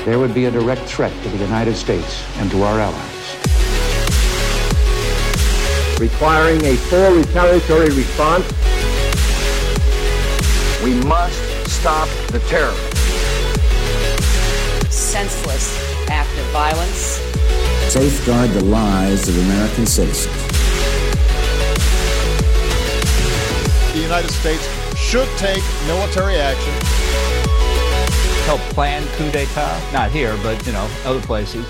there would be a direct threat to the United States and to our allies. Requiring a full retaliatory response. We must stop the terror. Senseless act of violence. Safeguard the lives of American citizens. The United States should take military action. Help plan coup d'etat, not here, but, other places.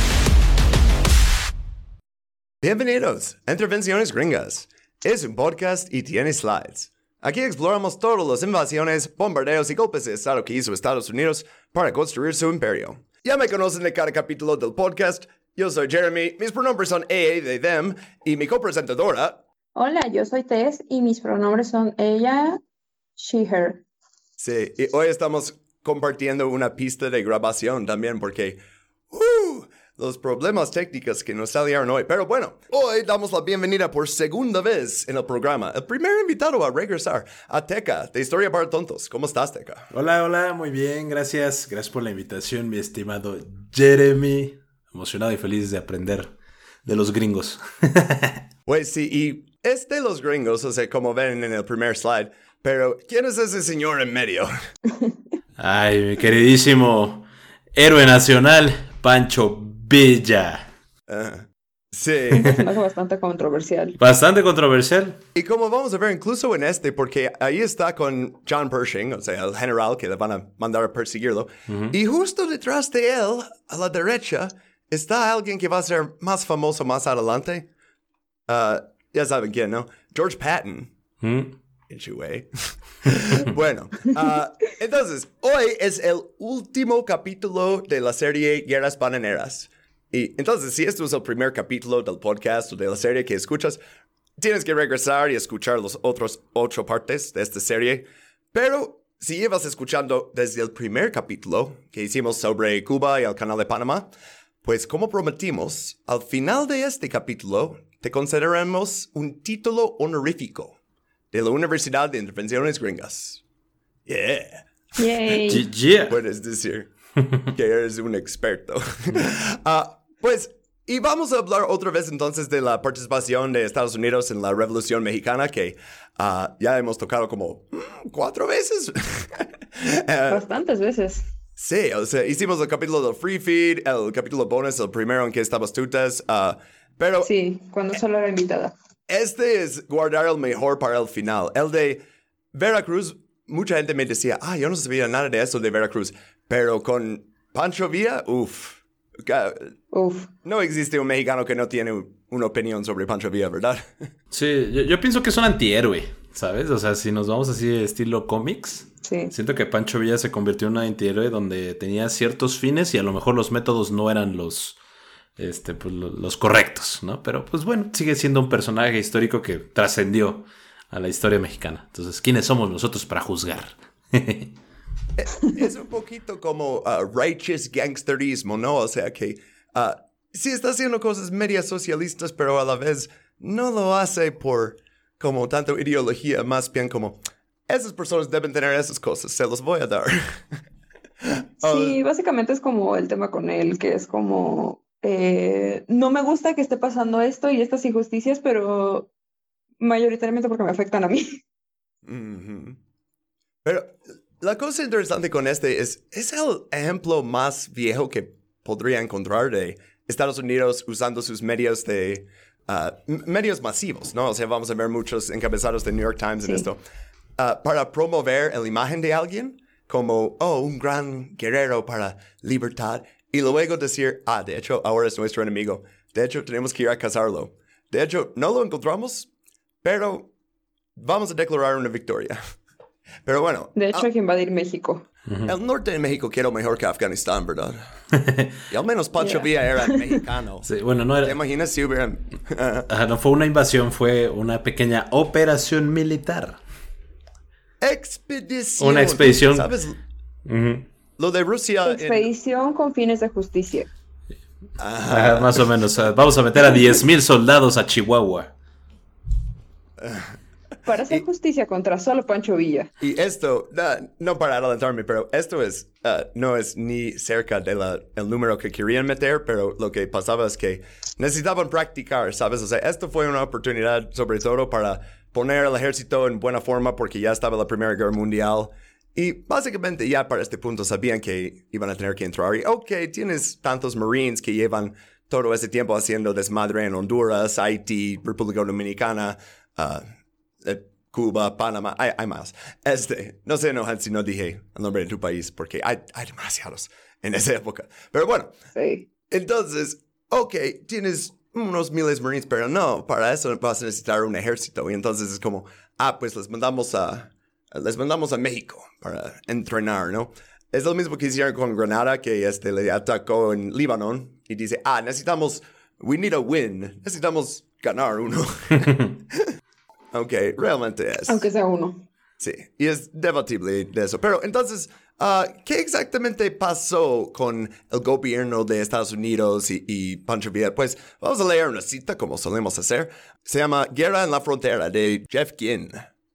Bienvenidos a Intervenciones Gringas. Es un podcast y tiene slides. Aquí exploramos todas las invasiones, bombardeos y golpes de Estado que hizo Estados Unidos para construir su imperio. Ya me conocen de cada capítulo del podcast. Yo soy Jeremy, mis pronombres son they, them, y mi copresentadora... Hola, yo soy Tess y mis pronombres son ella, she, her. Sí, y hoy estamos compartiendo una pista de grabación también porque... los problemas técnicos que nos salieron hoy. Pero bueno, hoy damos la bienvenida por segunda vez en el programa. El primer invitado a regresar, a Teca, de Historia para Tontos. ¿Cómo estás, Teca? Hola, muy bien, gracias. Gracias por la invitación, mi estimado Jeremy. Emocionado y feliz de aprender de los gringos. Pues sí, y es de los gringos, o sea, como ven en el primer slide. Pero, ¿quién es ese señor en medio? Ay, mi queridísimo héroe nacional, Pancho Villa. Sí. Es algo bastante controversial. Bastante controversial. Y como vamos a ver incluso en porque ahí está con John Pershing, o sea, el general que le van a mandar a perseguirlo. Uh-huh. Y justo detrás de él, a la derecha, está alguien que va a ser más famoso más adelante. Ya saben quién, ¿no? George Patton. In your way. Bueno, entonces, hoy es el último capítulo de la serie Guerras Bananeras. Y entonces, si esto es el primer capítulo del podcast o de la serie que escuchas, tienes que regresar y escuchar los otros 8 partes de esta serie. Pero si llevas escuchando desde el primer capítulo que hicimos sobre Cuba y el Canal de Panamá, pues como prometimos, al final de este capítulo te concederemos un título honorífico de la Universidad de Intervenciones Gringas. Yeah. Yay. Yeah. Puedes decir que eres un experto. Pues, y vamos a hablar otra vez entonces de la participación de Estados Unidos en la Revolución Mexicana, que ya hemos tocado como 4 veces. Bastantes veces. Sí, o sea, hicimos el capítulo del Free Feed, el capítulo bonus, el primero en que estabas tú, Tess, pero... Sí, cuando solo era invitada. Este es guardar el mejor para el final. El de Veracruz, mucha gente me decía, yo no sabía nada de eso de Veracruz, pero con Pancho Villa, no existe un mexicano que no tiene una opinión sobre Pancho Villa, ¿verdad? Sí, yo pienso que es un antihéroe, ¿sabes? O sea, si nos vamos así de estilo cómics, sí. Siento que Pancho Villa se convirtió en un antihéroe donde tenía ciertos fines y a lo mejor los métodos no eran los correctos, ¿no? Pero pues bueno, sigue siendo un personaje histórico que trascendió a la historia mexicana. Entonces, ¿quiénes somos nosotros para juzgar? Es un poquito como righteous gangsterismo, ¿no? O sea que sí está haciendo cosas medias socialistas, pero a la vez no lo hace por como tanto ideología, más bien como esas personas deben tener esas cosas, se los voy a dar. Sí, básicamente es como el tema con él, que es como no me gusta que esté pasando esto y estas injusticias, pero mayoritariamente porque me afectan a mí. Mm-hmm. Pero la cosa interesante con es el ejemplo más viejo que podría encontrar de Estados Unidos usando sus medios de medios masivos, ¿no? O sea, vamos a ver muchos encabezados de New York Times en esto, para promover la imagen de alguien como, un gran guerrero para libertad, y luego decir, de hecho, ahora es nuestro enemigo. De hecho, tenemos que ir a cazarlo. De hecho, no lo encontramos, pero vamos a declarar una victoria. Pero bueno. De hecho, hay que invadir México. El norte de México quedó mejor que Afganistán, ¿verdad? Y al menos Pancho Villa era mexicano. Sí, bueno, no era... ¿Te imaginas si hubieran...? no fue una invasión, fue una pequeña operación militar. Expedición. Una expedición. ¿Sabes? Lo de Rusia... Expedición con fines de justicia. Más o menos. Vamos a meter a 10,000 soldados a Chihuahua. para hacer justicia contra solo Pancho Villa. Y esto, no para adelantarme, pero esto no es ni cerca de el número que querían meter, pero lo que pasaba es que necesitaban practicar, ¿sabes? O sea, esto fue una oportunidad sobre todo para poner al ejército en buena forma porque ya estaba la Primera Guerra Mundial. Y básicamente ya para este punto sabían que iban a tener que entrar. Y tienes tantos Marines que llevan todo ese tiempo haciendo desmadre en Honduras, Haití, República Dominicana, Cuba, Panamá, hay más. No se enojan si no dije el nombre de tu país porque hay demasiados en esa época. Pero bueno, sí. Entonces, tienes unos miles de Marines, pero no, para eso vas a necesitar un ejército. Y entonces es como, pues les mandamos a México para entrenar, ¿no? Es lo mismo que hicieron con Granada, que le atacó en Líbano y dice, we need a win. Necesitamos ganar uno. Realmente es. Aunque sea uno. Sí, y es debatible de eso. Pero entonces, ¿qué exactamente pasó con el gobierno de Estados Unidos y Pancho Villa? Pues vamos a leer una cita como solemos hacer. Se llama Guerra en la Frontera de Jeff Ginn.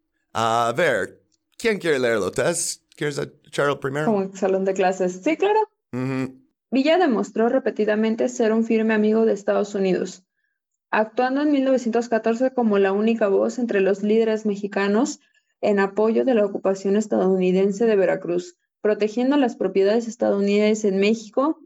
A ver, ¿quién quiere leerlo? ¿Quieres echarlo primero? Como en salón de clases. Sí, claro. Uh-huh. Villa demostró repetidamente ser un firme amigo de Estados Unidos, actuando en 1914 como la única voz entre los líderes mexicanos en apoyo de la ocupación estadounidense de Veracruz, protegiendo las propiedades estadounidenses en México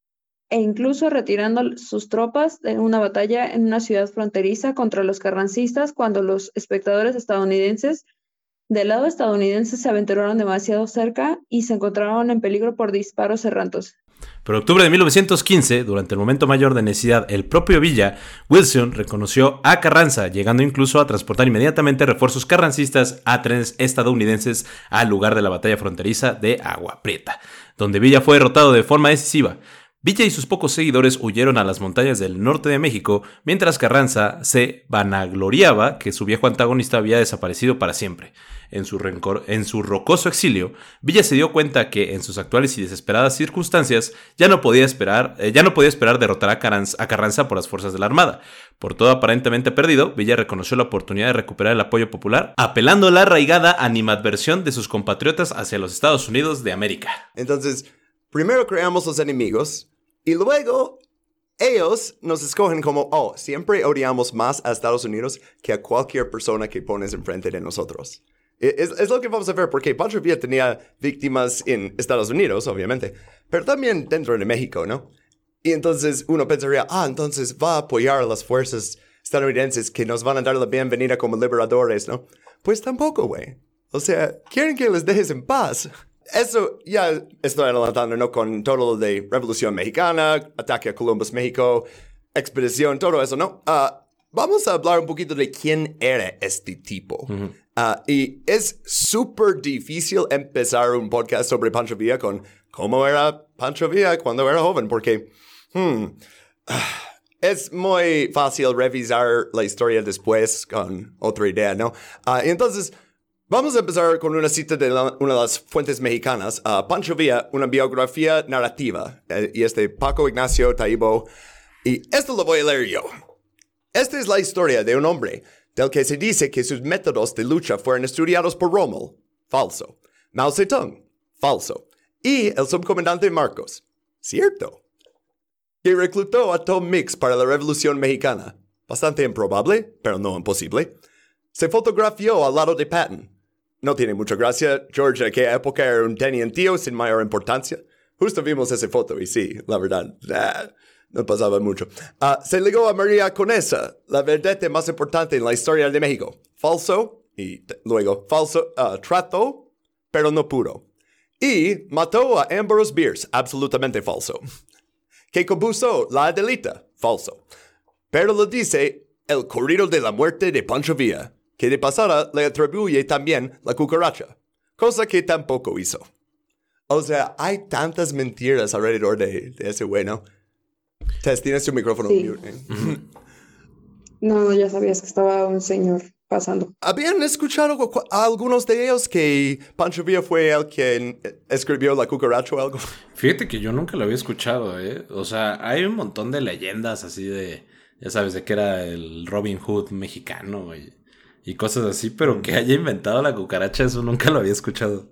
e incluso retirando sus tropas de una batalla en una ciudad fronteriza contra los carrancistas cuando los espectadores estadounidenses del lado estadounidense se aventuraron demasiado cerca y se encontraron en peligro por disparos errantes. Pero en octubre de 1915, durante el momento mayor de necesidad, el propio Villa, Wilson reconoció a Carranza, llegando incluso a transportar inmediatamente refuerzos carrancistas a trenes estadounidenses al lugar de la batalla fronteriza de Agua Prieta, donde Villa fue derrotado de forma decisiva. Villa y sus pocos seguidores huyeron a las montañas del norte de México, mientras Carranza se vanagloriaba que su viejo antagonista había desaparecido para siempre. En su rocoso exilio, Villa se dio cuenta que en sus actuales y desesperadas circunstancias ya no podía esperar derrotar a Carranza por las fuerzas de la Armada. Por todo aparentemente perdido, Villa reconoció la oportunidad de recuperar el apoyo popular, apelando a la arraigada animadversión de sus compatriotas hacia los Estados Unidos de América. Entonces, primero creamos los enemigos y luego ellos nos escogen como, siempre odiamos más a Estados Unidos que a cualquier persona que pones enfrente de nosotros. Es lo que vamos a ver, porque Pancho Villa tenía víctimas en Estados Unidos, obviamente, pero también dentro de México, ¿no? Y entonces uno pensaría, entonces va a apoyar a las fuerzas estadounidenses que nos van a dar la bienvenida como liberadores, ¿no? Pues tampoco, güey. O sea, quieren que les dejes en paz. Eso ya estoy adelantando, ¿no? Con todo lo de Revolución Mexicana, ataque a Columbus, México, expedición, todo eso, ¿no? Vamos a hablar un poquito de quién era este tipo. Uh-huh. Y es súper difícil empezar un podcast sobre Pancho Villa con cómo era Pancho Villa cuando era joven, porque es muy fácil revisar la historia después con otra idea, ¿no? Y entonces, vamos a empezar con una cita de una de las fuentes mexicanas. Pancho Villa, una biografía narrativa, y es de Paco Ignacio Taibo. Y esto lo voy a leer yo. Esta es la historia de un hombre del que se dice que sus métodos de lucha fueron estudiados por Rommel. Falso. Mao Zedong. Falso. Y el subcomandante Marcos. Cierto. Que reclutó a Tom Mix para la Revolución Mexicana. Bastante improbable, pero no imposible. Se fotografió al lado de Patton. No tiene mucha gracia. George en aquella época era un tenientillo sin mayor importancia. Justo vimos esa foto y sí, la verdad, no pasaba mucho. Se ligó a María Conesa, la vedette más importante en la historia de México. Falso. Y luego, falso. Trató, pero no pudo. Y mató a Ambrose Bierce. Absolutamente falso. Que compuso La Adelita. Falso. Pero lo dice el corrido de la muerte de Pancho Villa, que de pasada le atribuye también La Cucaracha. Cosa que tampoco hizo. O sea, hay tantas mentiras alrededor de ese güey, ¿no? Tess, tienes tu micrófono. Sí. No, ya sabías que estaba un señor pasando. ¿Habían escuchado a algunos de ellos que Pancho Villa fue el quien escribió La Cucaracha o algo? Fíjate que yo nunca lo había escuchado, ¿eh? O sea, hay un montón de leyendas así de, ya sabes, de que era el Robin Hood mexicano y cosas así, pero que haya inventado la cucaracha, eso nunca lo había escuchado.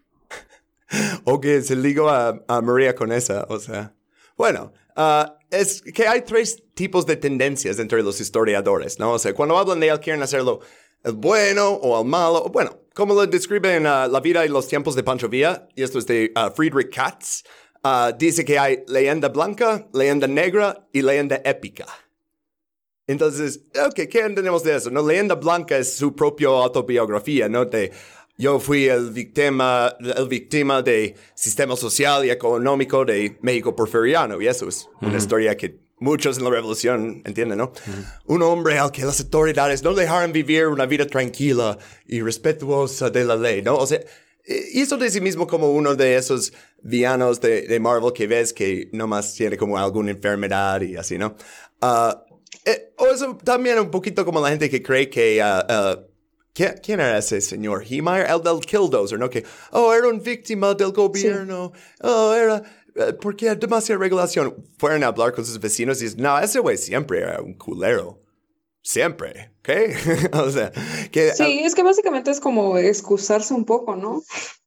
O que se ligó a María con esa, o sea. Bueno, es que hay 3 tipos de tendencias entre los historiadores, ¿no? O sea, cuando hablan de él quieren hacerlo el bueno o el malo. Bueno, como lo describen La vida y los tiempos de Pancho Villa, y esto es de Friedrich Katz, dice que hay leyenda blanca, leyenda negra y leyenda épica. Entonces, ¿qué entendemos de eso? ¿No? Leyenda blanca es su propia autobiografía, ¿no? Yo fui el víctima de sistema social y económico de México porfiriano, y eso es una historia que muchos en la revolución entienden, ¿no? Un hombre al que las autoridades no dejaron vivir una vida tranquila y respetuosa de la ley, ¿no? O sea, hizo de sí mismo como uno de esos villanos de Marvel que ves que nomás tiene como alguna enfermedad y así, ¿no? O eso también un poquito como la gente que cree que... ¿Quién era ese señor? Heemeyer, el del Killdozer, ¿no? Que, era un víctima del gobierno. Sí. Era... porque hay demasiada regulación. Fueron a hablar con sus vecinos y dicen, no, ese güey siempre era un culero. Siempre, ¿ok? O sea, que... Sí, es que básicamente es como excusarse un poco, ¿no?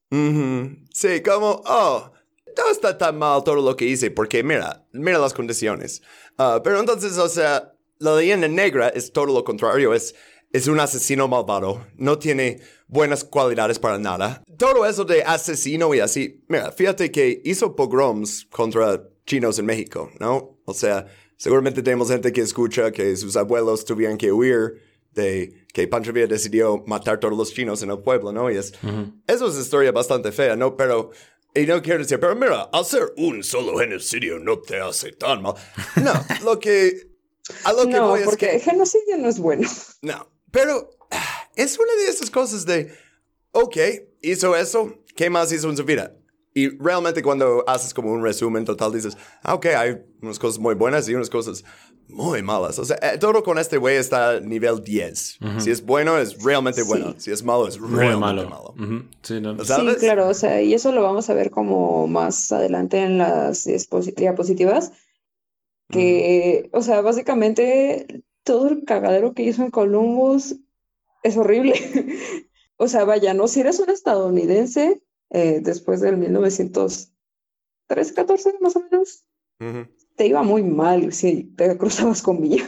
Sí, como, no está tan mal todo lo que hice, porque mira las condiciones. Pero entonces, o sea, la leyenda negra es todo lo contrario, es un asesino malvado, no tiene buenas cualidades para nada. Todo eso de asesino y así, mira, fíjate que hizo pogroms contra chinos en México, ¿no? O sea, seguramente tenemos gente que escucha que sus abuelos tuvieron que huir de que Pancho Villa decidió matar a todos los chinos en el pueblo, ¿no? Y eso es una historia bastante fea, ¿no? Pero, y no quiero decir, pero mira, hacer un solo genocidio no te hace tan mal. No, a lo que voy es porque que... genocidio no es bueno. No. Pero es una de esas cosas de, hizo eso, ¿qué más hizo en su vida? Y realmente cuando haces como un resumen total dices, hay unas cosas muy buenas y unas cosas muy malas. O sea, todo con este güey está a nivel 10. Si es bueno, es realmente bueno. Si es malo, es realmente malo. Sí, ¿no? Sí, claro, o sea, y eso lo vamos a ver como más adelante en las diapositivas. Que, o sea, básicamente... todo el cagadero que hizo en Columbus es horrible. O sea, vaya, no, si eres un estadounidense, después del 1913, 14 más o menos, te iba muy mal si te cruzabas con Villa.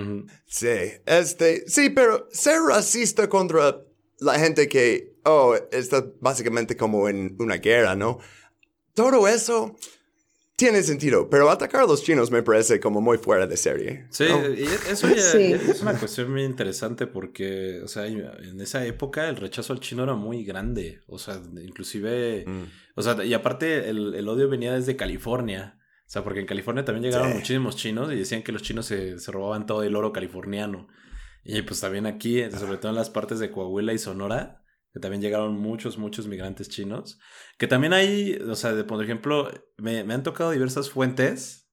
Sí, pero ser racista contra la gente que, está básicamente como en una guerra, ¿no? Todo eso... tiene sentido, pero atacar a los chinos me parece como muy fuera de serie. Sí, ¿no? Y eso ya es una cuestión muy interesante porque, o sea, en esa época el rechazo al chino era muy grande. O sea, inclusive, o sea, y aparte el odio venía desde California. O sea, porque en California también llegaron muchísimos chinos y decían que los chinos se robaban todo el oro californiano. Y pues también aquí, sobre todo en las partes de Coahuila y Sonora, que también llegaron muchos migrantes chinos, que también hay, o sea, por ejemplo, me han tocado diversas fuentes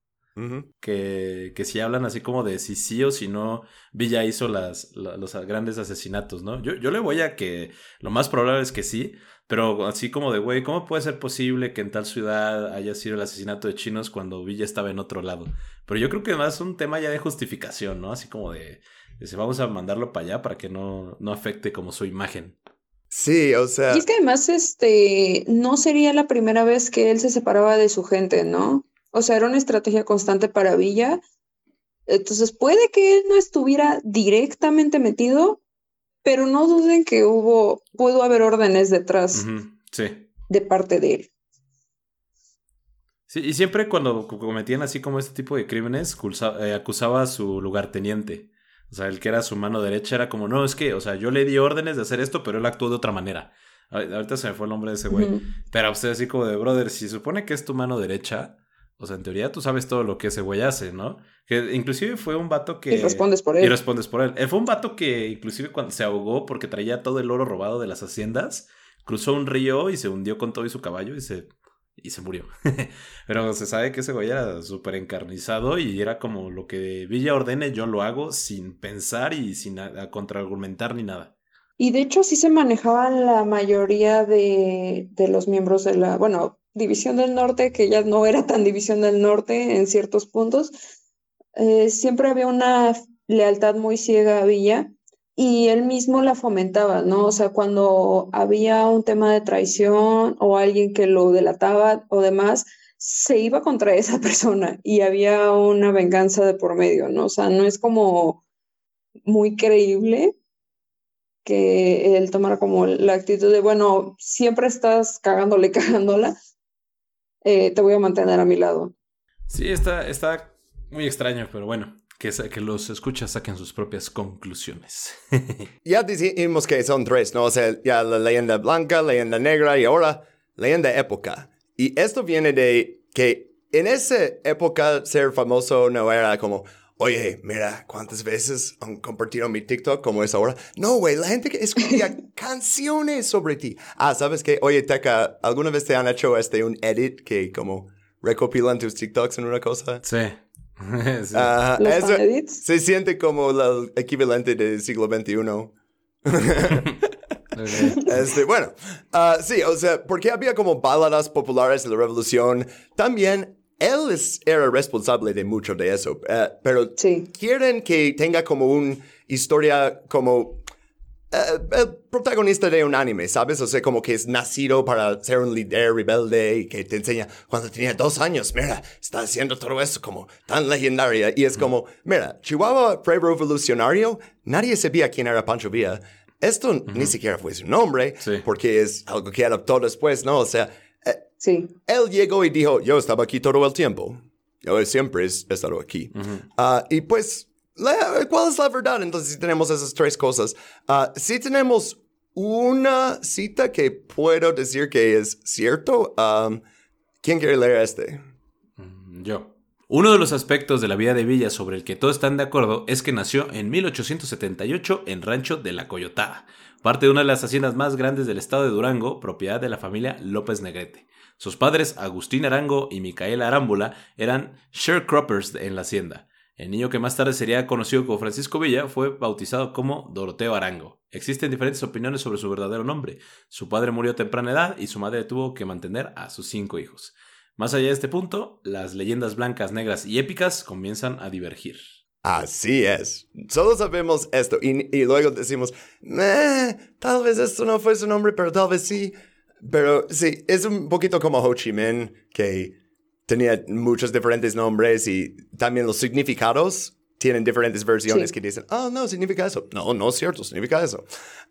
que sí hablan así como de si sí o si no Villa hizo los grandes asesinatos, ¿no? Yo le voy a que lo más probable es que sí, pero así como de, güey, ¿cómo puede ser posible que en tal ciudad haya sido el asesinato de chinos cuando Villa estaba en otro lado? Pero yo creo que más es un tema ya de justificación, ¿no? Así como de vamos a mandarlo para allá para que no afecte como su imagen. Sí, o sea... Y es que además, no sería la primera vez que él se separaba de su gente, ¿no? O sea, era una estrategia constante para Villa. Entonces, puede que él no estuviera directamente metido, pero no duden que pudo haber órdenes detrás de parte de él. Sí, y siempre cuando cometían así como este tipo de crímenes, acusaba a su lugarteniente. O sea, el que era su mano derecha era como, no, es que, o sea, yo le di órdenes de hacer esto, pero él actuó de otra manera. Ahorita se me fue el nombre de ese güey. Pero usted así como de, brother, si supone que es tu mano derecha, o sea, en teoría tú sabes todo lo que ese güey hace, ¿no? Que inclusive fue un vato que... Y respondes por él. Fue un vato que inclusive cuando se ahogó porque traía todo el oro robado de las haciendas, cruzó un río y se hundió con todo y su caballo y se murió. Pero se sabe que ese güey era súper encarnizado y era como lo que Villa ordene, yo lo hago sin pensar y sin contraargumentar ni nada. Y de hecho sí se manejaban la mayoría de los miembros de la, División del Norte, que ya no era tan División del Norte en ciertos puntos. Siempre había una lealtad muy ciega a Villa y él mismo la fomentaba, ¿no? O sea, cuando había un tema de traición o alguien que lo delataba o demás, se iba contra esa persona y había una venganza de por medio, ¿no? O sea, no es como muy creíble que él tomara como la actitud de, bueno, siempre estás cagándola, te voy a mantener a mi lado. Sí, está muy extraño, pero bueno, que los escuchas saquen sus propias conclusiones. Ya dijimos que son tres, ¿no? O sea, ya la leyenda blanca, leyenda negra y ahora leyenda época. Y esto viene de que en esa época ser famoso no era como, oye, mira, ¿cuántas veces han compartido mi TikTok como es ahora? No, güey, la gente que escribía canciones sobre ti. ¿Sabes qué? Oye, Teca, ¿alguna vez te han hecho un edit que como recopilan tus TikToks en una cosa? Sí. Sí. ¿Los edits? Se siente como el equivalente del siglo XXI. Okay. Bueno, sí, o sea, porque había como baladas populares de la revolución. También él era responsable de mucho de eso, pero sí. Quieren que tenga como una historia como el protagonista de un anime, ¿sabes? O sea, como que es nacido para ser un líder rebelde y que te enseña cuando tenía 2 años, mira, está haciendo todo eso como tan legendaria. Y es como, mira, Chihuahua pre-revolucionario, nadie sabía quién era Pancho Villa. Esto ni siquiera fue su nombre, sí. Porque es algo que adoptó después, ¿no? O sea, sí. Él llegó y dijo, yo estaba aquí todo el tiempo. Yo siempre he estado aquí. Y pues, ¿cuál es la verdad? Entonces, si tenemos esas 3 cosas. Si tenemos una cita que puedo decir que es cierto. ¿Quién quiere leer Yo. Uno de los aspectos de la vida de Villa sobre el que todos están de acuerdo es que nació en 1878 en Rancho de la Coyotada, parte de una de las haciendas más grandes del estado de Durango, propiedad de la familia López Negrete. Sus padres, Agustín Arango y Micaela Arámbula, eran sharecroppers en la hacienda. El niño que más tarde sería conocido como Francisco Villa fue bautizado como Doroteo Arango. Existen diferentes opiniones sobre su verdadero nombre. Su padre murió a temprana edad y su madre tuvo que mantener a sus 5 hijos. Más allá de este punto, las leyendas blancas, negras y épicas comienzan a divergir. Así es. Solo sabemos esto y luego decimos, tal vez esto no fue su nombre, pero tal vez sí. Pero sí, es un poquito como Ho Chi Minh, que tenía muchos diferentes nombres y también los significados tienen diferentes versiones sí. Que dicen, no, significa eso. No es cierto, significa eso.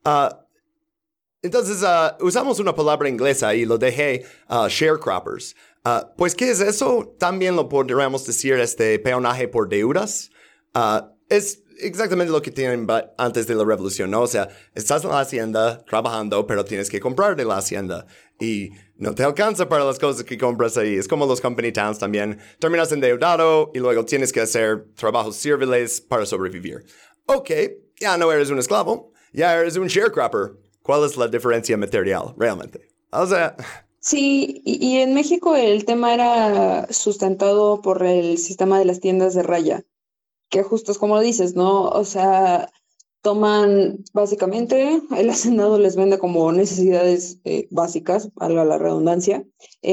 Entonces, usamos una palabra inglesa y lo dejé sharecroppers. Pues, ¿qué es eso? También lo podríamos decir peonaje por deudas. Es exactamente lo que tienen antes de la revolución, ¿no? O sea, estás en la hacienda trabajando, pero tienes que comprar de la hacienda. Y no te alcanza para las cosas que compras ahí. Es como los company towns también. Terminas endeudado y luego tienes que hacer trabajos serviles para sobrevivir. Ok, ya no eres un esclavo, ya eres un sharecropper. ¿Cuál es la diferencia material realmente? O sea... Sí, y en México el tema era sustentado por el sistema de las tiendas de raya, que justo es como dices, ¿no? O sea, toman básicamente, el hacendado les vende como necesidades básicas, valga la redundancia,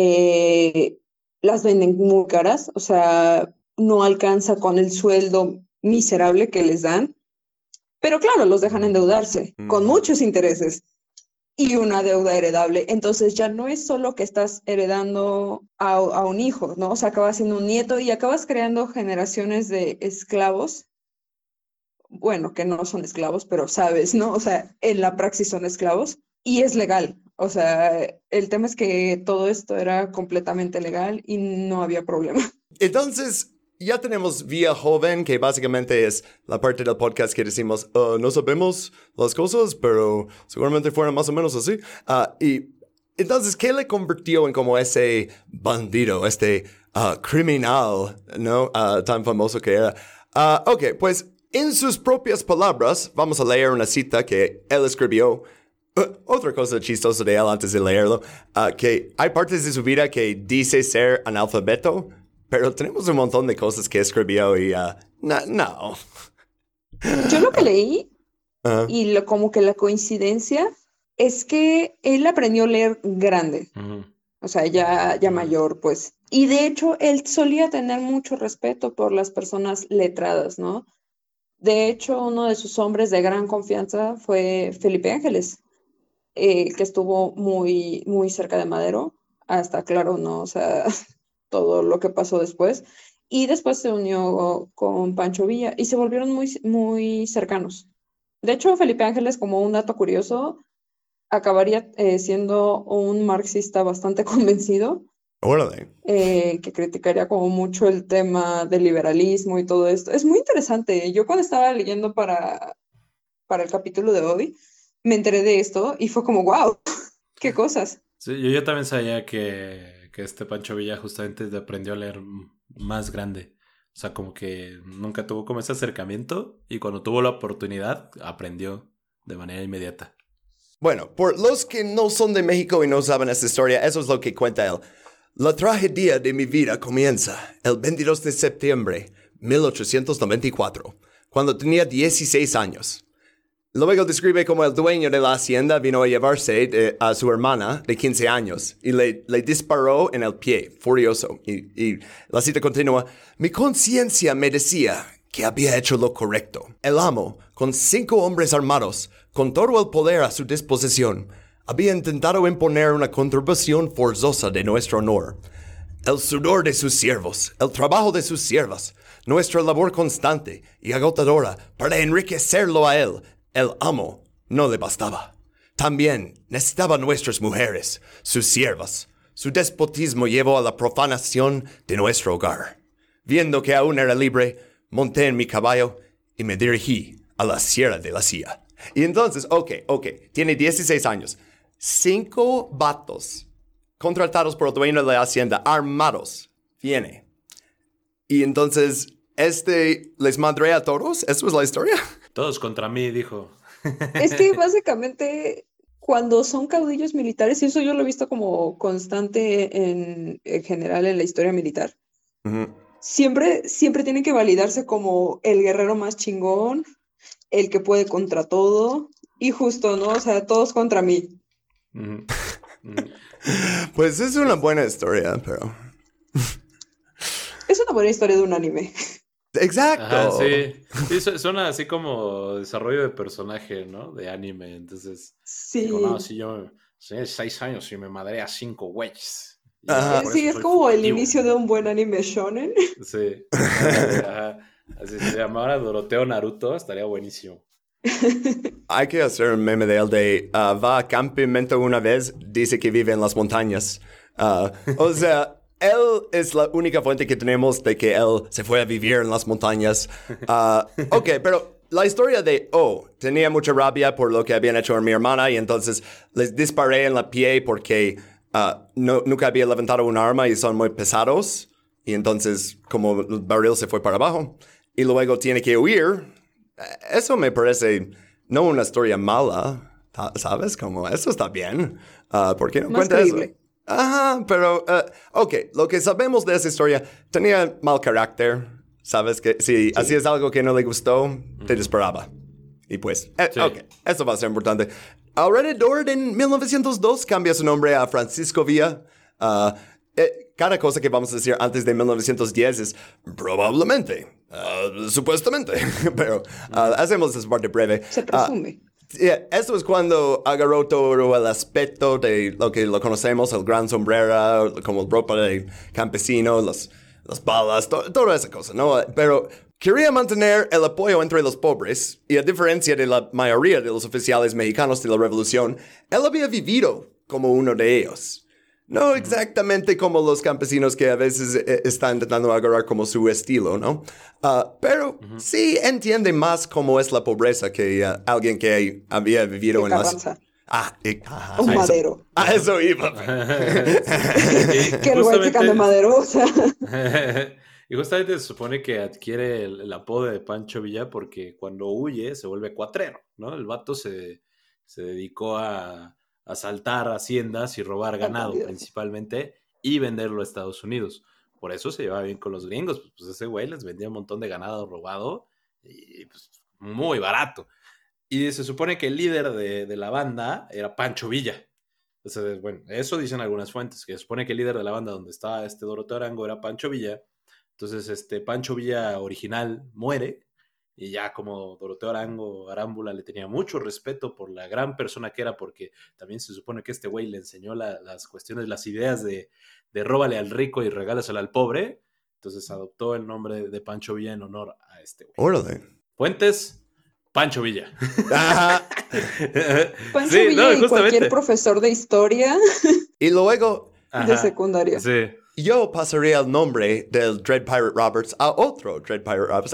las venden muy caras, o sea, no alcanza con el sueldo miserable que les dan, pero claro, los dejan endeudarse con muchos intereses. Y una deuda heredable. Entonces ya no es solo que estás heredando a un hijo, ¿no? O sea, acabas siendo un nieto y acabas creando generaciones de esclavos. Bueno, que no son esclavos, pero sabes, ¿no? O sea, en la praxis son esclavos y es legal. O sea, el tema es que todo esto era completamente legal y no había problema. Entonces... Ya tenemos Vía Joven, que básicamente es la parte del podcast que decimos, no sabemos las cosas, pero seguramente fueron más o menos así. Y entonces, ¿qué le convirtió en como ese bandido, criminal, ¿no? Tan famoso que era. Ok, pues en sus propias palabras, vamos a leer una cita que él escribió. Otra cosa chistosa de él antes de leerlo, que hay partes de su vida que dice ser analfabeto. Pero tenemos un montón de cosas que escribió y no. Yo lo que leí y como que la coincidencia es que él aprendió a leer grande. O sea, ya mayor, pues. Y de hecho, él solía tener mucho respeto por las personas letradas, ¿no? De hecho, uno de sus hombres de gran confianza fue Felipe Ángeles, que estuvo muy, muy cerca de Madero, hasta claro, ¿no? O sea, todo lo que pasó después. Y después se unió con Pancho Villa y se volvieron muy, muy cercanos. De hecho, Felipe Ángeles, como un dato curioso, acabaría siendo un marxista bastante convencido, Órale. que criticaría como mucho el tema del liberalismo y todo esto. Es muy interesante. Yo cuando estaba leyendo para el capítulo de hoy, me enteré de esto y fue como, wow, qué cosas. Sí, yo también sabía que este Pancho Villa justamente aprendió a leer más grande. O sea, como que nunca tuvo como ese acercamiento y cuando tuvo la oportunidad aprendió de manera inmediata. Bueno, por los que no son de México y no saben esta historia, eso es lo que cuenta él. La tragedia de mi vida comienza el 22 de septiembre de 1894, cuando tenía 16 años. Luego describe cómo el dueño de la hacienda vino a llevarse a su hermana de 15 años y le disparó en el pie, furioso. Y la cita continúa, mi conciencia me decía que había hecho lo correcto. El amo, con 5 hombres armados, con todo el poder a su disposición, había intentado imponer una contribución forzosa de nuestro honor. El sudor de sus siervos, el trabajo de sus siervas, nuestra labor constante y agotadora para enriquecerlo a él, el amo, no le bastaba. También necesitaba nuestras mujeres, sus siervas. Su despotismo llevó a la profanación de nuestro hogar. Viendo que aún era libre, monté en mi caballo y me dirigí a la Sierra de la Silla. Y entonces, ok, tiene 16 años. 5 vatos contratados por el dueño de la hacienda, armados, viene. Y entonces, les madrea a todos. ¿Eso es la historia? Todos contra mí, dijo. Es que básicamente cuando son caudillos militares, y eso yo lo he visto como constante en general en la historia militar, siempre tienen que validarse como el guerrero más chingón, el que puede contra todo, y justo, ¿no? O sea, todos contra mí. Pues es una buena historia, pero... Es una buena historia de un anime. Exacto. Ajá, sí, suena así como desarrollo de personaje, ¿no? De anime, entonces... Sí. Digo, no, si yo... 6 años y me madré a 5 güeyes. Sí, es como el inicio de un buen anime shonen. Sí. Ajá. Así se llamara Doroteo Naruto, estaría buenísimo. Hay que hacer un meme de él de va a campamento una vez, dice que vive en las montañas. O sea, él es la única fuente que tenemos de que él se fue a vivir en las montañas. Ok, pero la historia de, tenía mucha rabia por lo que habían hecho a mi hermana y entonces les disparé en la pie porque nunca había levantado un arma y son muy pesados. Y entonces, como el barril se fue para abajo y luego tiene que huir, eso me parece no una historia mala, ¿sabes? Como eso está bien. ¿Por qué no cuenta eso? Ajá, pero, ok, lo que sabemos de esa historia, tenía mal carácter, ¿sabes? Que si hacías algo que no le gustó, te disparaba. Y pues, ok, eso va a ser importante. Alrededor de 1902 cambia su nombre a Francisco Villa. Cada cosa que vamos a decir antes de 1910 es probablemente, supuestamente, pero hacemos esa parte breve. Se presume. Esto es cuando agarró todo el aspecto de lo que lo conocemos, el gran sombrero, como ropa de campesino, las balas, toda esa cosa, ¿no? Pero quería mantener el apoyo entre los pobres, y a diferencia de la mayoría de los oficiales mexicanos de la Revolución, él había vivido como uno de ellos. No exactamente como los campesinos que a veces están intentando agarrar como su estilo, ¿no? Pero sí entiende más cómo es la pobreza que alguien que había vivido en las... Un Madero. Eso iba. Que el güey de Madero, o sea... Y justamente se supone que adquiere el apodo de Pancho Villa porque cuando huye se vuelve cuatrero, ¿no? El vato se dedicó a asaltar haciendas y robar ganado principalmente y venderlo a Estados Unidos. Por eso se llevaba bien con los gringos. Pues ese güey les vendía un montón de ganado robado y pues muy barato. Y se supone que el líder de la banda era Pancho Villa. Entonces, bueno, eso dicen algunas fuentes, que se supone que el líder de la banda donde estaba Doroteo Arango era Pancho Villa. Entonces, Pancho Villa original muere Y ya como Doroteo Arango, Arámbula le tenía mucho respeto por la gran persona que era, porque también se supone que este güey le enseñó las cuestiones, las ideas de róbale al rico y regálaselo al pobre. Entonces adoptó el nombre de Pancho Villa en honor a este güey. Órale. Fuentes, Pancho Villa. Ajá. Pancho Villa y cualquier profesor de historia. Y luego... de secundaria. Sí. Yo pasaría el nombre del Dread Pirate Roberts a otro Dread Pirate Roberts.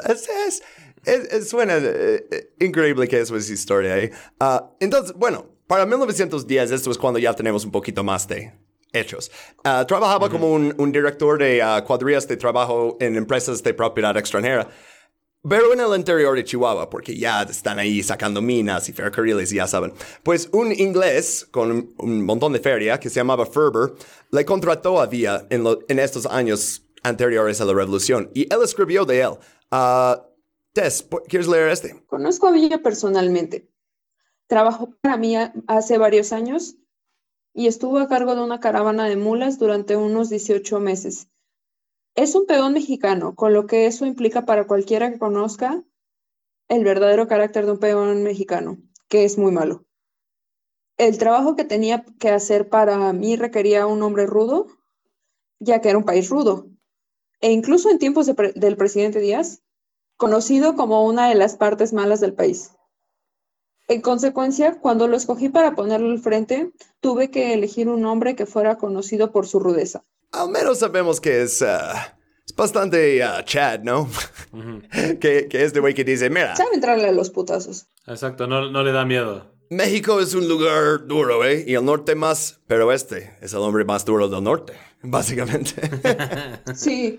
Suena increíble que eso es historia ahí. Entonces, bueno, para 1910 esto es cuando ya tenemos un poquito más de hechos. Trabajaba como un director de cuadrillas de trabajo en empresas de propiedad extranjera, pero en el interior de Chihuahua, porque ya están ahí sacando minas y ferrocarriles y ya saben. Pues un inglés con un montón de feria que se llamaba Ferber le contrató a Villa en estos años anteriores a la revolución y él escribió de él. Tess, ¿quieres leer este? Conozco a Villa personalmente. Trabajó para mí hace varios años y estuvo a cargo de una caravana de mulas durante unos 18 meses. Es un peón mexicano, con lo que eso implica para cualquiera que conozca el verdadero carácter de un peón mexicano, que es muy malo. El trabajo que tenía que hacer para mí requería un hombre rudo, ya que era un país rudo, e incluso en tiempos del presidente Díaz, conocido como una de las partes malas del país. En consecuencia, cuando lo escogí para ponerlo al frente, tuve que elegir un hombre que fuera conocido por su rudeza. Al menos sabemos que es bastante Chad, ¿no? que es de güey que dice, mira... Sabe entrarle a los putazos. Exacto, no le da miedo. México es un lugar duro, ¿eh? Y el norte más, pero este es el hombre más duro del norte, básicamente. Sí.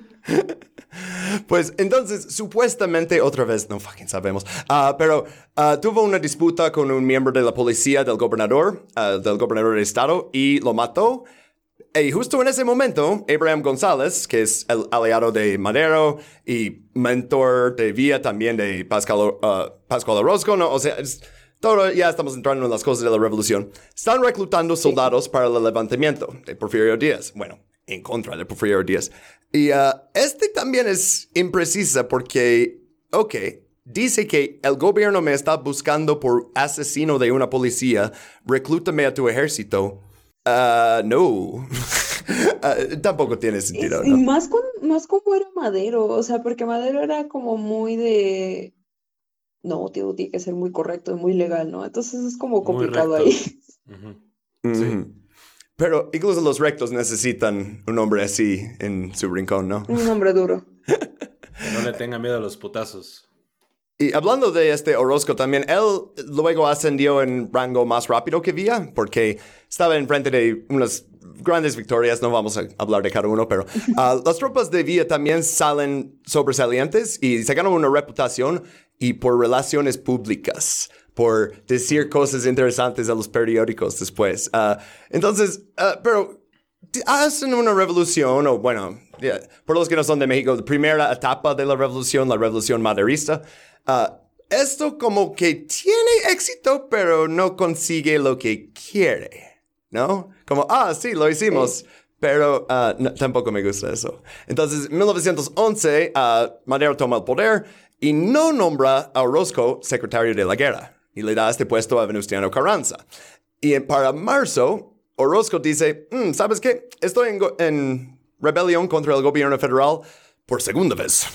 Pues entonces, supuestamente, otra vez, no fucking sabemos, pero tuvo una disputa con un miembro de la policía del gobernador del estado, y lo mató. Y justo en ese momento, Abraham González, que es el aliado de Madero y mentor de Villa también de Pascual Orozco, ¿no? O sea, todo, ya estamos entrando en las cosas de la revolución. Están reclutando soldados para el levantamiento de Porfirio Díaz. Bueno, en contra de Porfirio Díaz. Y este también es imprecisa porque, dice que el gobierno me está buscando por asesino de una policía, reclútame a tu ejército. No. Tampoco tiene sentido, ¿no? Más como era Madero, o sea, porque Madero era como muy de... No, tío, tiene que ser muy correcto y muy legal, ¿no? Entonces es como complicado ahí. Sí. Pero incluso los rectos necesitan un hombre así en su rincón, ¿no? Un hombre duro. No le tenga miedo a los putazos. Y hablando de este Orozco también, él luego ascendió en rango más rápido que Villa, porque estaba enfrente de unas grandes victorias, no vamos a hablar de cada uno, pero las tropas de Villa también salen sobresalientes y se ganan una reputación y por relaciones públicas, por decir cosas interesantes a los periódicos después. Entonces, pero hacen una revolución, o bueno, por los que no son de México, la primera etapa de la revolución maderista. Esto como que tiene éxito, pero no consigue lo que quiere, ¿no? Como, sí, lo hicimos, pero no, tampoco me gusta eso. Entonces, en 1911, Madero toma el poder y no nombra a Orozco secretario de la guerra y le da este puesto a Venustiano Carranza. Y para marzo, Orozco dice, ¿sabes qué? Estoy en rebelión contra el gobierno federal por segunda vez.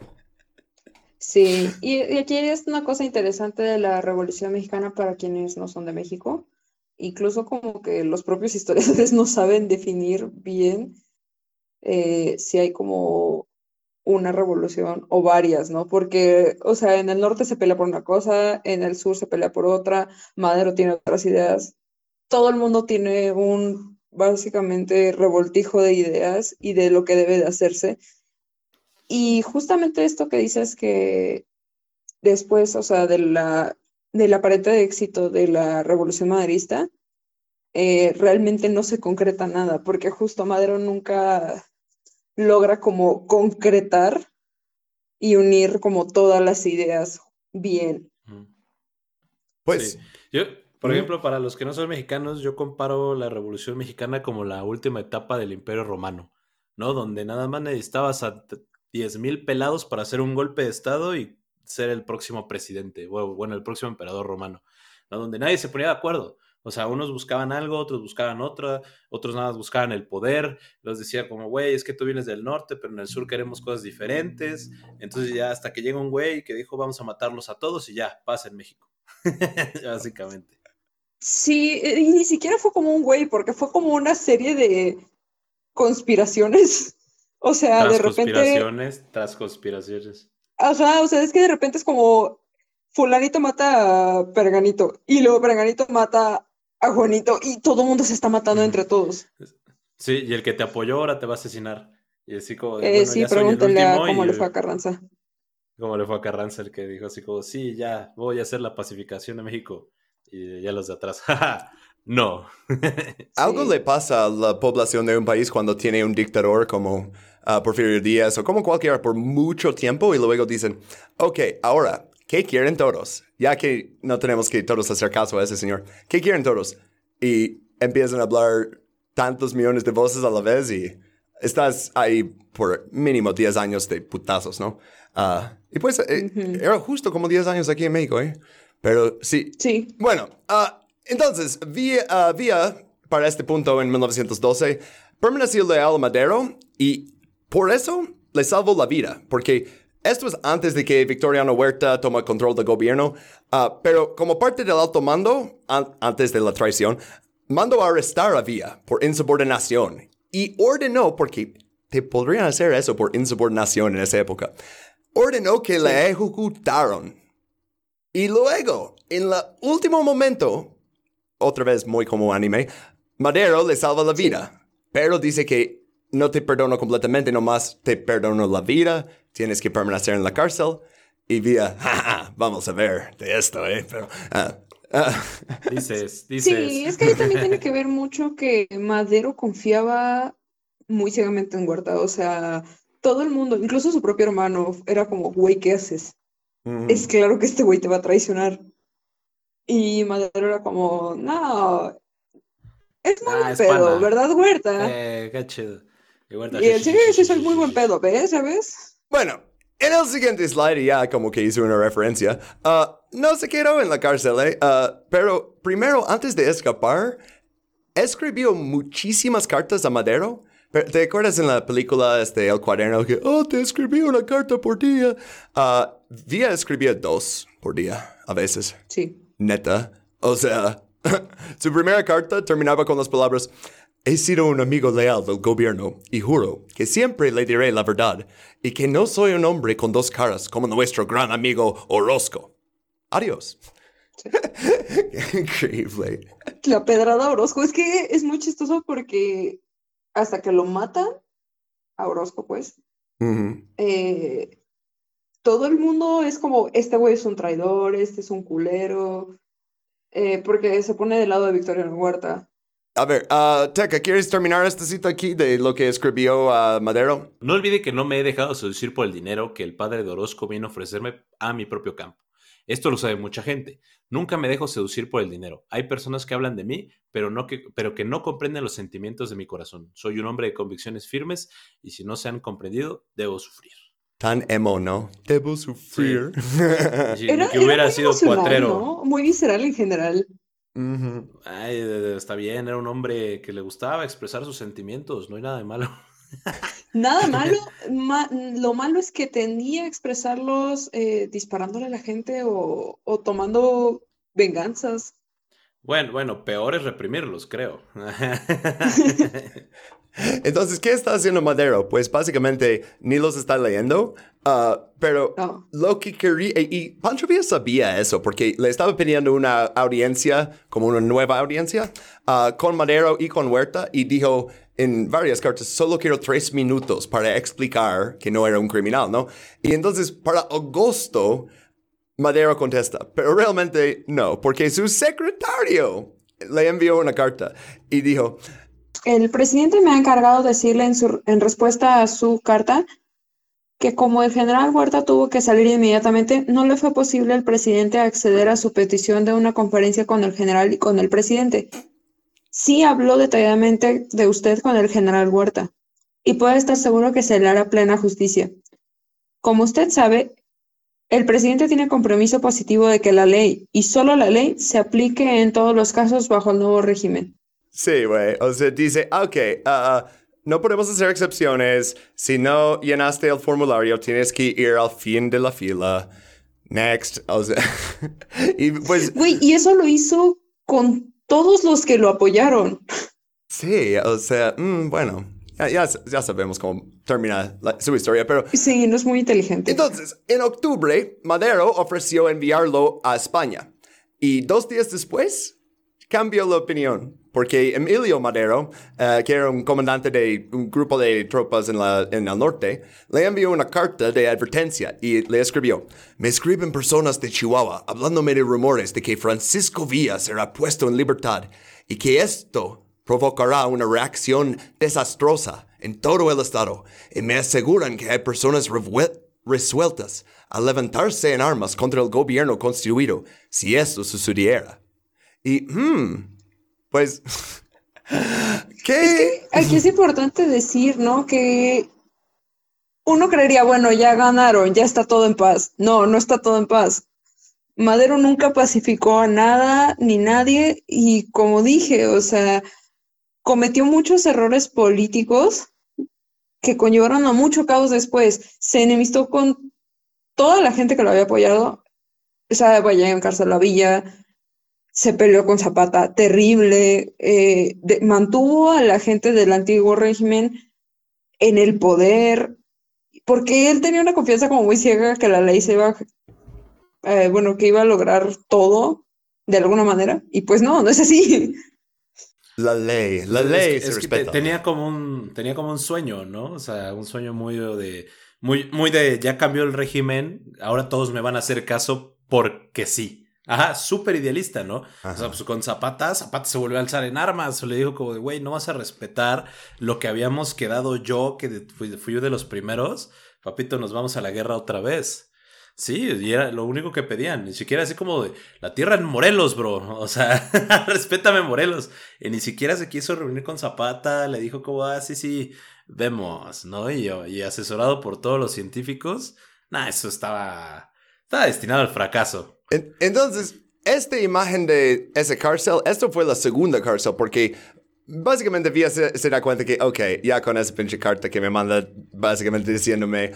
Sí, y aquí es una cosa interesante de la Revolución Mexicana para quienes no son de México. Incluso como que los propios historiadores no saben definir bien si hay como una revolución o varias, ¿no? Porque, o sea, en el norte se pelea por una cosa, en el sur se pelea por otra, Madero tiene otras ideas. Todo el mundo tiene un, básicamente, revoltijo de ideas y de lo que debe de hacerse. Y justamente esto que dices que después, o sea, del aparente éxito de la Revolución Maderista, realmente no se concreta nada, porque justo Madero nunca logra como concretar y unir como todas las ideas bien. Pues... Sí. Yo, por ejemplo, para los que no son mexicanos, yo comparo la Revolución Mexicana como la última etapa del Imperio Romano, ¿no? Donde nada más necesitabas a 10,000 pelados para hacer un golpe de estado y ser el próximo presidente, bueno, el próximo emperador romano, ¿no? Donde nadie se ponía de acuerdo. O sea, unos buscaban algo, otros buscaban otra, otros nada más buscaban el poder. Los decía como, güey, es que tú vienes del norte, pero en el sur queremos cosas diferentes. Entonces ya hasta que llega un güey que dijo, vamos a matarlos a todos y ya, paz en México. Básicamente. Sí, y ni siquiera fue como un güey, porque fue como una serie de conspiraciones. O sea, de repente... Tras conspiraciones. O sea, es que de repente es como fulanito mata a Perganito y luego Perganito mata a Juanito y todo el mundo se está matando entre todos. Sí, y el que te apoyó ahora te va a asesinar. Y así como, sí, pregúntale a cómo le fue a Carranza. Cómo le fue a Carranza, el que dijo así como, sí, ya, voy a hacer la pacificación de México. Y ya los de atrás, no. Algo le pasa a la población de un país cuando tiene un dictador como Porfirio Díaz o como cualquiera por mucho tiempo y luego dicen, ok, ahora, ¿qué quieren todos? Ya que no tenemos que todos hacer caso a ese señor. ¿Qué quieren todos? Y empiezan a hablar tantos millones de voces a la vez y estás ahí por mínimo 10 años de putazos, ¿no? Y pues era justo como 10 años aquí en México, ¿eh? Pero sí. Sí. Bueno, entonces, Villa, para este punto en 1912, permaneció leal a Madero y por eso le salvó la vida, porque esto es antes de que Victoriano Huerta toma control del gobierno, pero como parte del alto mando, antes de la traición, mandó a arrestar a Villa por insubordinación y ordenó, porque te podrían hacer eso por insubordinación en esa época, ordenó que le ejecutaron. Y luego, en el último momento, otra vez muy como anime, Madero le salva la vida, pero dice que no te perdono completamente, nomás te perdono la vida, tienes que permanecer en la cárcel. Y Villa, vamos a ver de esto, pero... Dices. Sí, es que ahí también tiene que ver mucho que Madero confiaba muy ciegamente en Huerta, o sea, todo el mundo, incluso su propio hermano, era como, güey, ¿qué haces? Es claro que este güey te va a traicionar. Y Madero era como, no, es muy buen pedo, pana. ¿Verdad, Huerta? Qué chido. Y el señor sí es muy buen pedo, ¿ves? ¿Sabes? Bueno, en el siguiente slide ya como que hizo una referencia. No se quedó en la cárcel, pero primero, antes de escapar, escribió muchísimas cartas a Madero. ¿Te acuerdas en la película El Cuaderno que, te escribí una carta por día? Villa escribía 2 por día, a veces. Sí. Neta. O sea, su primera carta terminaba con las palabras, he sido un amigo leal del gobierno y juro que siempre le diré la verdad y que no soy un hombre con 2 caras como nuestro gran amigo Orozco. Adiós. Sí. Increíble. La pedrada a Orozco. Es que es muy chistoso porque hasta que lo matan, a Orozco, pues, todo el mundo es como, este güey es un traidor, este es un culero, porque se pone del lado de Victoriano Huerta. A ver, Teca, ¿quieres terminar esta cita aquí de lo que escribió Madero? No olvide que no me he dejado seducir por el dinero que el padre de Orozco vino a ofrecerme a mi propio campo. Esto lo sabe mucha gente. Nunca me dejo seducir por el dinero. Hay personas que hablan de mí, pero que no comprenden los sentimientos de mi corazón. Soy un hombre de convicciones firmes y si no se han comprendido, debo sufrir. Tan emo, ¿no? Debo sufrir. Sí. Que hubiera sido cuatrero. ¿No? Muy visceral en general. Ay, está bien, era un hombre que le gustaba expresar sus sentimientos, no hay nada de malo. Nada malo, lo malo es que tendía a expresarlos disparándole a la gente o tomando venganzas. Bueno, peor es reprimirlos, creo. Entonces, ¿qué está haciendo Madero? Pues básicamente ni los está leyendo, pero lo que quería, y Pancho Villa sabía eso, porque le estaba pidiendo una audiencia, como una nueva audiencia, con Madero y con Huerta, y dijo en varias cartas, solo quiero 3 minutos para explicar que no era un criminal, ¿no? Y entonces, para agosto, Madero contesta, pero realmente no, porque su secretario le envió una carta y dijo... El presidente me ha encargado decirle en respuesta a su carta que como el general Huerta tuvo que salir inmediatamente, no le fue posible al presidente acceder a su petición de una conferencia con el general y con el presidente. Sí habló detalladamente de usted con el general Huerta y puede estar seguro que se le hará plena justicia. Como usted sabe, El presidente tiene compromiso positivo de que la ley, y solo la ley, se aplique en todos los casos bajo el nuevo régimen. Sí, güey. O sea, dice, ok, no podemos hacer excepciones. Si no llenaste el formulario, tienes que ir al fin de la fila. Next. O sea, y pues... Güey, y eso lo hizo con todos los que lo apoyaron. Sí, o sea, bueno, ya sabemos cómo termina su historia, pero... Sí, no es muy inteligente. Entonces, en octubre, Madero ofreció enviarlo a España. Y 2 días después, cambió la opinión. Porque Emilio Madero, que era un comandante de un grupo de tropas en el norte, le envió una carta de advertencia y le escribió: me escriben personas de Chihuahua hablándome de rumores de que Francisco Villa será puesto en libertad y que esto provocará una reacción desastrosa en todo el estado. Y me aseguran que hay personas resueltas a levantarse en armas contra el gobierno constituido si esto sucediera. Y, pues, ¿qué? Es que aquí es importante decir, ¿no? Que uno creería, bueno, ya ganaron, ya está todo en paz. No, no está todo en paz. Madero nunca pacificó a nada ni nadie y, como dije, o sea, cometió muchos errores políticos que conllevaron a mucho caos después. Se enemistó con toda la gente que lo había apoyado. O sea, vaya, encarceló a Villa. Se peleó con Zapata, terrible, mantuvo a la gente del antiguo régimen en el poder, porque él tenía una confianza como muy ciega que la ley se iba, que iba a lograr todo de alguna manera, y pues no es así. La ley se respeta. Tenía como un sueño, ¿no? O sea, un sueño muy de ya cambió el régimen, ahora todos me van a hacer caso porque sí. Ajá, súper idealista, ¿no? Ajá. O sea, pues con Zapata se volvió a alzar en armas. Le dijo como de, güey, no vas a respetar lo que habíamos quedado yo, que fui yo de los primeros. Papito, nos vamos a la guerra otra vez. Sí, y era lo único que pedían. Ni siquiera así como de, la tierra en Morelos, bro. O sea, respétame Morelos. Y ni siquiera se quiso reunir con Zapata. Le dijo como, sí, vemos, ¿no? Y asesorado por todos los científicos. Eso estaba destinado al fracaso. Entonces, esta imagen de esa cárcel, esto fue la segunda cárcel, porque básicamente Villa se da cuenta que, ok, ya con esa pinche carta que me manda, básicamente diciéndome,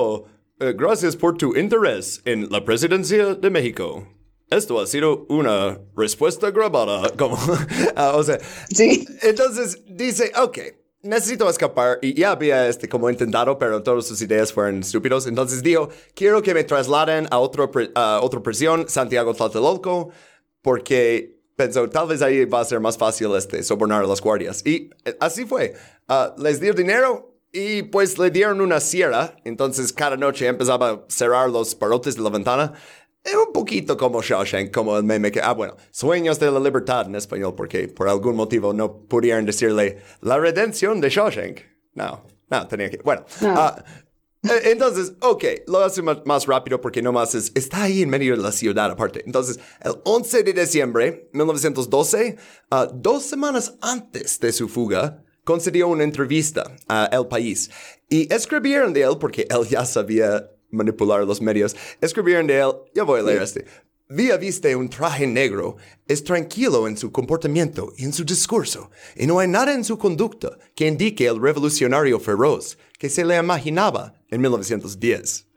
gracias por tu interés en la presidencia de México. Esto ha sido una respuesta grabada, como, o sea, sí. Entonces dice, ok, necesito escapar, y ya había como intentado, pero todas sus ideas fueron estúpidos. Entonces dijo, quiero que me trasladen a otra prisión, Santiago Tlatelolco, porque pensó, tal vez ahí va a ser más fácil sobornar a los guardias. Y así fue. Les dio dinero y pues le dieron una sierra. Entonces cada noche empezaba a cerrar los barrotes de la ventana. Un poquito como Shawshank, como el meme que, sueños de la libertad en español, porque por algún motivo no pudieron decirle la redención de Shawshank. No, tenía que, bueno. No. Entonces, ok, lo hace más rápido porque nomás está ahí en medio de la ciudad aparte. Entonces, el 11 de diciembre de 1912, 2 semanas antes de su fuga, concedió una entrevista a El País. Y escribieron de él, porque él ya sabía manipular los medios, escribieron de él, yo voy a leer Villa viste un traje negro, es tranquilo en su comportamiento y en su discurso, y no hay nada en su conducta que indique el revolucionario feroz que se le imaginaba en 1910.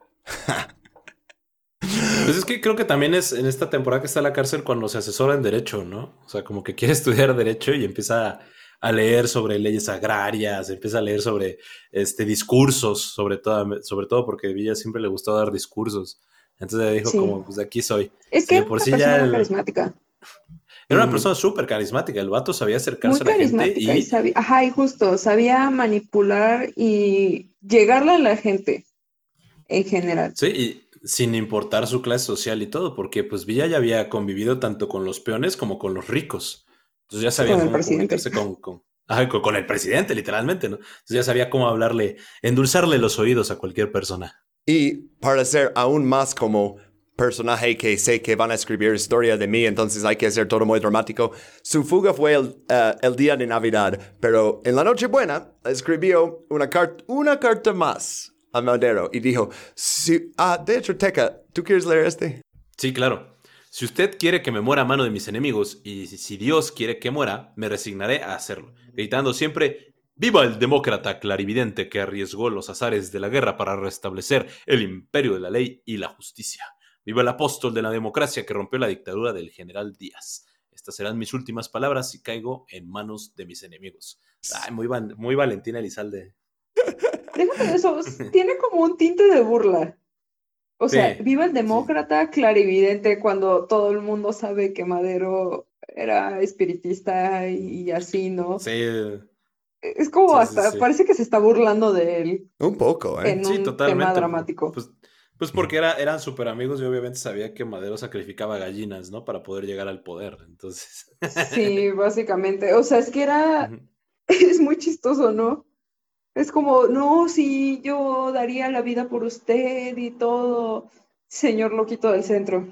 Pues es que creo que también es en esta temporada que está en la cárcel cuando se asesora en derecho, ¿no? O sea, como que quiere estudiar derecho y empieza a leer sobre leyes agrarias, empieza a leer sobre discursos, sobre todo porque a Villa siempre le gustó dar discursos. Entonces le dijo como, pues de aquí soy. Es que era una persona carismática. Era una persona súper carismática. El vato sabía acercarse a la gente y sabía manipular y llegarle a la gente en general. Sí, y sin importar su clase social y todo, porque pues Villa ya había convivido tanto con los peones como con los ricos. Entonces ya sabía cómo comunicarse con el presidente, literalmente, ¿no? Entonces ya sabía cómo hablarle, endulzarle los oídos a cualquier persona. Y para ser aún más como personaje que sé que van a escribir historia de mí, entonces hay que hacer todo muy dramático. Su fuga fue el día de Navidad, pero en la Nochebuena escribió una carta más a Madero y dijo, sí, de hecho, Teca, ¿tú quieres leer este? Sí, claro. Si usted quiere que me muera a mano de mis enemigos y si Dios quiere que muera, me resignaré a hacerlo, gritando siempre: ¡Viva el demócrata clarividente que arriesgó los azares de la guerra para restablecer el imperio de la ley y la justicia! ¡Viva el apóstol de la democracia que rompió la dictadura del general Díaz! Estas serán mis últimas palabras si caigo en manos de mis enemigos. Ay, muy Valentina Elizalde. Déjame eso, tiene como un tinte de burla. O sea, Sí, viva el demócrata clarividente cuando todo el mundo sabe que Madero era espiritista y así, ¿no? Sí. Es como Sí, hasta, sí. parece que se está burlando de él Un poco, ¿eh? en Sí, un totalmente. tema dramático. Pues porque eran súper amigos y obviamente sabía que Madero sacrificaba gallinas, ¿no? Para poder llegar al poder, entonces... Sí, básicamente. O sea, es que Ujú. es muy chistoso, ¿no? Es como, no, sí, yo daría la vida por usted y todo. Señor loquito del centro.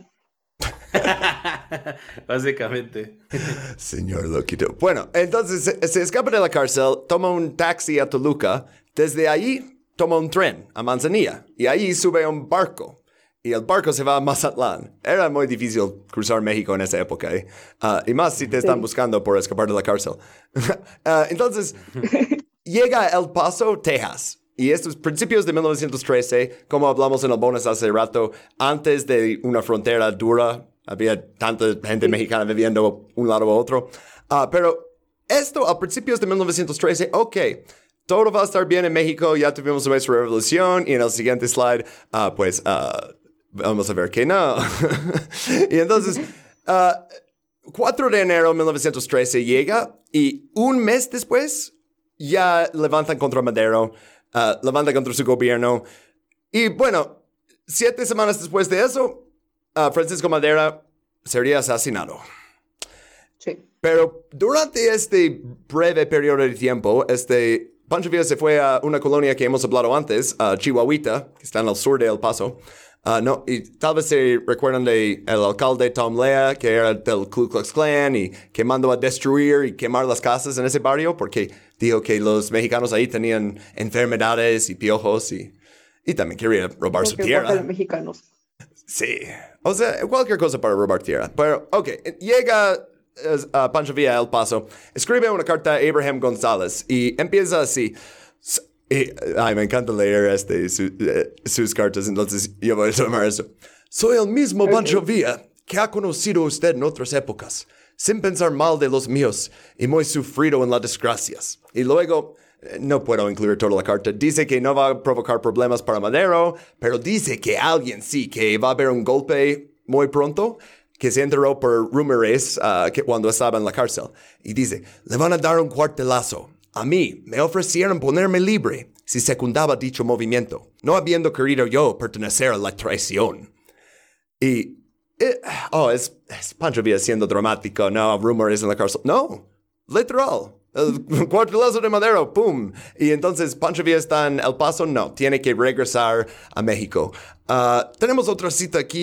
Básicamente. Señor loquito. Bueno, entonces se escapa de la cárcel, toma un taxi a Toluca. Desde ahí toma un tren a Manzanilla. Y ahí sube a un barco. Y el barco se va a Mazatlán. Era muy difícil cruzar México en esa época, ¿eh? Y más si te están buscando por escapar de la cárcel. Entonces, llega a El Paso, Texas. Y estos principios de 1913, como hablamos en el bonus hace rato, antes de una frontera dura, había tanta gente mexicana viviendo un lado a otro. Pero esto a principios de 1913, ok, todo va a estar bien en México, ya tuvimos nuestra revolución, y en el siguiente slide, vamos a ver que no. Y entonces, 4 de enero de 1913 llega, y un mes después, ya levantan contra Madero, levantan contra su gobierno. Y bueno, 7 semanas después de eso, Francisco Madero sería asesinado. Sí. Pero durante este breve periodo de tiempo, Pancho Villa se fue a una colonia que hemos hablado antes, Chihuahuita, que está en el sur de El Paso. Y tal vez se recuerdan del alcalde Tom Lea, que era del Ku Klux Klan y que mandó a destruir y quemar las casas en ese barrio porque dijo que los mexicanos ahí tenían enfermedades y piojos y también quería robar su tierra. Los mexicanos. Sí, o sea, cualquier cosa para robar tierra. Pero, ok, llega Pancho Villa a El Paso, escribe una carta a Abraham González y empieza así. Me encanta leer sus cartas, entonces yo voy a tomar eso. Soy el mismo Pancho Villa que ha conocido usted en otras épocas, sin pensar mal de los míos y muy sufrido en las desgracias. Y luego, no puedo incluir toda la carta, dice que no va a provocar problemas para Madero, pero dice que alguien sí, que va a haber un golpe muy pronto, que se enteró por rumores que cuando estaba en la cárcel. Y dice, le van a dar un cuartelazo. A mí me ofrecieron ponerme libre si secundaba dicho movimiento, no habiendo querido yo pertenecer a la traición. Y, es Pancho Villa siendo dramático, no, rumores en la cárcel. No, literal. El cuartelazo de Madero, ¡pum! Y entonces Pancho Villa está en El Paso, no, tiene que regresar a México. Tenemos otra cita aquí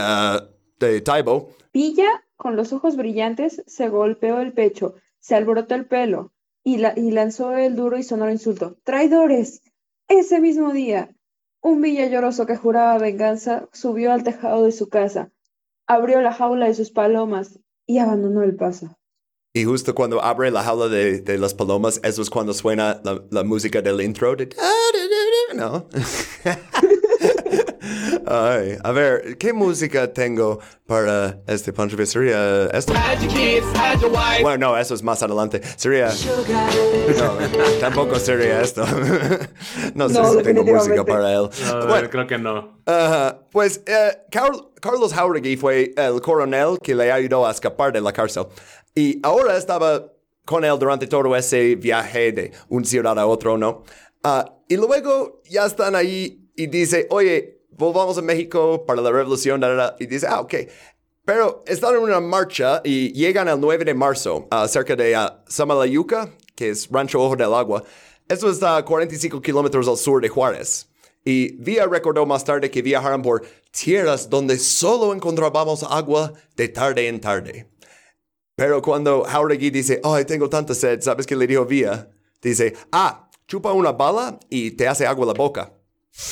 de Taibo. Villa, con los ojos brillantes, se golpeó el pecho, se alborotó el pelo y lanzó el duro y sonoro insulto. ¡Traidores! Ese mismo día, un Villa lloroso que juraba venganza subió al tejado de su casa, abrió la jaula de sus palomas y abandonó El Paso. Y justo cuando abre la jaula de las palomas, eso es cuando suena la música del intro. ¿No? Ay, a ver, ¿qué música tengo para Pancho Villa? ¿Sería esto? Bueno, no, eso es más adelante. Sería... No, tampoco sería esto. No sé si tengo música para él. No, bueno, creo que no. Pues Carlos Jauregui fue el coronel que le ayudó a escapar de la cárcel. Y ahora estaba con él durante todo ese viaje de una ciudad a otro, ¿no? Y luego ya están ahí y dice, oye, volvamos a México para la revolución, y dice, ok. Pero están en una marcha y llegan el 9 de marzo cerca de Samalayuca, que es Rancho Ojo del Agua. Esto está a 45 kilómetros al sur de Juárez. Y Villa recordó más tarde que viajaron por tierras donde solo encontrábamos agua de tarde en tarde. Pero cuando Jauregui dice, ay, tengo tanta sed, ¿sabes qué le dijo Villa? Dice, chupa una bala y te hace agua la boca.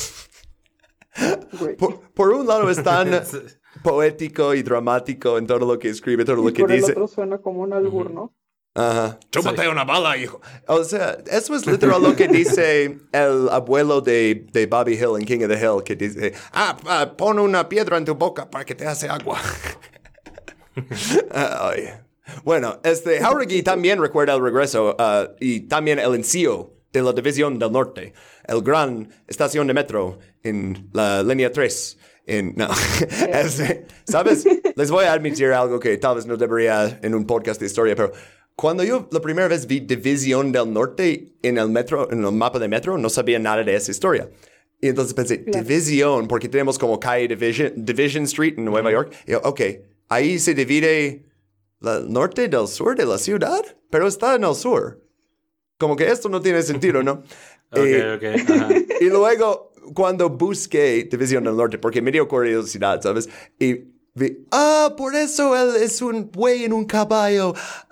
por un lado es tan poético y dramático en todo lo que escribe, todo lo que por dice. El otro suena como un albur, ¿no? Ajá. Chúpate una bala, hijo. O sea, eso es literal lo que dice el abuelo de Bobby Hill en King of the Hill, que dice, pon una piedra en tu boca para que te hace agua. Bueno, Jauregui también recuerda el regreso y también el encío de la División del Norte, el gran estación de metro en la línea 3. ¿Sabes? Les voy a admitir algo que tal vez no debería en un podcast de historia, pero cuando yo la primera vez vi División del Norte en el metro, en el mapa de metro, no sabía nada de esa historia. Y entonces pensé, División, porque tenemos como calle Division Street en Nueva York. Y yo, ok, ahí se divide el norte del sur de la ciudad, pero está en el sur. Como que esto no tiene sentido, ¿no? Ok. Ajá. Y luego, cuando busqué División del Norte, porque me dio curiosidad, ¿sabes? Y vi, por eso él es un buey en un caballo.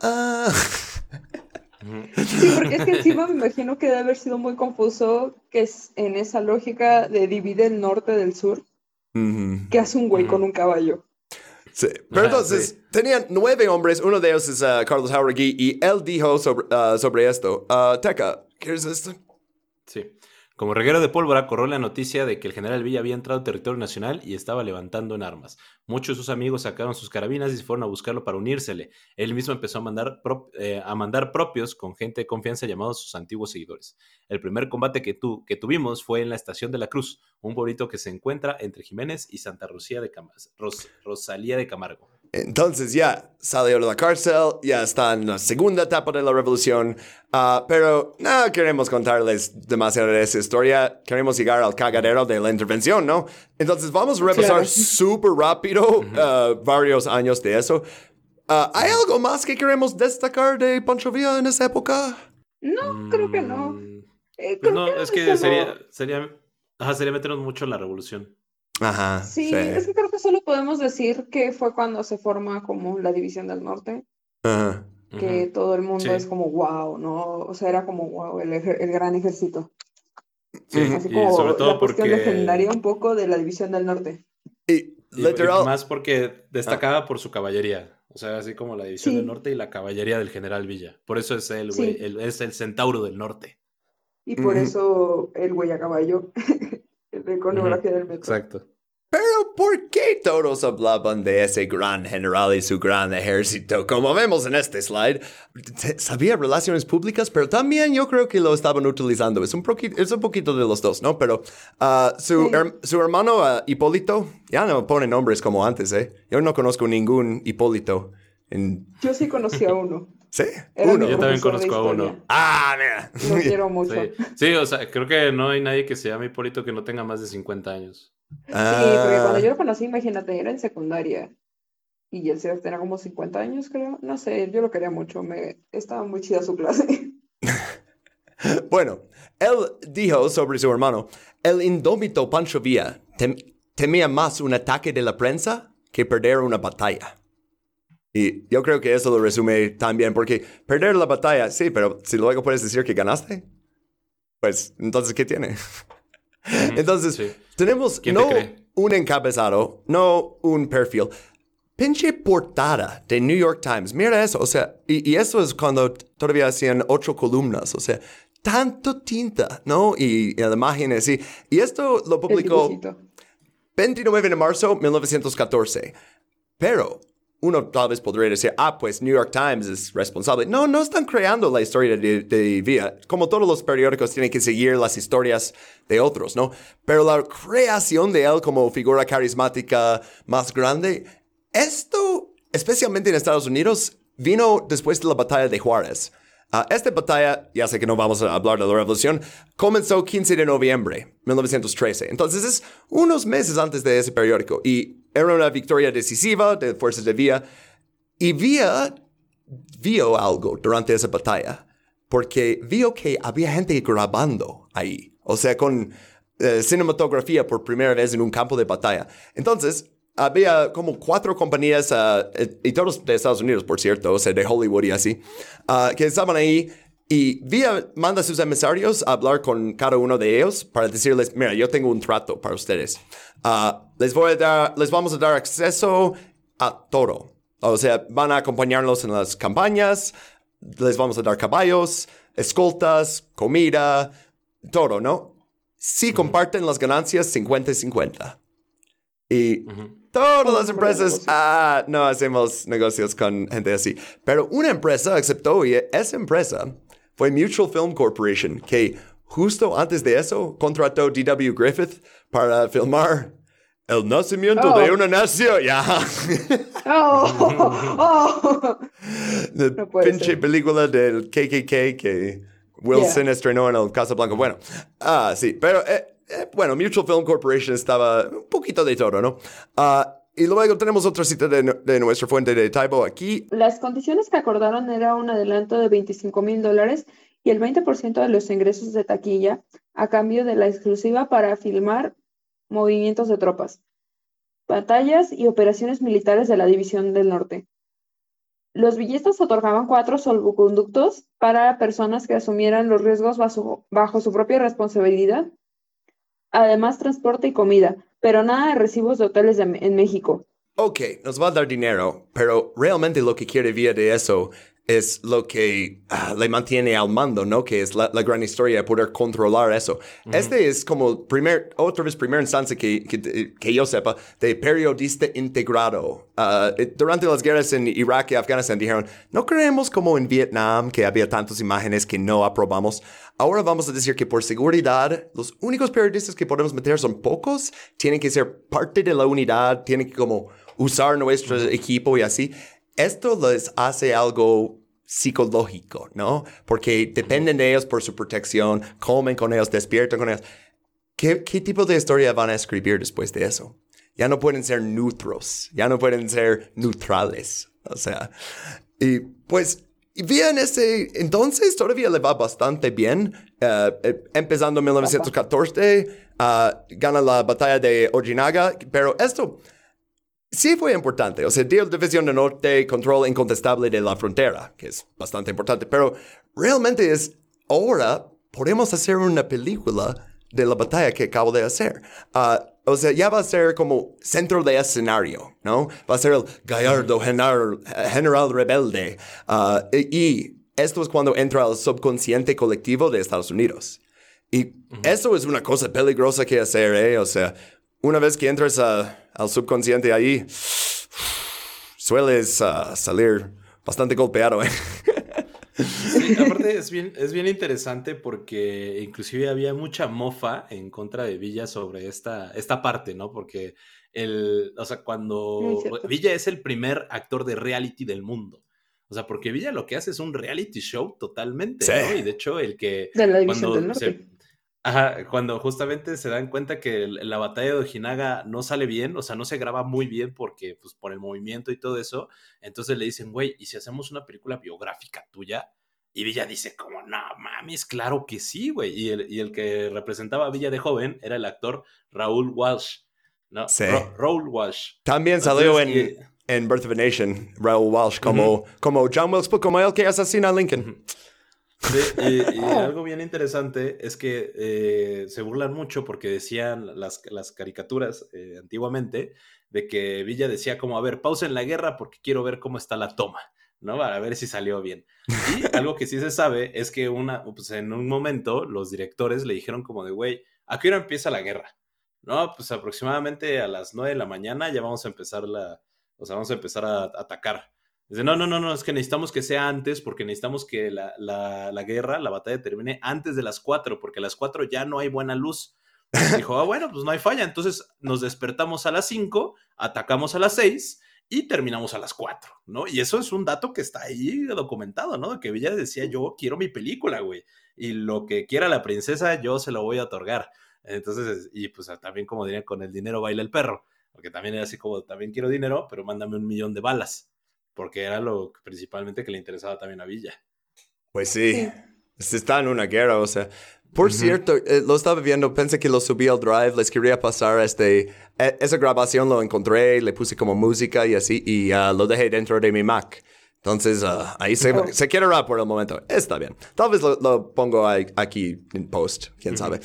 Sí, porque es que encima me imagino que debe haber sido muy confuso que es en esa lógica de divide el norte del sur, que hace un güey con un caballo. Sí, pero entonces tenían 9 hombres, uno de ellos es Carlos Jauregui, y él dijo sobre esto, Teca, ¿quieres esto? Sí. Como reguero de pólvora, corrió la noticia de que el general Villa había entrado en territorio nacional y estaba levantando en armas. Muchos de sus amigos sacaron sus carabinas y se fueron a buscarlo para unírsele. Él mismo empezó a mandar propios con gente de confianza llamados sus antiguos seguidores. El primer combate que tuvimos fue en la Estación de la Cruz, un pueblito que se encuentra entre Jiménez y Santa Rosalía de Camargo. Entonces ya salió de la cárcel, ya está en la segunda etapa de la revolución, pero no queremos contarles demasiado de esa historia, queremos llegar al cagadero de la intervención, ¿no? Entonces vamos a repasar súper rápido varios años de eso. ¿Hay algo más que queremos destacar de Pancho Villa en esa época? No, creo que no. Es que sería meternos mucho en la revolución. Ajá. Sí, es que creo que solo podemos decir que fue cuando se forma como la División del Norte. Ajá. Que todo el mundo es como wow, ¿no? O sea, era como wow, el gran ejército. Sí, así como y sobre todo la cuestión porque legendaria un poco de la División del Norte. Y literal... Y más porque destacaba por su caballería. O sea, así como la División del Norte y la caballería del general Villa. Por eso es es el centauro del norte. Y por eso el güey a caballo. La iconografía del metro. Exacto. Pero ¿por qué todos hablaban de ese gran general y su gran ejército? Como vemos en este slide, sabía relaciones públicas, pero también yo creo que lo estaban utilizando. Es un poquito de los dos, ¿no? Pero su hermano Hipólito, ya no pone nombres como antes, ¿eh? Yo no conozco ningún Hipólito. Yo sí conocí a uno. ¿Sí? Yo también conozco a uno. Mira. Lo quiero mucho. Sí, o sea, creo que no hay nadie que se llame Hipólito que no tenga más de 50 años. Sí, porque cuando yo lo conocí, imagínate, era en secundaria. Y él tenía como 50 años, creo. No sé, yo lo quería mucho. Estaba muy chida su clase. Bueno, él dijo sobre su hermano, el indómito Pancho Villa temía más un ataque de la prensa que perder una batalla. Y yo creo que eso lo resume tan bien, porque perder la batalla, sí, pero si luego puedes decir que ganaste, pues entonces, ¿qué tiene? Entonces, tenemos no un encabezado, no un perfil, pinche portada de New York Times. Mira eso, o sea, y eso es cuando todavía hacían 8 columnas, o sea, tanto tinta, ¿no? Y la imagen así. Y esto lo publicó 29 de marzo de 1914. Pero uno tal vez podría decir, pues New York Times es responsable. No están creando la historia de Villa. Como todos los periódicos tienen que seguir las historias de otros, ¿no? Pero la creación de él como figura carismática más grande, esto, especialmente en Estados Unidos, vino después de la batalla de Juárez. Esta batalla, ya sé que no vamos a hablar de la revolución, comenzó 15 de noviembre de 1913. Entonces es unos meses antes de ese periódico. Y era una victoria decisiva de fuerzas de Villa. Y Villa vio algo durante esa batalla. Porque vio que había gente grabando ahí. O sea, con cinematografía por primera vez en un campo de batalla. Entonces, había como 4 compañías, y todos de Estados Unidos, por cierto, o sea, de Hollywood y así, que estaban ahí Y Villa manda a sus emisarios a hablar con cada uno de ellos para decirles, mira, yo tengo un trato para ustedes. Les vamos a dar acceso a todo. O sea, van a acompañarlos en las campañas, les vamos a dar caballos, escoltas, comida, todo, ¿no? Si comparten las ganancias 50-50. Y todas las empresas, no hacemos negocios con gente así. Pero una empresa aceptó y esa empresa fue Mutual Film Corporation, que justo antes de eso contrató D.W. Griffith para filmar El nacimiento de una nación. La pinche película del KKK que Wilson estrenó en el Casablanca. Bueno, sí, pero bueno, Mutual Film Corporation estaba un poquito de todo, ¿no? Y luego tenemos otra cita de nuestra fuente de Taibo aquí. Las condiciones que acordaron era un adelanto de $25,000 y el 20% de los ingresos de taquilla a cambio de la exclusiva para filmar movimientos de tropas, batallas y operaciones militares de la División del Norte. Los villistas otorgaban 4 salvoconductos para personas que asumieran los riesgos bajo su propia responsabilidad, además transporte y comida, pero nada de recibos de hoteles en México. Ok, nos va a dar dinero, pero realmente lo que quiere Villa de eso es lo que le mantiene al mando, ¿no? Que es la gran historia de poder controlar eso. Este es como primera instancia que yo sepa de periodista integrado. Durante las guerras en Irak y Afganistán dijeron, no creemos como en Vietnam que había tantas imágenes que no aprobamos. Ahora vamos a decir que por seguridad, los únicos periodistas que podemos meter son pocos. Tienen que ser parte de la unidad, tienen que como usar nuestro equipo y así. Esto les hace algo psicológico, ¿no? Porque dependen de ellos por su protección, comen con ellos, despiertan con ellos. ¿Qué tipo de historia van a escribir después de eso? Ya no pueden ser neutros, ya no pueden ser neutrales. O sea, y pues, bien, entonces todavía le va bastante bien. Empezando en 1914, gana la batalla de Ojinaga, pero esto sí fue importante. O sea, dio División del Norte, control incontestable de la frontera, que es bastante importante. Pero realmente ahora podemos hacer una película de la batalla que acabo de hacer. O sea, ya va a ser como centro de escenario, ¿no? Va a ser el gallardo general rebelde. Y esto es cuando entra al subconsciente colectivo de Estados Unidos. Y eso es una cosa peligrosa que hacer, ¿eh? O sea, una vez que entras al subconsciente ahí, sueles salir bastante golpeado, ¿eh? Sí, aparte es bien interesante porque inclusive había mucha mofa en contra de Villa sobre esta parte, ¿no? Porque cuando Villa es el primer actor de reality del mundo. O sea, porque Villa lo que hace es un reality show totalmente, sí, ¿no? Y de hecho el que de la División del Norte. Cuando justamente se dan cuenta que la batalla de Ojinaga no sale bien, o sea, no se graba muy bien porque, pues, por el movimiento y todo eso, entonces le dicen, güey, ¿y si hacemos una película biográfica tuya? Y Villa dice, como, no mames, claro que sí, güey. Y el que representaba a Villa de joven era el actor Raúl Walsh, ¿no? Sí. Raúl Walsh. También salió en Birth of a Nation, Raúl Walsh, como John Wilkes Booth, como el que asesina a Lincoln. Sí, y algo bien interesante es que se burlan mucho porque decían las caricaturas antiguamente de que Villa decía como, a ver, pausen la guerra porque quiero ver cómo está la toma, ¿no? Para ver si salió bien. Y algo que sí se sabe es que pues en un momento los directores le dijeron como de, güey, ¿a qué hora empieza la guerra? No, pues aproximadamente a las 9 de la mañana ya vamos a empezar vamos a empezar a atacar. Dice, no, es que necesitamos que sea antes porque necesitamos que la guerra, la batalla termine antes de las 4 porque a las 4 ya no hay buena luz. Dijo, bueno, pues no hay falla. Entonces nos despertamos a las 5, atacamos a las 6 y terminamos a las 4, ¿no? Y eso es un dato que está ahí documentado, ¿no? Que Villa decía, yo quiero mi película, güey. Y lo que quiera la princesa, yo se lo voy a otorgar. Entonces, y pues también como dirían, con el dinero baila el perro. Porque también era así como, también quiero dinero, pero mándame 1,000,000 de balas. Porque era lo principalmente que le interesaba también a Villa. Pues sí. Está en una guerra, o sea. Por cierto, lo estaba viendo, pensé que lo subí al Drive, les quería pasar esa grabación, lo encontré, le puse como música y así, y lo dejé dentro de mi Mac. Entonces, ahí se quedará por el momento. Está bien. Tal vez lo pongo aquí en post. ¿Quién sabe?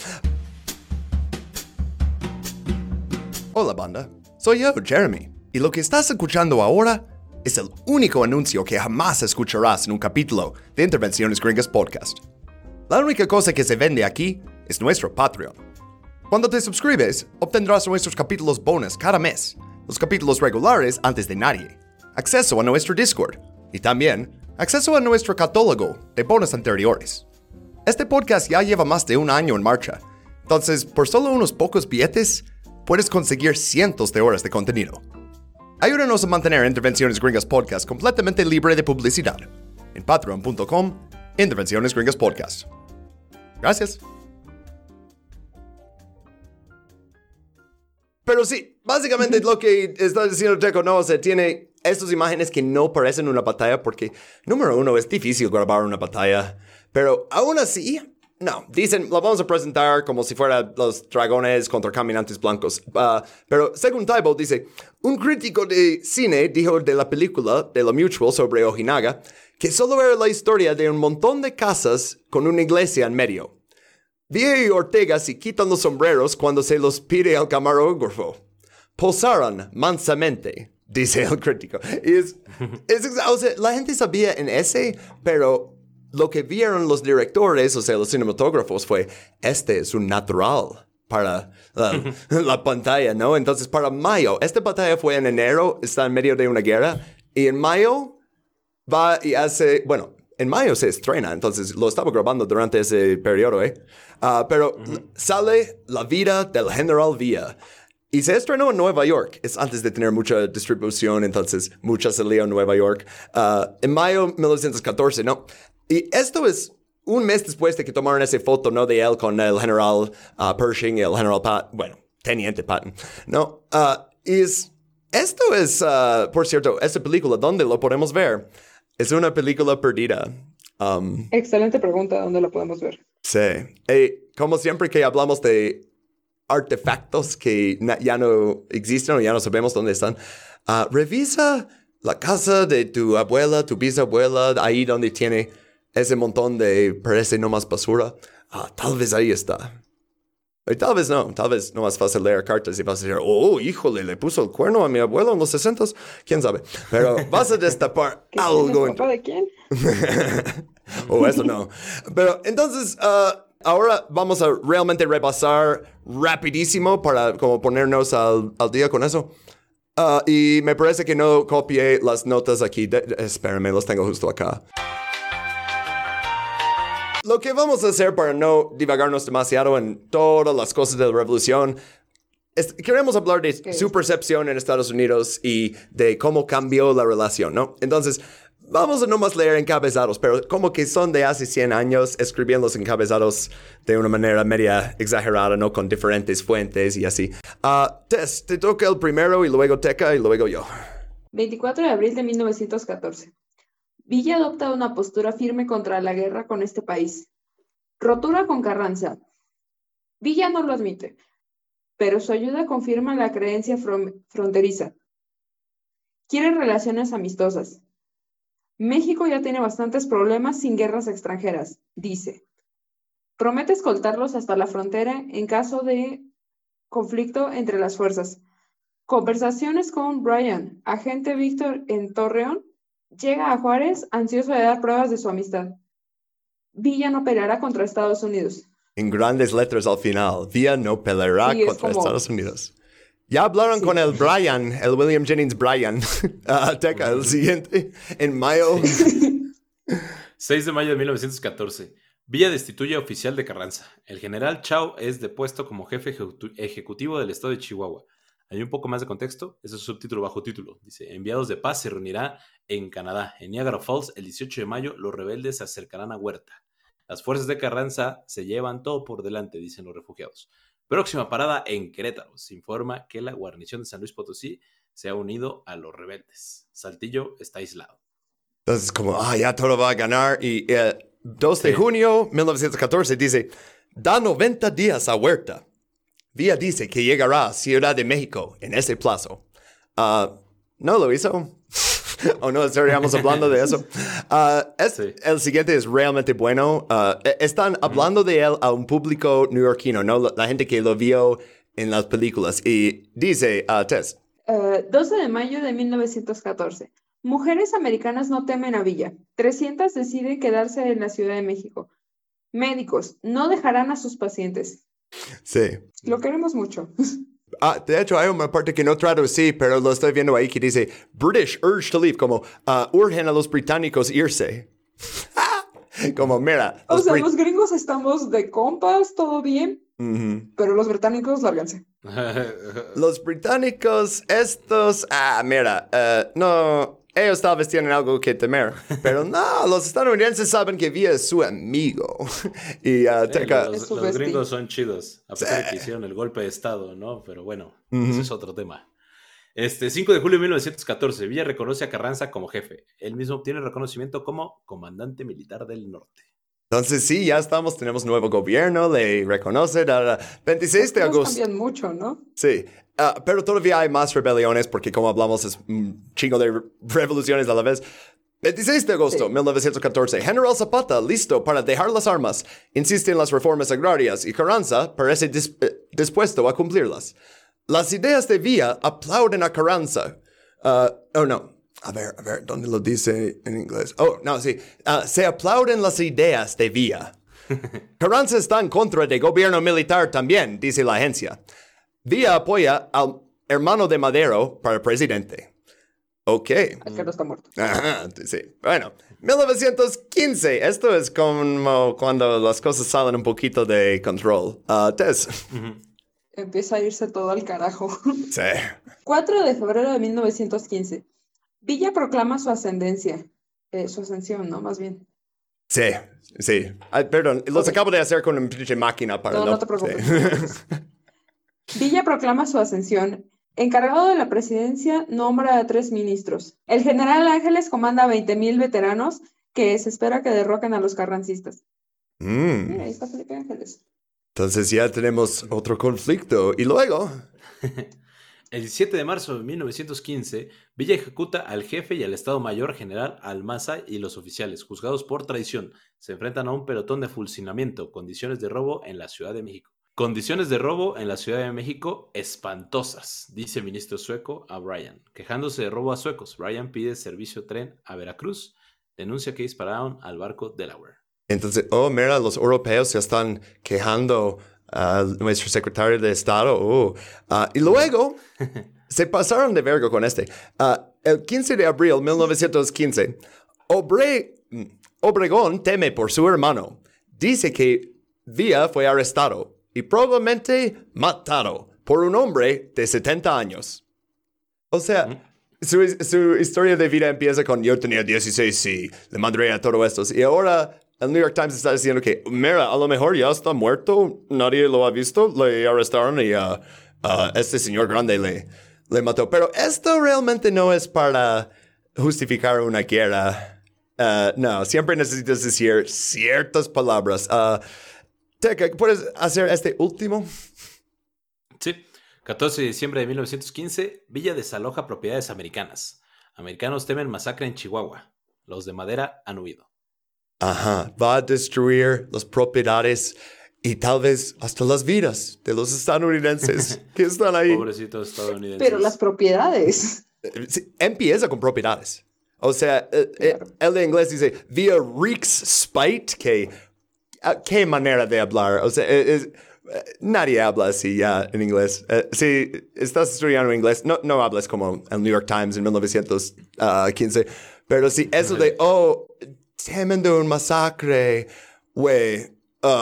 Hola, banda. Soy yo, Jeremy. Y lo que estás escuchando ahora es el único anuncio que jamás escucharás en un capítulo de Intervenciones Gringas Podcast. La única cosa que se vende aquí es nuestro Patreon. Cuando te suscribes, obtendrás nuestros capítulos bonus cada mes, los capítulos regulares antes de nadie, acceso a nuestro Discord y también acceso a nuestro catálogo de bonus anteriores. Este podcast ya lleva más de un año en marcha, entonces por solo unos pocos billetes puedes conseguir cientos de horas de contenido. Ayúdanos a mantener Intervenciones Gringas Podcast completamente libre de publicidad en patreon.com, Intervenciones Gringas Podcast. Gracias. Pero sí, básicamente lo que está diciendo Teco, no, o sea, tiene estas imágenes que no parecen una batalla porque, número uno, es difícil grabar una batalla, pero aún así, no, dicen, la vamos a presentar como si fuera los dragones contra caminantes blancos, pero según Taibo dice, un crítico de cine dijo de la película de la Mutual sobre Ojinaga que solo era la historia de un montón de casas con una iglesia en medio. Villa y Ortega se quitan los sombreros cuando se los pide al camarógrafo. Posaron mansamente, dice el crítico. O sea, la gente sabía en ese, pero lo que vieron los directores, o sea, los cinematógrafos, fue, este es un natural para la pantalla, ¿no? Entonces, para mayo, esta batalla fue en enero, está en medio de una guerra, y en mayo va y hace, bueno, en mayo se estrena, entonces lo estaba grabando durante ese periodo, pero sale La vida del general Villa. Y se estrenó en Nueva York. Es antes de tener mucha distribución, entonces mucha salía en Nueva York. En mayo de 1914, ¿no? Y esto es un mes después de que tomaron esa foto, ¿no? De él con el general Pershing y el general Teniente Patton, ¿no? Esto es, por cierto, esta película, ¿dónde lo podemos ver? Es una película perdida. Excelente pregunta, ¿dónde la podemos ver? Sí. Como siempre que hablamos de artefactos que ya no existen o ya no sabemos dónde están, revisa la casa de tu abuela, tu bisabuela, ahí donde tiene ese montón de, parece nomás basura. Tal vez ahí está. Y tal vez no es fácil leer cartas y vas a decir, oh, híjole, le puso el cuerno a mi abuelo en los 60s. ¿Quién sabe? Pero vas a destapar algo. ¿El papá de quién? Eso no. Pero entonces, ahora vamos a realmente repasar rapidísimo para como ponernos al día con eso. Y me parece que no copié las notas aquí. Espérame, los tengo justo acá. Lo que vamos a hacer para no divagarnos demasiado en todas las cosas de la revolución, queremos hablar de su percepción en Estados Unidos y de cómo cambió la relación, ¿no? Entonces, vamos a no más leer encabezados, pero como que son de hace 100 años, escribiendo los encabezados de una manera media exagerada, ¿no? Con diferentes fuentes y así. Tess, te toca el primero y luego Teca y luego yo. 24 de abril de 1914. Villa adopta una postura firme contra la guerra con este país. Rotura con Carranza. Villa no lo admite, pero su ayuda confirma la creencia fronteriza. Quiere relaciones amistosas. México ya tiene bastantes problemas sin guerras extranjeras, dice. Promete escoltarlos hasta la frontera en caso de conflicto entre las fuerzas. Conversaciones con Brian, agente Víctor en Torreón. Llega a Juárez ansioso de dar pruebas de su amistad. Villa no peleará contra Estados Unidos. En grandes letras al final, Villa no peleará contra Estados Unidos. Ya hablaron con el Brian, el William Jennings Bryan. Teca, el siguiente, en mayo. 6 de mayo de 1914. Villa destituye a oficial de Carranza. El general Chao es depuesto como jefe ejecutivo del estado de Chihuahua. Hay un poco más de contexto. Ese es su subtítulo bajo título. Dice, enviados de paz se reunirá en Canadá. En Niagara Falls, el 18 de mayo, los rebeldes se acercarán a Huerta. Las fuerzas de Carranza se llevan todo por delante, dicen los refugiados. Próxima parada en Querétaro. Se informa que la guarnición de San Luis Potosí se ha unido a los rebeldes. Saltillo está aislado. Entonces, como, ya todo va a ganar. Y 2 de junio de 1914 dice, da 90 días a Huerta. Villa dice que llegará a Ciudad de México en ese plazo. No lo hizo. ¿O no estaríamos hablando de eso? Sí. El siguiente es realmente bueno. Están hablando de él a un público neoyorquino, ¿no? La gente que lo vio en las películas. Y dice, Tess. 12 de mayo de 1914. Mujeres americanas no temen a Villa. 300 deciden quedarse en la Ciudad de México. Médicos no dejarán a sus pacientes. Sí. Lo queremos mucho. De hecho, hay una parte que no traducí, pero lo estoy viendo ahí que dice British urge to leave, como urgen a los británicos irse. Como, mira. O sea, los gringos estamos de compas, todo bien, pero los británicos, lárganse. Los británicos, estos, mira, no, ellos tal vez tienen algo que temer, pero no, los estadounidenses saben que Villa es su amigo. Y los gringos son chidos, a pesar de que hicieron el golpe de estado, ¿no? Pero bueno, ese es otro tema. 5 de julio de 1914, Villa reconoce a Carranza como jefe. Él mismo obtiene reconocimiento como comandante militar del norte. Entonces sí, ya estamos, tenemos nuevo gobierno, le reconocen. 26 de agosto. Cambian mucho, ¿no? Sí, pero todavía hay más rebeliones porque como hablamos es un chingo de revoluciones a la vez. 26 de agosto de 1914, General Zapata, listo para dejar las armas, insiste en las reformas agrarias y Carranza parece dispuesto a cumplirlas. Las ideas de Villa aplauden a Carranza. No. A ver, ¿dónde lo dice en inglés? Sí. Se aplauden las ideas de Villa. Carranza está en contra del gobierno militar también, dice la agencia. Villa apoya al hermano de Madero para presidente. Ok. El que no está muerto. Ajá, sí. Bueno, 1915. Esto es como cuando las cosas salen un poquito de control. Tess. Empieza a irse todo al carajo. Sí. 4 de febrero de 1915. Villa proclama su ascendencia. Su ascensión, ¿no? Más bien. Sí. Perdón, los acabo de hacer con una pinche máquina para... No te preocupes. Sí. Villa proclama su ascensión. Encargado de la presidencia, nombra a 3 ministros. El general Ángeles comanda a 20,000 veteranos que se espera que derroquen a los carrancistas. Mira, ahí está Felipe Ángeles. Entonces ya tenemos otro conflicto. Y luego... El 17 de marzo de 1915, Villa ejecuta al jefe y al Estado Mayor General Almanza y los oficiales, juzgados por traición. Se enfrentan a un pelotón de fusilamiento, condiciones de robo en la Ciudad de México. Condiciones de robo en la Ciudad de México espantosas, dice el ministro sueco a Bryan. Quejándose de robo a suecos, Bryan pide servicio tren a Veracruz, denuncia que dispararon al barco Delaware. Entonces, mira, los europeos se están quejando a nuestro secretario de Estado. Y luego se pasaron de verga con este. El 15 de abril de 1915, Obregón teme por su hermano. Dice que Villa fue arrestado y probablemente matado por un hombre de 70 años. O sea, su historia de vida empieza con yo tenía 16 y le mandé a todos estos. Y ahora... El New York Times está diciendo que, mira, a lo mejor ya está muerto, nadie lo ha visto, le arrestaron y este señor grande le mató. Pero esto realmente no es para justificar una guerra. No, siempre necesitas decir ciertas palabras. Teca, ¿puedes hacer este último? Sí. 14 de diciembre de 1915, Villa desaloja propiedades americanas. Americanos temen masacre en Chihuahua. Los de Madera han huido. Ajá, va a destruir las propiedades y tal vez hasta las vidas de los estadounidenses que están ahí. Pobrecitos estadounidenses. Pero las propiedades. Sí, empieza con propiedades. O sea, claro. El de inglés dice, via reeks spite, que qué manera de hablar. O sea, nadie habla así ya en inglés. Si estás estudiando inglés, no hablas como el New York Times en 1915. Pero sí, eso de, temen de un masacre, güey.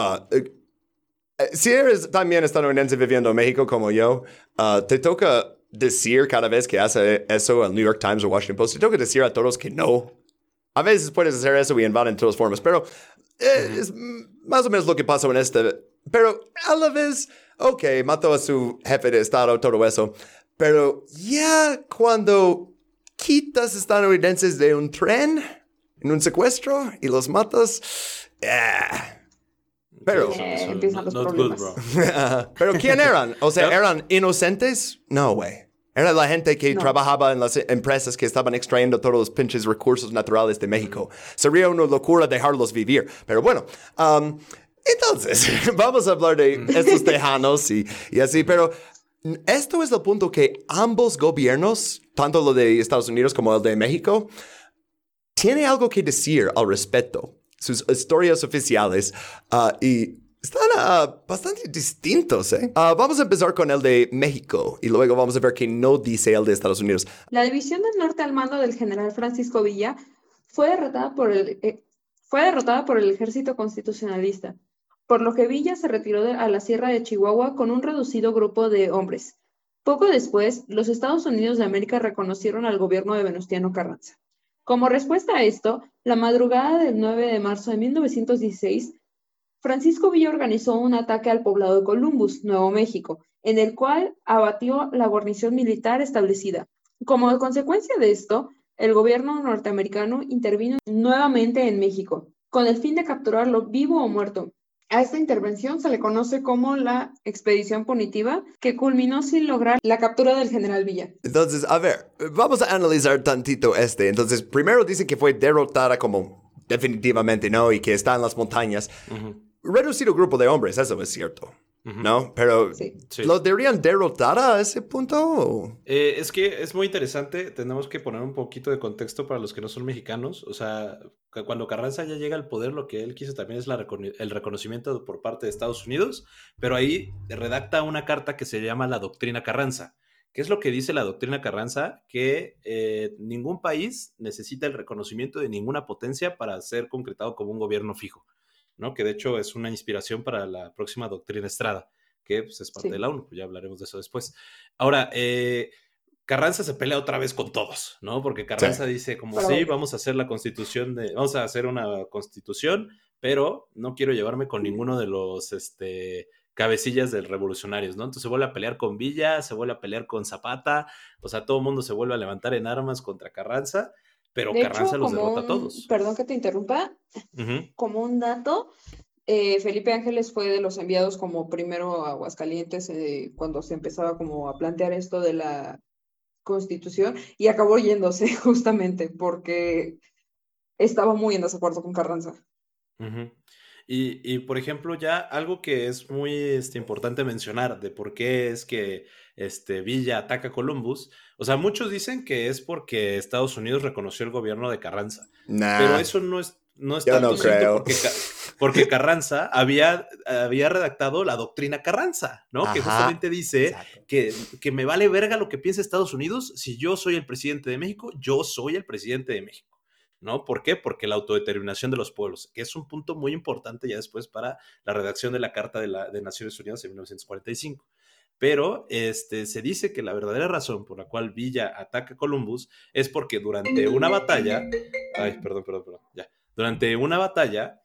Si eres también estadounidense viviendo en México como yo, te toca decir cada vez que hace eso el New York Times o Washington Post, te toca decir a todos que no. A veces puedes hacer eso y invaden de todas formas, pero es más o menos lo que pasó en este. Pero a la vez, mató a su jefe de estado, todo eso. Pero ya cuando quitas estadounidenses de un tren en un secuestro y los matas, pero empiezan los problemas. Good, bro. pero ¿quién eran? O sea, ¿eran inocentes? No, güey. Era la gente que No. trabajaba en las empresas que estaban extrayendo todos los pinches recursos naturales de México. Sería una locura dejarlos vivir. Pero bueno, entonces, vamos a hablar de estos tejanos y así, pero esto es el punto que ambos gobiernos, tanto lo de Estados Unidos como el de México, tiene algo que decir al respecto. Sus historias oficiales y están bastante distintos, ¿eh? Vamos a empezar con el de México y luego vamos a ver qué no dice el de Estados Unidos. La División del Norte al mando del general Francisco Villa fue derrotada por el ejército constitucionalista, por lo que Villa se retiró a la Sierra de Chihuahua con un reducido grupo de hombres. Poco después, los Estados Unidos de América reconocieron al gobierno de Venustiano Carranza. Como respuesta a esto, la madrugada del 9 de marzo de 1916, Francisco Villa organizó un ataque al poblado de Columbus, Nuevo México, en el cual abatió la guarnición militar establecida. Como consecuencia de esto, el gobierno norteamericano intervino nuevamente en México, con el fin de capturarlo vivo o muerto. A esta intervención se le conoce como la Expedición Punitiva, que culminó sin lograr la captura del general Villa. Entonces, a ver, vamos a analizar tantito este. Entonces, primero dicen que fue derrotada como definitivamente, ¿no? Y que está en las montañas. Reducido grupo de hombres, eso es cierto, ¿no? Pero, Sí. ¿lo deberían derrotar a ese punto? Es que es muy interesante, tenemos que poner un poquito de contexto para los que no son mexicanos, o sea, cuando Carranza ya llega al poder, lo que él quiso también es el reconocimiento por parte de Estados Unidos, pero ahí redacta una carta que se llama la Doctrina Carranza. ¿Qué es lo que dice la Doctrina Carranza? Que ningún país necesita el reconocimiento de ninguna potencia para ser concretado como un gobierno fijo, ¿no? Que de hecho es una inspiración para la próxima Doctrina Estrada, que pues, es parte de la ONU, pues ya hablaremos de eso después. Ahora, Carranza se pelea otra vez con todos, ¿no? Porque Carranza dice como, sí, vamos a hacer vamos a hacer una constitución, pero no quiero llevarme con ninguno de los cabecillas de revolucionarios, ¿no? Entonces se vuelve a pelear con Villa, se vuelve a pelear con Zapata, o sea, todo el mundo se vuelve a levantar en armas contra Carranza, pero De Carranza hecho, los derrota a todos. Perdón que te interrumpa, como un dato, Felipe Ángeles fue de los enviados como primero a Aguascalientes cuando se empezaba como a plantear esto de la Constitución y acabó yéndose justamente porque estaba muy en desacuerdo con Carranza. Y, por ejemplo, ya algo que es muy importante mencionar de por qué es que Villa ataca a Columbus. O sea, muchos dicen que es porque Estados Unidos reconoció el gobierno de Carranza. Pero eso no es tanto cierto porque Carranza había redactado la Doctrina Carranza, ¿no? Ajá, que justamente dice que me vale verga lo que piense Estados Unidos. Si yo soy el presidente de México, yo soy el presidente de México, ¿no? ¿Por qué? Porque la autodeterminación de los pueblos, que es un punto muy importante ya después para la redacción de la Carta de Naciones Unidas en 1945. Pero se dice que la verdadera razón por la cual Villa ataca a Columbus es porque durante una batalla... Ay, perdón, ya. Durante una batalla,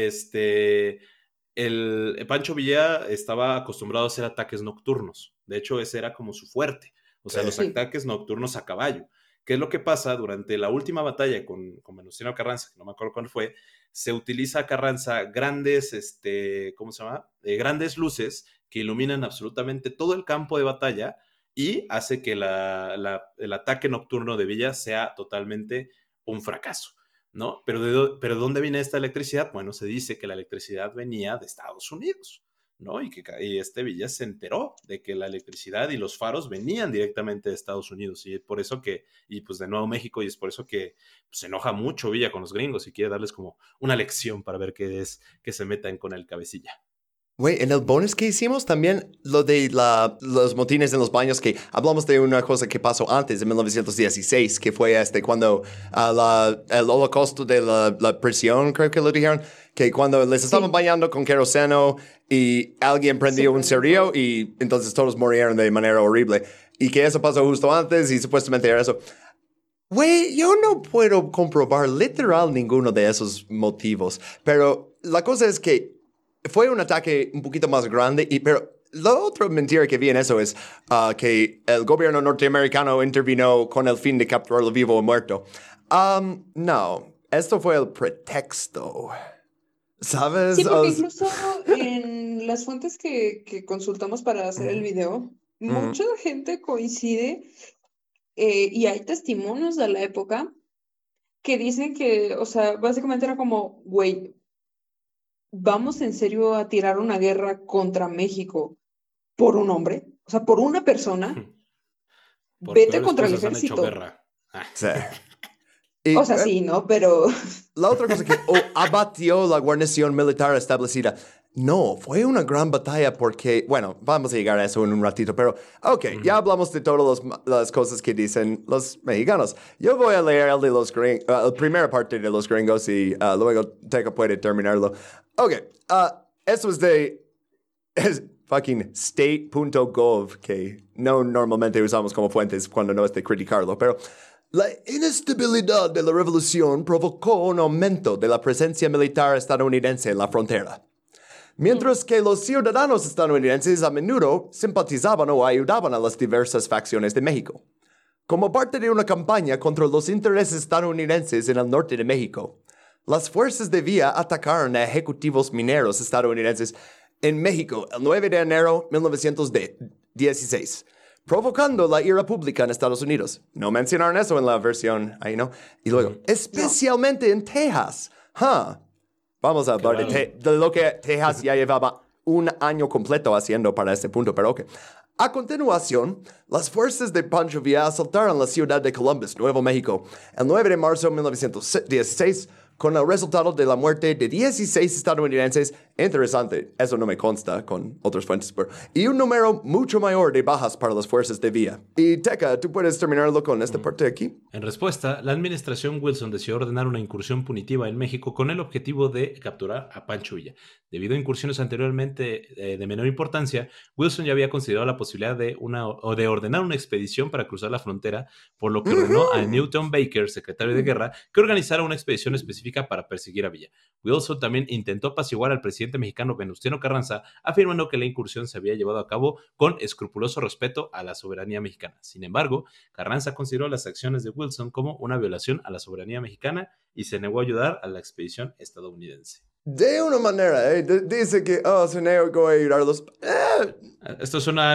el Pancho Villa estaba acostumbrado a hacer ataques nocturnos. De hecho, ese era como su fuerte. O sea, los ataques nocturnos a caballo. ¿Qué es lo que pasa? Durante la última batalla con Venustiano Carranza, que no me acuerdo cuál fue, se utiliza a Carranza grandes, ¿cómo se llama? Grandes luces que iluminan absolutamente todo el campo de batalla y hace que el ataque nocturno de Villa sea totalmente un fracaso, ¿no? Pero ¿de dónde viene esta electricidad? Bueno, se dice que la electricidad venía de Estados Unidos, ¿no? Y Villa se enteró de que la electricidad y los faros venían directamente de Estados Unidos y es por eso pues de Nuevo México, y es por eso que pues, se enoja mucho Villa con los gringos y quiere darles como una lección para ver qué es que se metan con el cabecilla. Güey, en el bonus que hicimos también lo de los motines en los baños, que hablamos de una cosa que pasó antes, de 1916, que fue cuando el holocausto de la prisión, creo que lo dijeron, que cuando les estaban bañando con queroseno y alguien prendió un cerillo y entonces todos murieron de manera horrible. Y que eso pasó justo antes y supuestamente era eso. Güey, yo no puedo comprobar literal ninguno de esos motivos, pero la cosa es que fue un ataque un poquito más grande, pero la otra mentira que vi en eso es que el gobierno norteamericano intervino con el fin de capturarlo vivo o muerto. No, esto fue el pretexto, ¿sabes? Sí, porque incluso en las fuentes que consultamos para hacer el video, mucha gente coincide y hay testimonios de la época que dicen que, o sea, básicamente era como, güey, ¿vamos en serio a tirar una guerra contra México por un hombre? O sea, por una persona. Vete contra el ejército. Sí. O sea, sí, ¿no? Pero... La otra cosa que abatió la guarnición militar establecida. No, fue una gran batalla porque, bueno, vamos a llegar a eso en un ratito, pero, ya hablamos de todas las cosas que dicen los mexicanos. Yo voy a leer el de los gringos, la primera parte de los gringos y luego Teca puede terminarlo. Eso es fucking state.gov, que no normalmente usamos como fuentes cuando no es de criticarlo, pero la inestabilidad de la revolución provocó un aumento de la presencia militar estadounidense en la frontera. Mientras que los ciudadanos estadounidenses a menudo simpatizaban o ayudaban a las diversas facciones de México. Como parte de una campaña contra los intereses estadounidenses en el norte de México, las fuerzas de Villa atacaron a ejecutivos mineros estadounidenses en México el 9 de enero de 1916, provocando la ira pública en Estados Unidos. No mencionaron eso en la versión ahí, ¿no? Y luego, especialmente en Texas. Vamos a hablar de lo que Texas ya llevaba un año completo haciendo para este punto, pero ok. A continuación, las fuerzas de Pancho Villa asaltaron la ciudad de Columbus, Nuevo México, el 9 de marzo de 1916, con el resultado de la muerte de 16 estadounidenses. Interesante, eso no me consta con otras fuentes, pero, y un número mucho mayor de bajas para las fuerzas de Villa. Y Teca, ¿tú puedes terminarlo con esta parte de aquí? En respuesta, la administración Wilson decidió ordenar una incursión punitiva en México con el objetivo de capturar a Pancho Villa. Debido a incursiones anteriormente de menor importancia, Wilson ya había considerado la posibilidad de ordenar una expedición para cruzar la frontera, por lo que ordenó a Newton Baker, secretario de guerra, que organizara una expedición específica para perseguir a Villa. Wilson también intentó apaciguar al presidente mexicano Venustiano Carranza, afirmando que la incursión se había llevado a cabo con escrupuloso respeto a la soberanía mexicana. Sin embargo, Carranza consideró las acciones de Wilson como una violación a la soberanía mexicana y se negó a ayudar a la expedición estadounidense. De una manera, dice que se negó a ayudarlos. Esto suena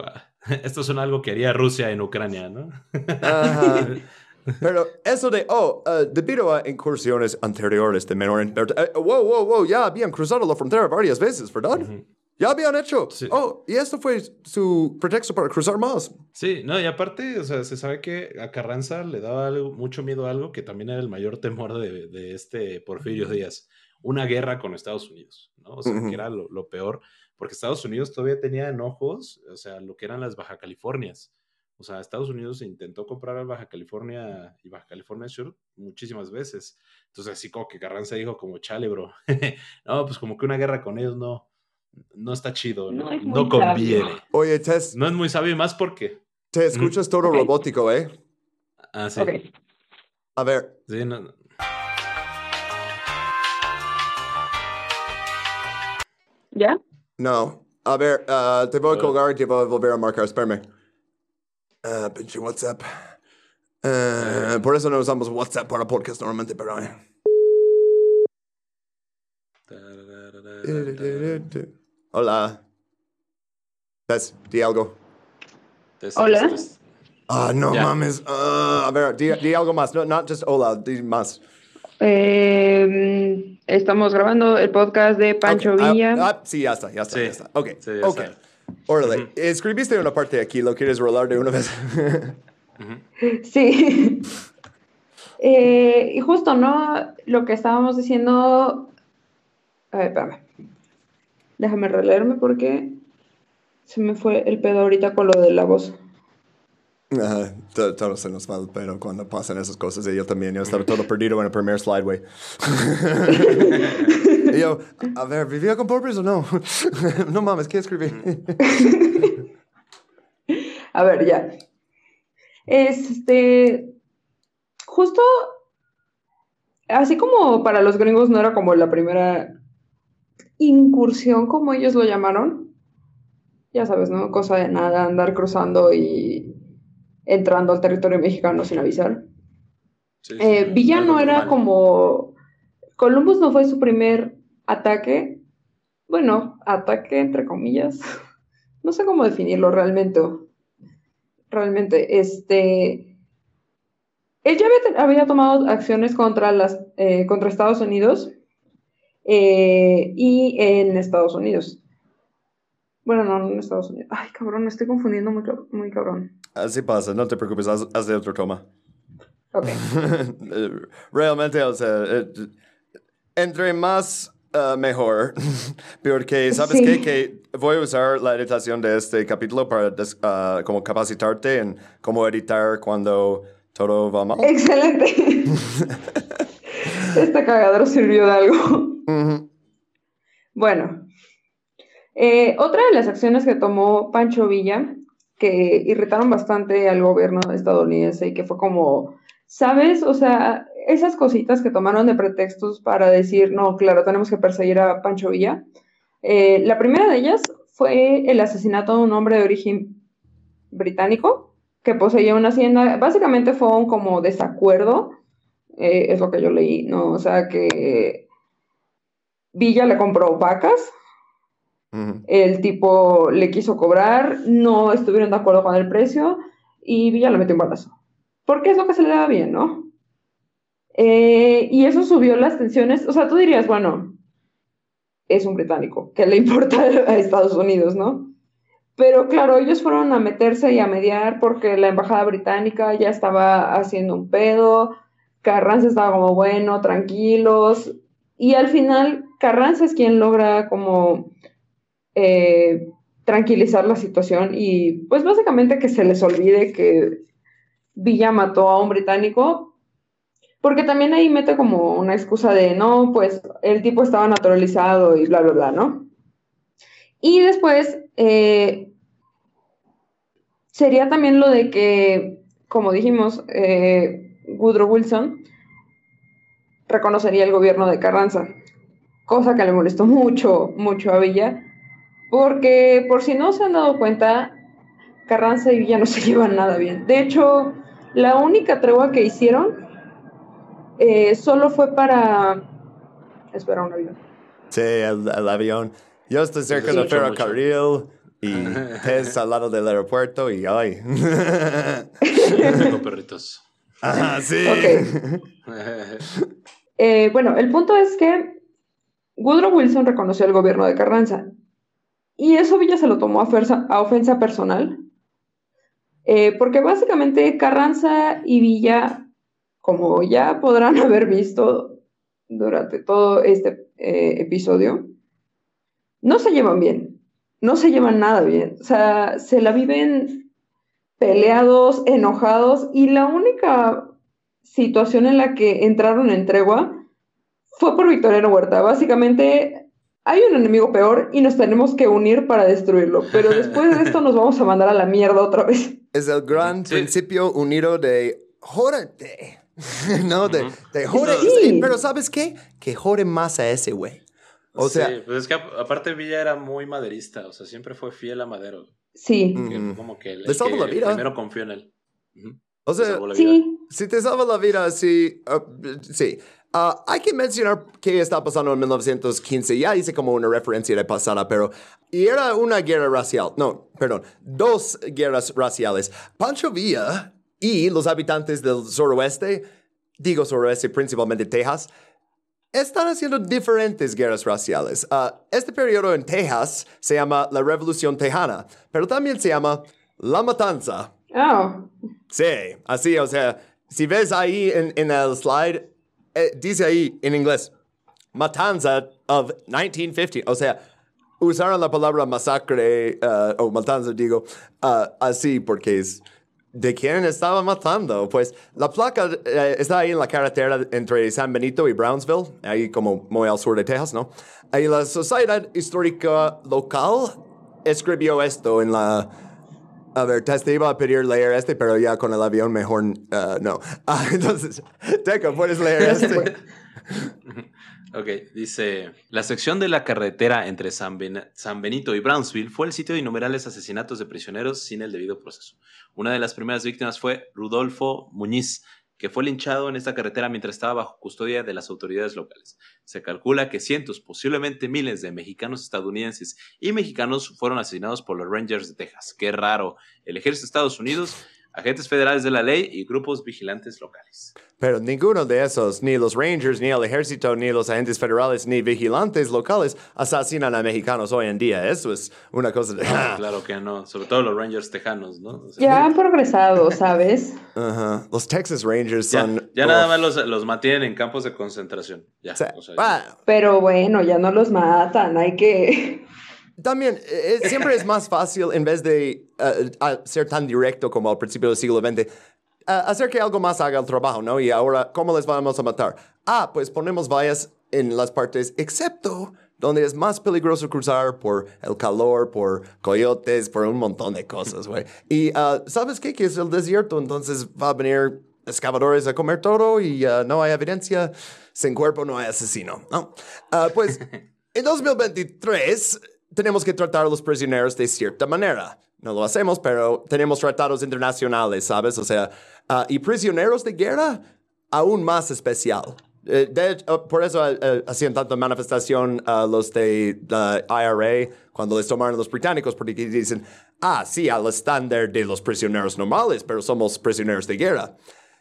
algo que haría Rusia en Ucrania, ¿no? Ajá. Pero eso de, debido a incursiones anteriores de menor... ya habían cruzado la frontera varias veces, ¿verdad? Uh-huh. Ya habían hecho. Sí. Y esto fue su pretexto para cruzar más. Sí, no, y aparte, o sea, se sabe que a Carranza le daba mucho miedo a algo que también era el mayor temor de este Porfirio Díaz. Una guerra con Estados Unidos, ¿no? O sea, que era lo peor, porque Estados Unidos todavía tenía enojos, o sea, lo que eran las Baja Californias. O sea, Estados Unidos intentó comprar a Baja California y Baja California Sur muchísimas veces. Entonces, así como que Carranza dijo como, chale, bro. No, pues como que una guerra con ellos no está chido, no conviene. Sabio. Oye, Tess. No es muy sabio, más porque... Te escuchas todo robótico, ¿eh? Ah, sí. Okay. A ver. Sí, no. ¿Ya? No. A ver, te voy a colgar y te voy a volver a marcar. Espérame. Pinche WhatsApp. Por eso no usamos WhatsApp para podcast normalmente, pero... Hola. Tess, di algo. Hola. No mames. A ver, di algo más. No, not just hola, di más. Estamos grabando el podcast de Pancho Villa. Sí, ya está. Sí. Ok, sí, ya ok. está. Órale, escribiste una parte aquí, ¿lo quieres rolar de una vez? Sí. Y justo, ¿no? Lo que estábamos diciendo... A ver, espérame. Déjame releerme porque se me fue el pedo ahorita con lo de la voz. Todo se nos va el pedo cuando pasan esas cosas. Y yo también, yo estaba todo perdido en el primer slide, güey. Y yo, a ver, ¿vivía con pobres o no? No mames, ¿qué escribí? A ver, ya. Justo, así como para los gringos no era como la primera incursión, como ellos lo llamaron. Ya sabes, ¿no? Cosa de nada, andar cruzando y entrando al territorio mexicano sin avisar. Sí, Villa no era como... Columbus no fue su primer ataque. Bueno, ataque entre comillas. no sé cómo definirlo realmente. Él ya había tomado acciones contra Estados Unidos y en Estados Unidos. Bueno, no en Estados Unidos. Ay, cabrón, me estoy confundiendo muy cabrón. Así pasa, no te preocupes, haz de otro toma. Ok. Realmente, o sea, entre más mejor, porque ¿sabes Sí. qué? Que voy a usar la editación de este capítulo para como capacitarte en cómo editar cuando todo va mal. Excelente. Este cagadero sirvió de algo. Uh-huh. Bueno, otra de las acciones que tomó Pancho Villa, que irritaron bastante al gobierno estadounidense y que fue como, ¿sabes? O sea, esas cositas que tomaron de pretextos para decir, no, claro, tenemos que perseguir a Pancho Villa. La primera de ellas fue el asesinato de un hombre de origen británico que poseía una hacienda. Básicamente fue un como desacuerdo, es lo que yo leí, ¿no? O sea, que Villa le compró vacas, Uh-huh. el tipo le quiso cobrar, no estuvieron de acuerdo con el precio y Villa le metió un balazo. Porque es lo que se le daba bien, ¿no? Y eso subió las tensiones. O sea, tú dirías, bueno, es un británico, ¿qué le importa a Estados Unidos, no? Pero claro, ellos fueron a meterse y a mediar porque la embajada británica ya estaba haciendo un pedo, Carranza estaba como, bueno, tranquilos, y al final Carranza es quien logra como tranquilizar la situación y pues básicamente que se les olvide que Villa mató a un británico, porque también ahí mete como una excusa de, no, pues el tipo estaba naturalizado y bla, bla, bla, ¿no? Y después sería también lo de que, como dijimos, Woodrow Wilson reconocería el gobierno de Carranza, cosa que le molestó mucho, mucho a Villa, porque por si no se han dado cuenta, Carranza y Villa no se llevan nada bien. De hecho, la única tregua que hicieron solo fue para... Espera, un avión. Sí, el avión. Yo estoy cerca del ferrocarril y Tess al lado del aeropuerto y ¡ay! Tengo perritos. Ah, sí. Ok. Bueno, el punto es que Woodrow Wilson reconoció el gobierno de Carranza y eso Villa se lo tomó a ofensa personal, porque básicamente Carranza y Villa, como ya podrán haber visto durante todo este episodio, no se llevan bien, no se llevan nada bien, o sea, se la viven peleados, enojados, y la única situación en la que entraron en tregua fue por Victoriano Huerta. Básicamente, hay un enemigo peor y nos tenemos que unir para destruirlo, pero después de esto nos vamos a mandar a la mierda otra vez. Es el gran principio unido de jórate, ¿no? De jode. Sí. Pero ¿sabes qué? Que jode más a ese güey. O sea, sí, pues es que aparte Villa era muy maderista, o sea, siempre fue fiel a Madero. Sí. Que fue como que el Le salvó la vida. primero confió en él. o sea, Sí. si te salva la vida, sí. Sí. Hay que mencionar qué está pasando en 1915. Ya hice como una referencia de pasada, pero... Y era una guerra racial. No, perdón. 2 guerras raciales. Pancho Villa y los habitantes del suroeste, digo suroeste, principalmente Texas, están haciendo diferentes guerras raciales. Este periodo en Texas se llama la Revolución Tejana, pero también se llama La Matanza. Oh. Sí, así, o sea, si ves ahí en el slide, dice ahí en inglés, Matanza of 1950. O sea, usaron la palabra masacre, o matanza, digo, así porque es... ¿De quién estaba matando? Pues la placa está ahí en la carretera entre San Benito y Brownsville, ahí como muy al sur de Texas, ¿no? Ahí la Sociedad Histórica Local escribió esto en la... A ver, te iba a pedir leer pero ya con el avión mejor no. Entonces, Teca, ¿puedes leer Ok, dice... La sección de la carretera entre San Benito y Brownsville fue el sitio de innumerables asesinatos de prisioneros sin el debido proceso. Una de las primeras víctimas fue Rudolfo Muñiz, que fue linchado en esta carretera mientras estaba bajo custodia de las autoridades locales. Se calcula que cientos, posiblemente miles de mexicanos, estadounidenses y mexicanos fueron asesinados por los Rangers de Texas. Qué raro. El ejército de Estados Unidos, agentes federales de la ley y grupos vigilantes locales. Pero ninguno de esos, ni los Rangers, ni el ejército, ni los agentes federales, ni vigilantes locales asesinan a mexicanos hoy en día. Eso es una cosa de... No, claro que no. Sobre todo los Rangers tejanos, ¿no? O sea, ya han progresado, ¿sabes? Los Texas Rangers son... Ya nada más los mantienen en campos de concentración. Ya, Sí. o sea, ya. Pero bueno, ya no los matan, hay que... También, siempre es más fácil, en vez de ser tan directo como al principio del siglo XX, hacer que algo más haga el trabajo, ¿no? Y ahora, ¿cómo les vamos a matar? Pues ponemos vallas en las partes, excepto donde es más peligroso cruzar por el calor, por coyotes, por un montón de cosas, güey. Y, ¿sabes qué? Que es el desierto, entonces va a venir excavadores a comer todo y no hay evidencia, sin cuerpo no hay asesino, ¿no? Pues, en 2023... tenemos que tratar a los prisioneros de cierta manera. No lo hacemos, pero tenemos tratados internacionales, ¿sabes? O sea, y prisioneros de guerra, aún más especial. Por eso hacían tanta manifestación los de IRA cuando les tomaron los británicos, porque dicen, sí, al estándar de los prisioneros normales, pero somos prisioneros de guerra.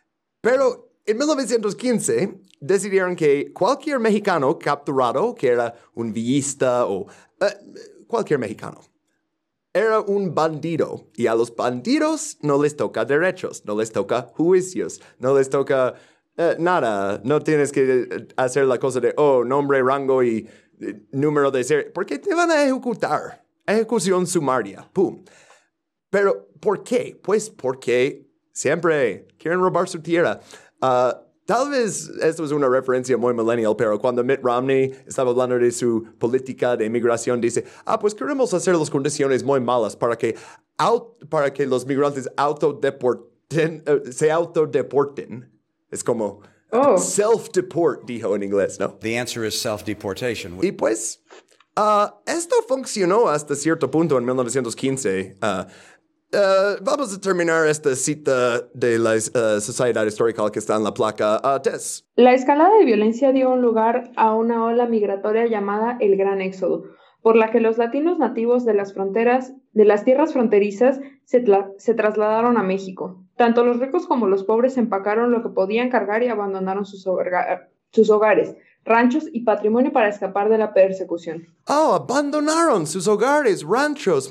Pero en 1915 decidieron que cualquier mexicano capturado, que era un villista o cualquier mexicano, era un bandido. Y a los bandidos no les toca derechos, no les toca juicios, no les toca nada. No tienes que hacer la cosa de, nombre, rango y número de serie, porque te van a ejecutar. Ejecución sumaria. ¡Pum! Pero, ¿por qué? Pues porque siempre quieren robar su tierra. Tal vez esto es una referencia muy millennial, pero cuando Mitt Romney estaba hablando de su política de inmigración, dice, pues queremos hacer las condiciones muy malas para que los migrantes se autodeporten. Es como self-deport, dijo en inglés, ¿no? The answer is self-deportation. Y pues, esto funcionó hasta cierto punto en 1915. Vamos a terminar esta cita de la Sociedad Histórica que está en la placa. Tess. La escalada de violencia dio lugar a una ola migratoria llamada el Gran Éxodo, por la que los latinos nativos de las tierras fronterizas se trasladaron a México. Tanto los ricos como los pobres empacaron lo que podían cargar y abandonaron sus hogares, ranchos y patrimonio para escapar de la persecución. Abandonaron sus hogares, ranchos.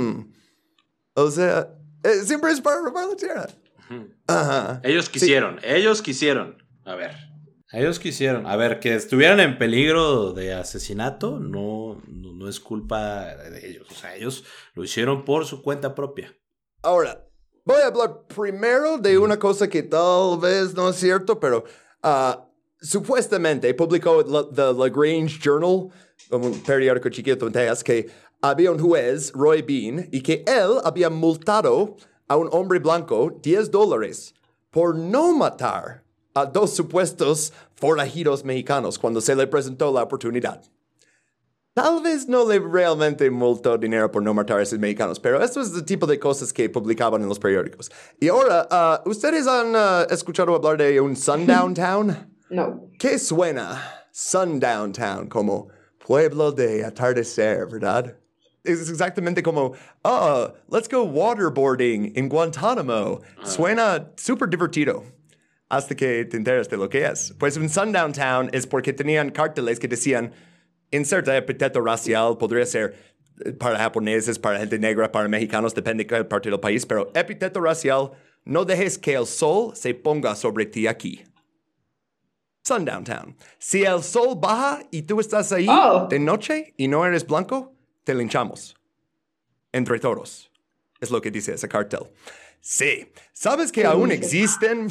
O sea, siempre es para robar la tierra. Ajá. Ellos quisieron. A ver, que estuvieran en peligro de asesinato no es culpa de ellos. O sea, ellos lo hicieron por su cuenta propia. Ahora, voy a hablar primero de una cosa que tal vez no es cierto, pero supuestamente publicó The LaGrange Journal, un periódico chiquito en Texas, que había un juez, Roy Bean, y que él había multado a un hombre blanco $10 por no matar a 2 supuestos forajidos mexicanos cuando se le presentó la oportunidad. Tal vez no le realmente multó dinero por no matar a esos mexicanos, pero esto es el tipo de cosas que publicaban en los periódicos. Y ahora, ¿ustedes han escuchado hablar de un Sundown Town? No. ¿Qué suena Sundown Town? Como pueblo de atardecer, ¿verdad? Es exactamente como, let's go waterboarding en Guantánamo. Suena súper divertido hasta que te enteras de lo que es. Pues un Sundown Town es porque tenían carteles que decían, inserta epíteto racial, podría ser para japoneses, para gente negra, para mexicanos, depende de qué parte del país, pero epíteto racial, no dejes que el sol se ponga sobre ti aquí. Sundown Town. Si el sol baja y tú estás ahí de noche y no eres blanco, te linchamos. Entre todos. Es lo que dice ese cartel. Sí. ¿Sabes que aún existen?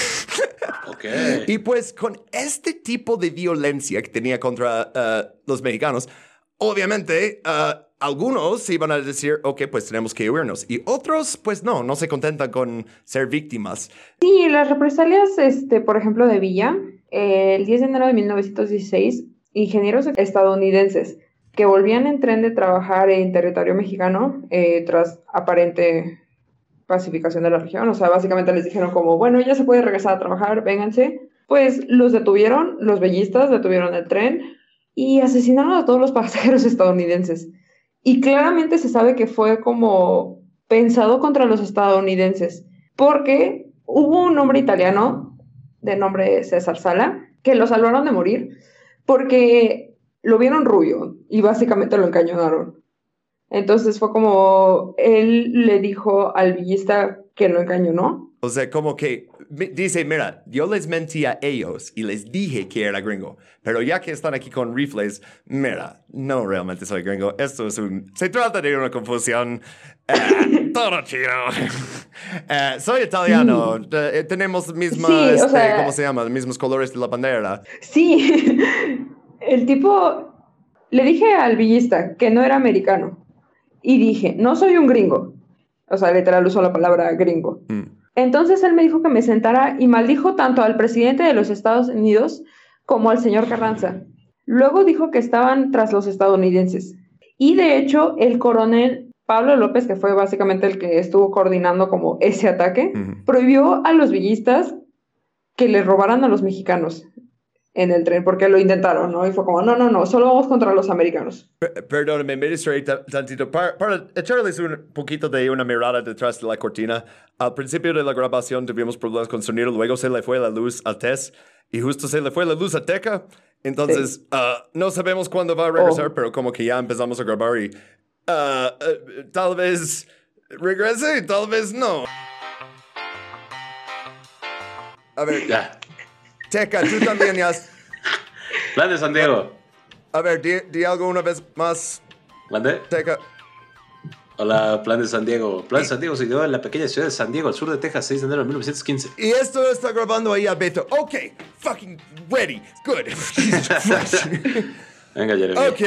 Okay. Y pues con este tipo de violencia que tenía contra los mexicanos, obviamente algunos iban a decir, pues tenemos que huirnos. Y otros, pues no se contentan con ser víctimas. Sí, las represalias, por ejemplo, de Villa, el 10 de enero de 1916, ingenieros estadounidenses que volvían en tren de trabajar en territorio mexicano tras aparente pacificación de la región. O sea, básicamente les dijeron como, bueno, ya se puede regresar a trabajar, vénganse. Pues los detuvieron, los bellistas detuvieron el tren y asesinaron a todos los pasajeros estadounidenses. Y claramente se sabe que fue como pensado contra los estadounidenses, porque hubo un hombre italiano de nombre César Sala que lo salvaron de morir porque lo vieron rubio y básicamente lo encañonaron. Entonces fue como él le dijo al villista que lo encañonó. O sea, como que dice, mira, yo les mentí a ellos y les dije que era gringo, pero ya que están aquí con rifles, mira, no realmente soy gringo. Esto es se trata de una confusión. Todo chido. Soy italiano. Sí. Tenemos mismas, sí, o sea, ¿cómo se llama? Los mismos colores de la bandera. Sí. El tipo, le dije al villista que no era americano y dije, no soy un gringo. O sea, literal usó la palabra gringo. Entonces él me dijo que me sentara y maldijo tanto al presidente de los Estados Unidos como al señor Carranza. Luego dijo que estaban tras los estadounidenses. Y de hecho, el coronel Pablo López, que fue básicamente el que estuvo coordinando como ese ataque, prohibió a los villistas que le robaran a los mexicanos en el tren, porque lo intentaron, ¿no? Y fue como, no, solo vamos contra los americanos. Perdóname, me distraí tantito. Para echarles un poquito de una mirada detrás de la cortina, al principio de la grabación tuvimos problemas con sonido, luego se le fue la luz a Tess, y justo se le fue la luz a Teca, entonces sí. No sabemos cuándo va a regresar, pero como que ya empezamos a grabar y tal vez regrese y tal vez no. A ver, ya. Teca, tú también ya... Plan de San Diego. A ver, di algo una vez más. ¿Mande? Teca. Hola, Plan de San Diego. Plan de San Diego se quedó en la pequeña ciudad de San Diego, al sur de Texas, 6 de enero de 1915. Y esto está grabando ahí a Beto. Ok, fucking ready. Good. Venga, Jeremy. Ok.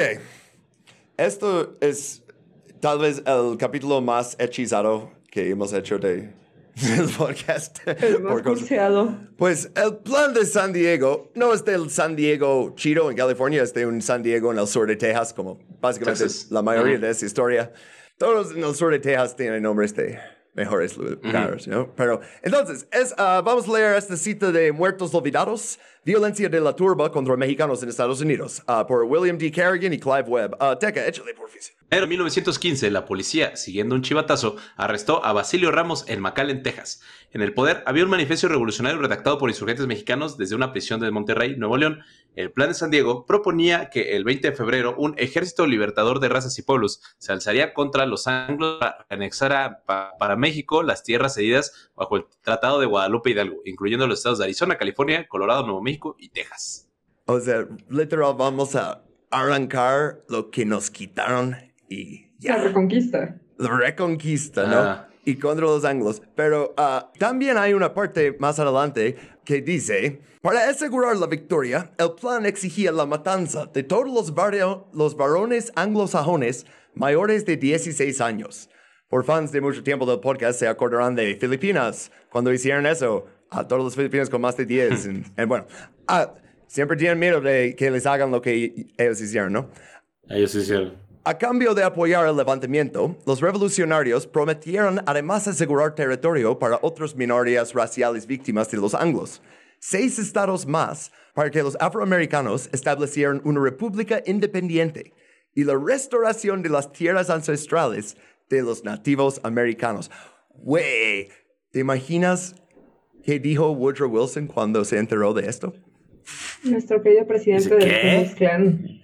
Esto es tal vez el capítulo más hechizado que hemos hecho del podcast. El más curseado. Pues el plan de San Diego no es del San Diego chido en California, es de un San Diego en el sur de Texas, como básicamente Texas. La mayoría de esa historia. Todos en el sur de Texas tienen nombres de mejores lugares, ¿no? Pero entonces, vamos a leer esta cita de Muertos Olvidados, Violencia de la Turba contra Mexicanos en Estados Unidos, por William D. Kerrigan y Clive Webb. Teca, échale, por favor. En 1915, la policía, siguiendo un chivatazo, arrestó a Basilio Ramos en McAllen, Texas. En el poder había un manifiesto revolucionario redactado por insurgentes mexicanos desde una prisión de Monterrey, Nuevo León. El Plan de San Diego proponía que el 20 de febrero un ejército libertador de razas y pueblos se alzaría contra los anglos para anexar para México las tierras cedidas bajo el Tratado de Guadalupe Hidalgo, incluyendo los estados de Arizona, California, Colorado, Nuevo México y Texas. O sea, literal, vamos a arrancar lo que nos quitaron y ya. La reconquista. La reconquista, ¿no? Y contra los anglos. Pero también hay una parte más adelante que dice, para asegurar la victoria, el plan exigía la matanza de todos los varones anglosajones mayores de 16 años. Por fans de mucho tiempo del podcast se acordarán de Filipinas, cuando hicieron eso a todos los filipinos con más de 10. Bueno, siempre tienen miedo de que les hagan lo que ellos hicieron, ¿no? Ellos hicieron. A cambio de apoyar el levantamiento, los revolucionarios prometieron además asegurar territorio para otras minorías raciales víctimas de los anglos. 6 estados más para que los afroamericanos establecieran una república independiente y la restauración de las tierras ancestrales de los nativos americanos. Güey, ¿te imaginas qué dijo Woodrow Wilson cuando se enteró de esto? Nuestro querido presidente del clan.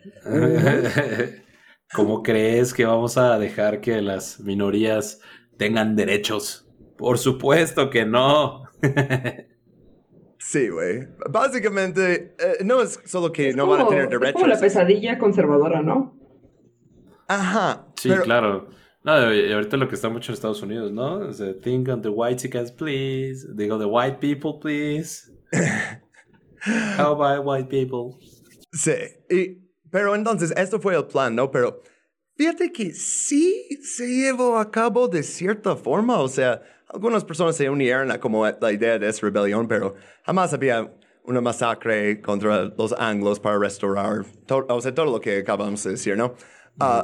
¿Cómo crees que vamos a dejar que las minorías tengan derechos? Por supuesto que no. Sí, güey. Básicamente, no es solo que no van a tener derechos. Es como la pesadilla conservadora, ¿no? Ajá. Sí, pero... claro. No, y ahorita lo que está mucho en Estados Unidos, ¿no? O sea, think on the white chickens, please. Digo, the white people, please. How about white people? Sí, pero entonces, esto fue el plan, ¿no? Pero fíjate que sí se llevó a cabo de cierta forma. O sea, algunas personas se unieron a como la idea de esa rebelión, pero jamás había una masacre contra los anglos para restaurar todo, o sea, todo lo que acabamos de decir, ¿no?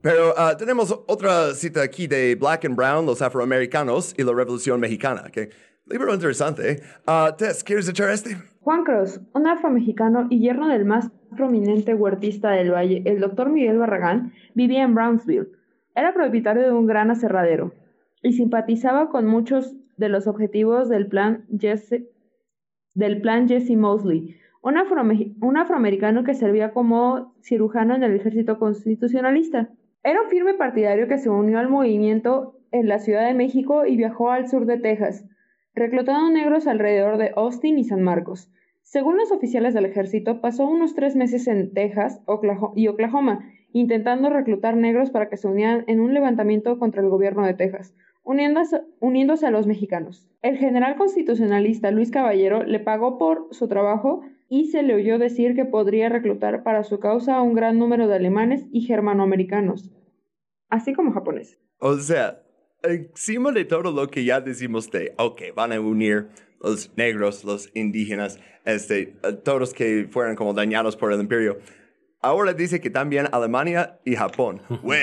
Pero tenemos otra cita aquí de Black and Brown, los afroamericanos y la Revolución Mexicana, que libro interesante. Tess, ¿quieres echar este? Juan Cross, un afromexicano y yerno del más prominente huertista del Valle, el doctor Miguel Barragán, vivía en Brownsville. Era propietario de un gran aserradero y simpatizaba con muchos de los objetivos del plan Jesse Moseley, un afroamericano que servía como cirujano en el ejército constitucionalista. Era un firme partidario que se unió al movimiento en la Ciudad de México y viajó al sur de Texas, reclutando negros alrededor de Austin y San Marcos. Según los oficiales del ejército, pasó unos 3 meses en Texas y Oklahoma, intentando reclutar negros para que se unieran en un levantamiento contra el gobierno de Texas, uniéndose a los mexicanos. El general constitucionalista Luis Caballero le pagó por su trabajo y se le oyó decir que podría reclutar para su causa a un gran número de alemanes y germanoamericanos, así como japoneses. O sea, encima de todo lo que ya decimos van a unir los negros, los indígenas, todos que fueron como dañados por el imperio. Ahora dice que también Alemania y Japón. ¡Güey!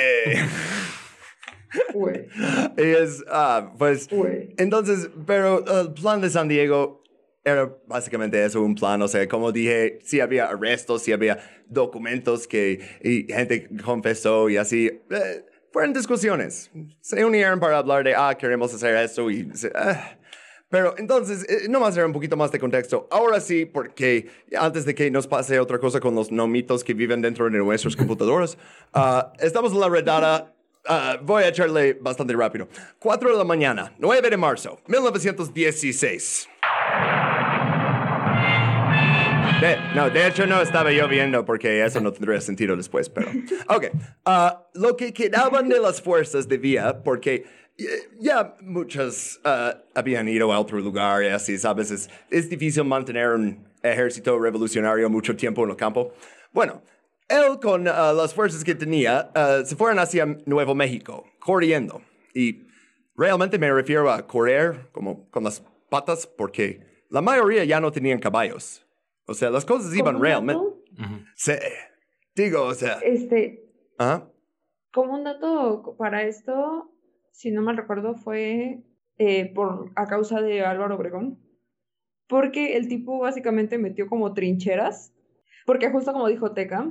Entonces, pero el plan de San Diego era básicamente eso, un plan. O sea, como dije, sí había arrestos, sí había documentos y gente confesó y así. Fueron discusiones. Se unieron para hablar de, queremos hacer esto y... Pero entonces, nomás era un poquito más de contexto. Ahora sí, porque antes de que nos pase otra cosa con los nomitos que viven dentro de nuestras computadoras, estamos en la redada. Voy a echarle bastante rápido. 4 de la mañana, 9 de marzo, 1916. De hecho no estaba lloviendo porque eso no tendría sentido después, pero... Ok, lo que quedaban de las fuerzas de vía, porque ya muchas habían ido a otro lugar y así, ¿sabes? Es difícil mantener un ejército revolucionario mucho tiempo en el campo. Bueno, él con las fuerzas que tenía se fueron hacia Nuevo México, corriendo. Y realmente me refiero a correr como con las patas porque la mayoría ya no tenían caballos. O sea, las cosas iban realmente... Sí. Digo, o sea... Como un dato para esto, si no mal recuerdo, fue a causa de Álvaro Obregón. Porque el tipo básicamente metió como trincheras. Porque justo como dijo Teca,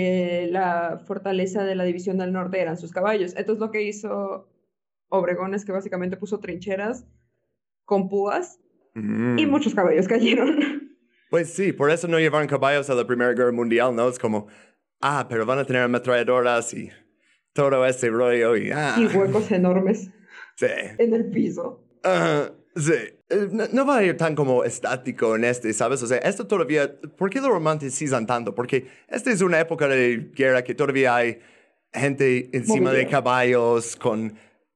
la fortaleza de la División del Norte eran sus caballos. Entonces lo que hizo Obregón es que básicamente puso trincheras con púas y muchos caballos cayeron. Pues sí, por eso no llevaron caballos a la Primera Guerra Mundial, ¿no? Es como, pero van a tener ametralladoras y todo ese rollo y... Y huecos enormes. Sí. En el piso. Sí. No va a ir tan como estático en ¿sabes? O sea, esto todavía... ¿Por qué lo romanticizan tanto? Porque esta es una época de guerra que todavía hay gente encima de caballos con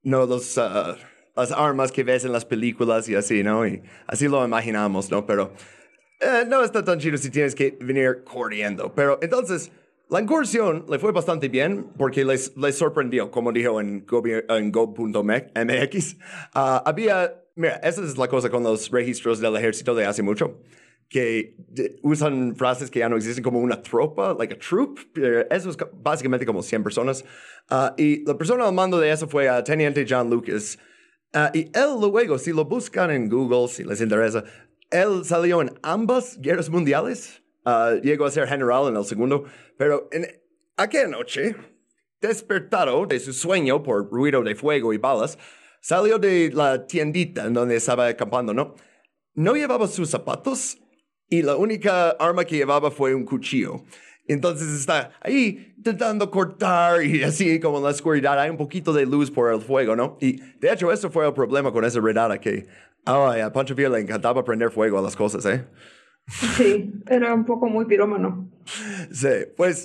las armas que ves en las películas y así, ¿no? Y así lo imaginamos, ¿no? Pero... no está tan chido si tienes que venir corriendo. Pero entonces, la incursión le fue bastante bien porque les sorprendió, como dijo en go.mx. Mira, esa es la cosa con los registros del ejército de hace mucho, que usan frases que ya no existen como una tropa, like a troop. Eso es básicamente como 100 personas. Y la persona al mando de eso fue Teniente John Lucas. Y él luego, si lo buscan en Google, si les interesa, él salió en ambas guerras mundiales. Llegó a ser general en el segundo. Pero aquella noche, despertado de su sueño por ruido de fuego y balas, salió de la tiendita en donde estaba acampando, ¿no? No llevaba sus zapatos y la única arma que llevaba fue un cuchillo. Entonces está ahí intentando cortar y así como en la oscuridad hay un poquito de luz por el fuego, ¿no? Y de hecho eso fue el problema con esa redada que... a Pancho Villa le encantaba prender fuego a las cosas, ¿eh? Sí, era un poco muy pirómano. Sí, pues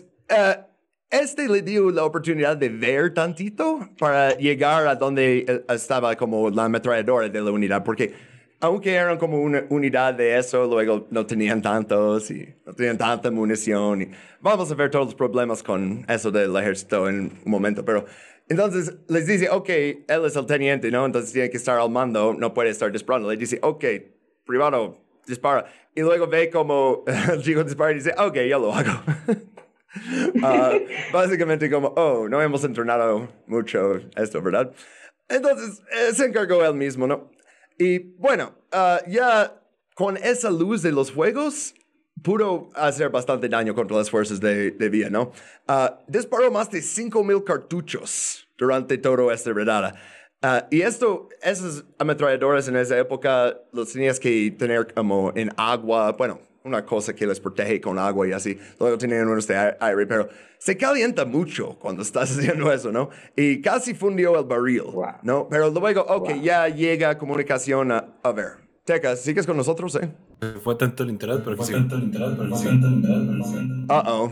le dio la oportunidad de ver tantito para llegar a donde estaba como la ametralladora de la unidad, porque aunque eran como una unidad de eso, luego no tenían tantos y no tenían tanta munición. Y vamos a ver todos los problemas con eso del ejército en un momento, pero... Entonces les dice, ok, él es el teniente, ¿no? Entonces tiene que estar al mando, no puede estar disparando. Le dice, ok, privado, dispara. Y luego ve como el chico dispara y dice, ok, yo lo hago. Básicamente como, no hemos entrenado mucho esto, ¿verdad? Entonces, se encargó él mismo, ¿no? Y bueno, ya con esa luz de los fuegos, pudo hacer bastante daño contra las fuerzas de Villa, ¿no? Disparó más de 5,000 cartuchos durante toda esta redada. Y esas ametralladoras en esa época los tenías que tener como en agua, bueno, una cosa que les protege con agua y así. Luego tenían unos de aire, pero se calienta mucho cuando estás haciendo eso, ¿no? Y casi fundió el barril, ¿no? Pero luego, ya llega comunicación a ver. Teca, ¿sigues con nosotros, eh? Fue tanto el interés, pero que sí. Uh-oh.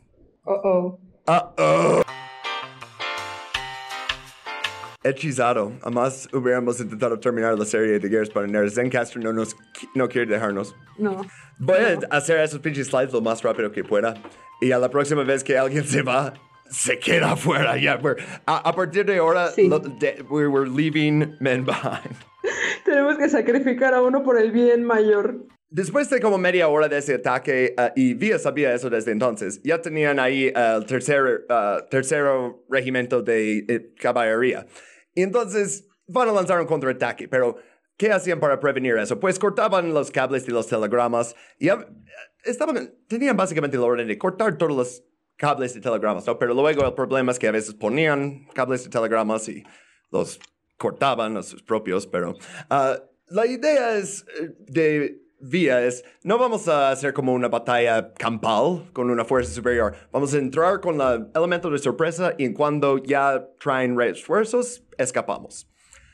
Hechizado. Además, hubiéramos intentado terminar la serie de Guerras Panaderas. Zencastr no quiere dejarnos. No. Voy a hacer esos pinches slides lo más rápido que pueda. Y a la próxima vez que alguien se va, se queda afuera. Ya, a partir de ahora, sí. we're leaving men behind. Tenemos que sacrificar a uno por el bien mayor. Después de como media hora de ese ataque, y Villa sabía eso desde entonces, ya tenían ahí el tercero regimiento de caballería. Y entonces van a lanzar un contraataque, pero ¿qué hacían para prevenir eso? Pues cortaban los cables de los telegramas y tenían básicamente la orden de cortar todos los cables de telegramas, ¿no? Pero luego el problema es que a veces ponían cables de telegramas y los cortaban a sus propios, pero la idea de Villa es, no vamos a hacer como una batalla campal con una fuerza superior. Vamos a entrar con el elemento de sorpresa y en cuando ya traen refuerzos, escapamos.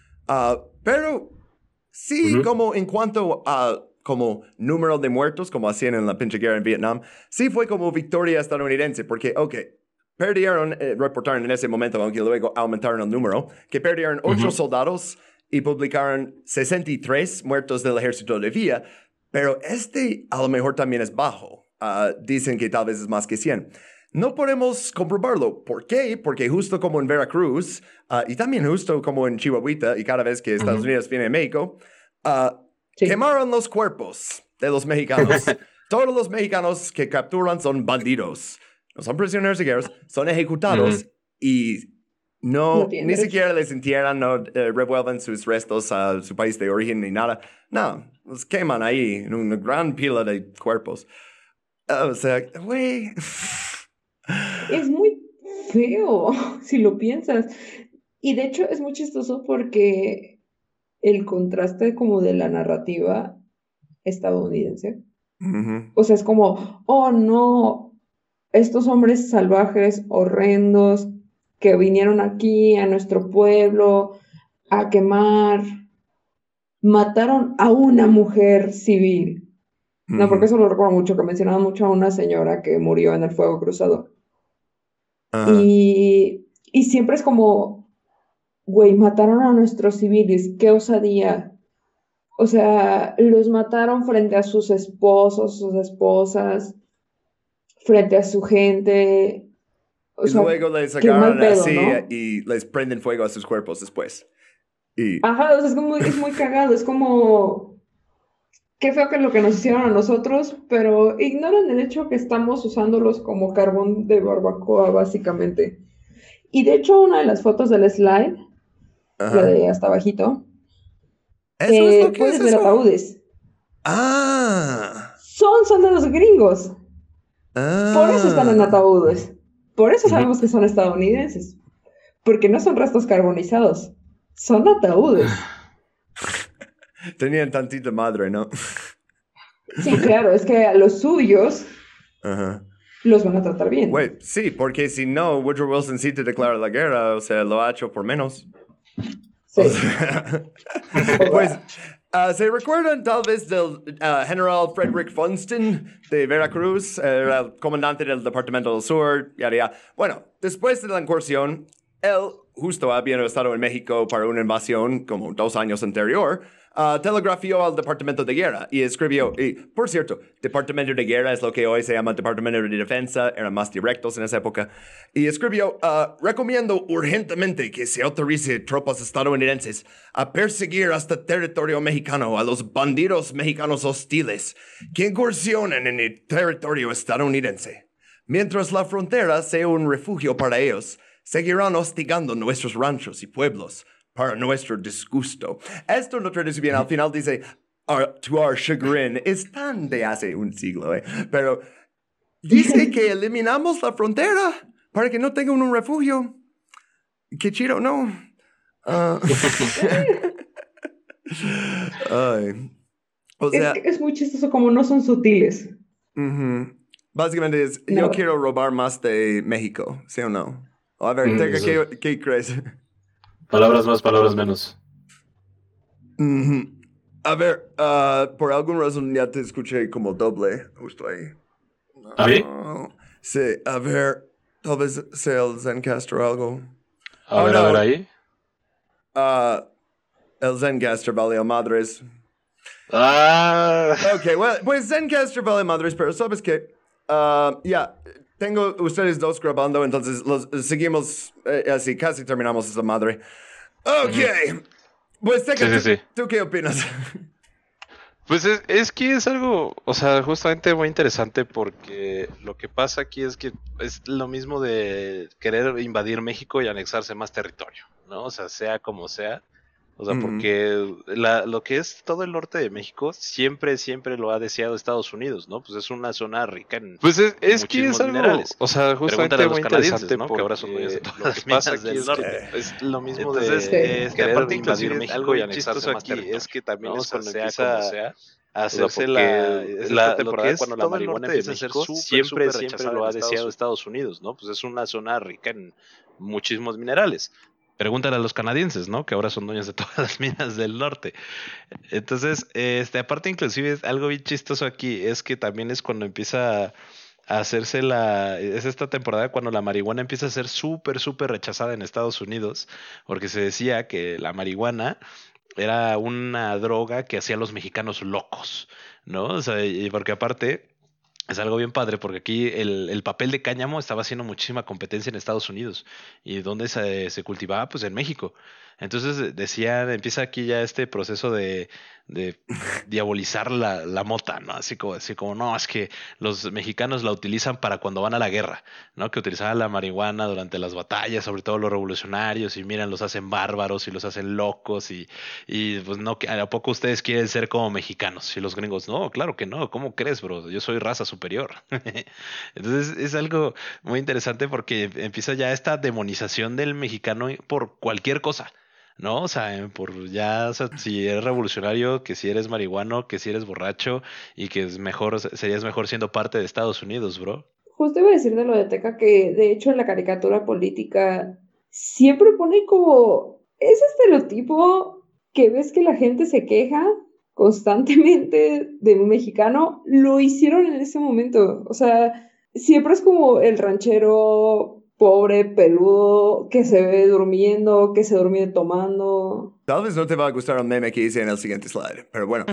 Pero sí, como en cuanto a como número de muertos, como hacían en la pinche guerra en Vietnam, sí fue como victoria estadounidense, porque, perdieron, reportaron en ese momento, aunque luego aumentaron el número, que perdieron 8 soldados y publicaron 63 muertos del ejército de Villa, pero a lo mejor también es bajo. Dicen que tal vez es más que 100. No podemos comprobarlo. ¿Por qué? Porque justo como en Veracruz, y también justo como en Chihuahua, y cada vez que Estados Unidos viene a México, quemaron los cuerpos de los mexicanos. Todos los mexicanos que capturan son bandidos. No son prisioneros de guerra, son ejecutados y ni siquiera les entierran, no revuelven sus restos a su país de origen ni nada. No, los queman ahí en una gran pila de cuerpos. O sea, güey. Es muy feo, si lo piensas. Y de hecho es muy chistoso porque el contraste como de la narrativa estadounidense. O sea, es como, oh no, estos hombres salvajes, horrendos, que vinieron aquí a nuestro pueblo a quemar, mataron a una mujer civil. No, porque eso lo recuerdo mucho, que mencionaban mucho a una señora que murió en el fuego cruzado. Y siempre es como, güey, mataron a nuestros civiles, qué osadía. O sea, los mataron frente a sus esposos, sus esposas, frente a su gente. O sea, luego les agarran pedo, así, ¿no? y les prenden fuego a sus cuerpos después. Ajá, o sea, es muy cagado, es como, qué feo que lo que nos hicieron a nosotros, pero ignoran el hecho que estamos usándolos como carbón de barbacoa, básicamente. Y de hecho, una de las fotos del slide, la de hasta abajito, ¿Eso es lo que puedes es ver eso? ataúdes. Son soldados gringos. Por eso están en ataúdes. Por eso sabemos que son estadounidenses. Porque no son restos carbonizados. Son ataúdes. Tenían tantita madre, ¿no? Sí, claro, es que a los suyos los van a tratar bien. Güey, sí, porque si no, Woodrow Wilson sí te declara la guerra, o sea, lo ha hecho por menos. Sí. O sea, pues, ¿se recuerdan tal vez del general Frederick Funston de Veracruz? Era el comandante del Departamento del Sur, yada, yada. Bueno, después de la incursión, él justo había estado en México para una invasión como 2 años anterior. Telegrafió al Departamento de Guerra y escribió, y por cierto, Departamento de Guerra es lo que hoy se llama Departamento de Defensa, eran más directos en esa época, y escribió, recomiendo urgentemente que se autorice tropas estadounidenses a perseguir hasta territorio mexicano a los bandidos mexicanos hostiles que incursionen en el territorio estadounidense. Mientras la frontera sea un refugio para ellos, seguirán hostigando nuestros ranchos y pueblos para nuestro disgusto. Esto no traduce bien. Al final dice, to our chagrin. Es tan de hace un siglo, Pero dice que eliminamos la frontera para que no tengan un refugio. Qué chido, ¿no? Ay. O sea, es muy chistoso como no son sutiles. Básicamente es, yo quiero robar más de México, ¿sí o no? A ver, Teca, ¿qué crees? Palabras más, palabras menos. A ver, por alguna razón ya te escuché como doble, justo ahí. ¿A mí? Sí, a ver, tal vez sea el Zencastr o algo. A ver ahí. El Zencastr vale madres. Ok, well, pues Zencastr vale madres, pero ¿sabes qué? Tengo ustedes dos grabando, entonces los seguimos así, casi terminamos esa madre. Ok, pues Teca, sí. ¿tú qué opinas? Pues es que es algo, o sea, justamente muy interesante porque lo que pasa aquí es que es lo mismo de querer invadir México y anexarse más territorio, ¿no? O sea como sea. O sea, porque lo que es todo el norte de México siempre lo ha deseado Estados Unidos, ¿no? Pues es una zona rica en pues es que es algo, minerales. O sea, justamente pregúntale a los muy canadienses, ¿no? Que ahora son dueños de todas lo las que pasa minas aquí del norte. es lo mismo Entonces, de querer aparte invadir México y anexarse más aquí territorio. es que también ¿no? es cuando sea empieza como sea, a hacerse la temporada lo que es cuando la todo el marihuana norte de empieza a ser México siempre lo ha deseado Estados Unidos, ¿no? Pues es una zona rica en muchísimos minerales. Pregúntale a los canadienses, ¿no? Que ahora son dueños de todas las minas del norte. Entonces, aparte inclusive algo bien chistoso aquí es que también es cuando empieza a hacerse es esta temporada cuando la marihuana empieza a ser súper rechazada en Estados Unidos, porque se decía que la marihuana era una droga que hacía a los mexicanos locos, ¿no? O sea, y porque aparte es algo bien padre porque aquí el papel de cáñamo estaba haciendo muchísima competencia en Estados Unidos. ¿Y dónde se cultivaba? Pues en México. Entonces decían, empieza aquí ya este proceso de diabolizar la mota, ¿no? Así como, no, es que los mexicanos la utilizan para cuando van a la guerra, ¿no? Que utilizaban la marihuana durante las batallas, sobre todo los revolucionarios, y miren, los hacen bárbaros y los hacen locos y pues no, ¿a poco ustedes quieren ser como mexicanos? Y los gringos, no, claro que no, ¿cómo crees, bro? Yo soy raza superior. Entonces es algo muy interesante porque empieza ya esta demonización del mexicano por cualquier cosa, ¿no? O sea, si eres revolucionario, que si eres marihuano, que si eres borracho y que serías mejor siendo parte de Estados Unidos, bro. Justo iba a decir de lo de Teca que de hecho en la caricatura política siempre pone como ese estereotipo que ves que la gente se queja constantemente de un mexicano, lo hicieron en ese momento. O sea, siempre es como el ranchero pobre, peludo, que se ve durmiendo, que se duerme tomando. Tal vez no te va a gustar el meme que hice en el siguiente slide, pero bueno.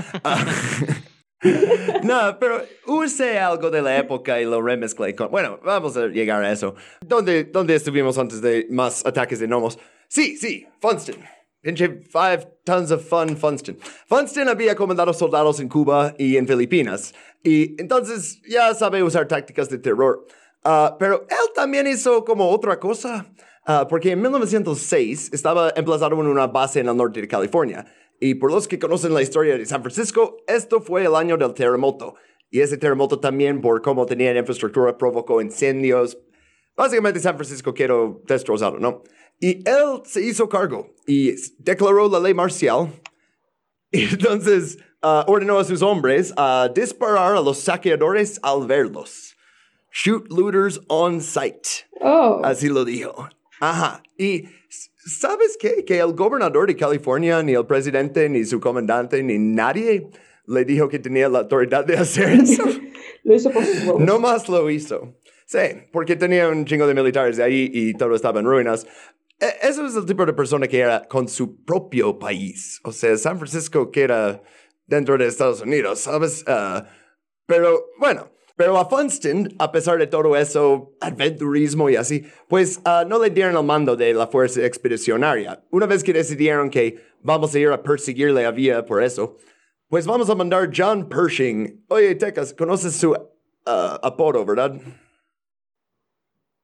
No, pero use algo de la época y lo remezclé con... Bueno, vamos a llegar a eso. ¿Dónde estuvimos antes de más ataques de gnomos? Sí, Funston. Pinche 5 tons of Funston. Funston había comandado soldados en Cuba y en Filipinas. Y entonces ya sabe usar tácticas de terror. Pero él también hizo como otra cosa. Porque en 1906 estaba emplazado en una base en el norte de California. Y por los que conocen la historia de San Francisco, esto fue el año del terremoto. Y ese terremoto también, por cómo tenían infraestructura, provocó incendios. Básicamente San Francisco quedó destrozado, ¿no? Y él se hizo cargo y declaró la ley marcial. Y entonces ordenó a sus hombres a disparar a los saqueadores al verlos. Shoot looters on sight. Oh. Así lo dijo. Ajá. Y ¿sabes qué? Que el gobernador de California, ni el presidente, ni su comandante, ni nadie le dijo que tenía la autoridad de hacer eso. Lo hizo por sus huevos. No más lo hizo. Sí, porque tenía un chingo de militares de ahí y todo estaba en ruinas. Eso es el tipo de persona que era con su propio país. O sea, San Francisco que era dentro de Estados Unidos, ¿sabes? Pero bueno, pero a Funston, a pesar de todo eso, aventurismo y así, pues no le dieron el mando de la fuerza expedicionaria. Una vez que decidieron que vamos a ir a perseguirle a Villa por eso, pues vamos a mandar John Pershing. Oye, Tecas, conoces su apodo, ¿verdad?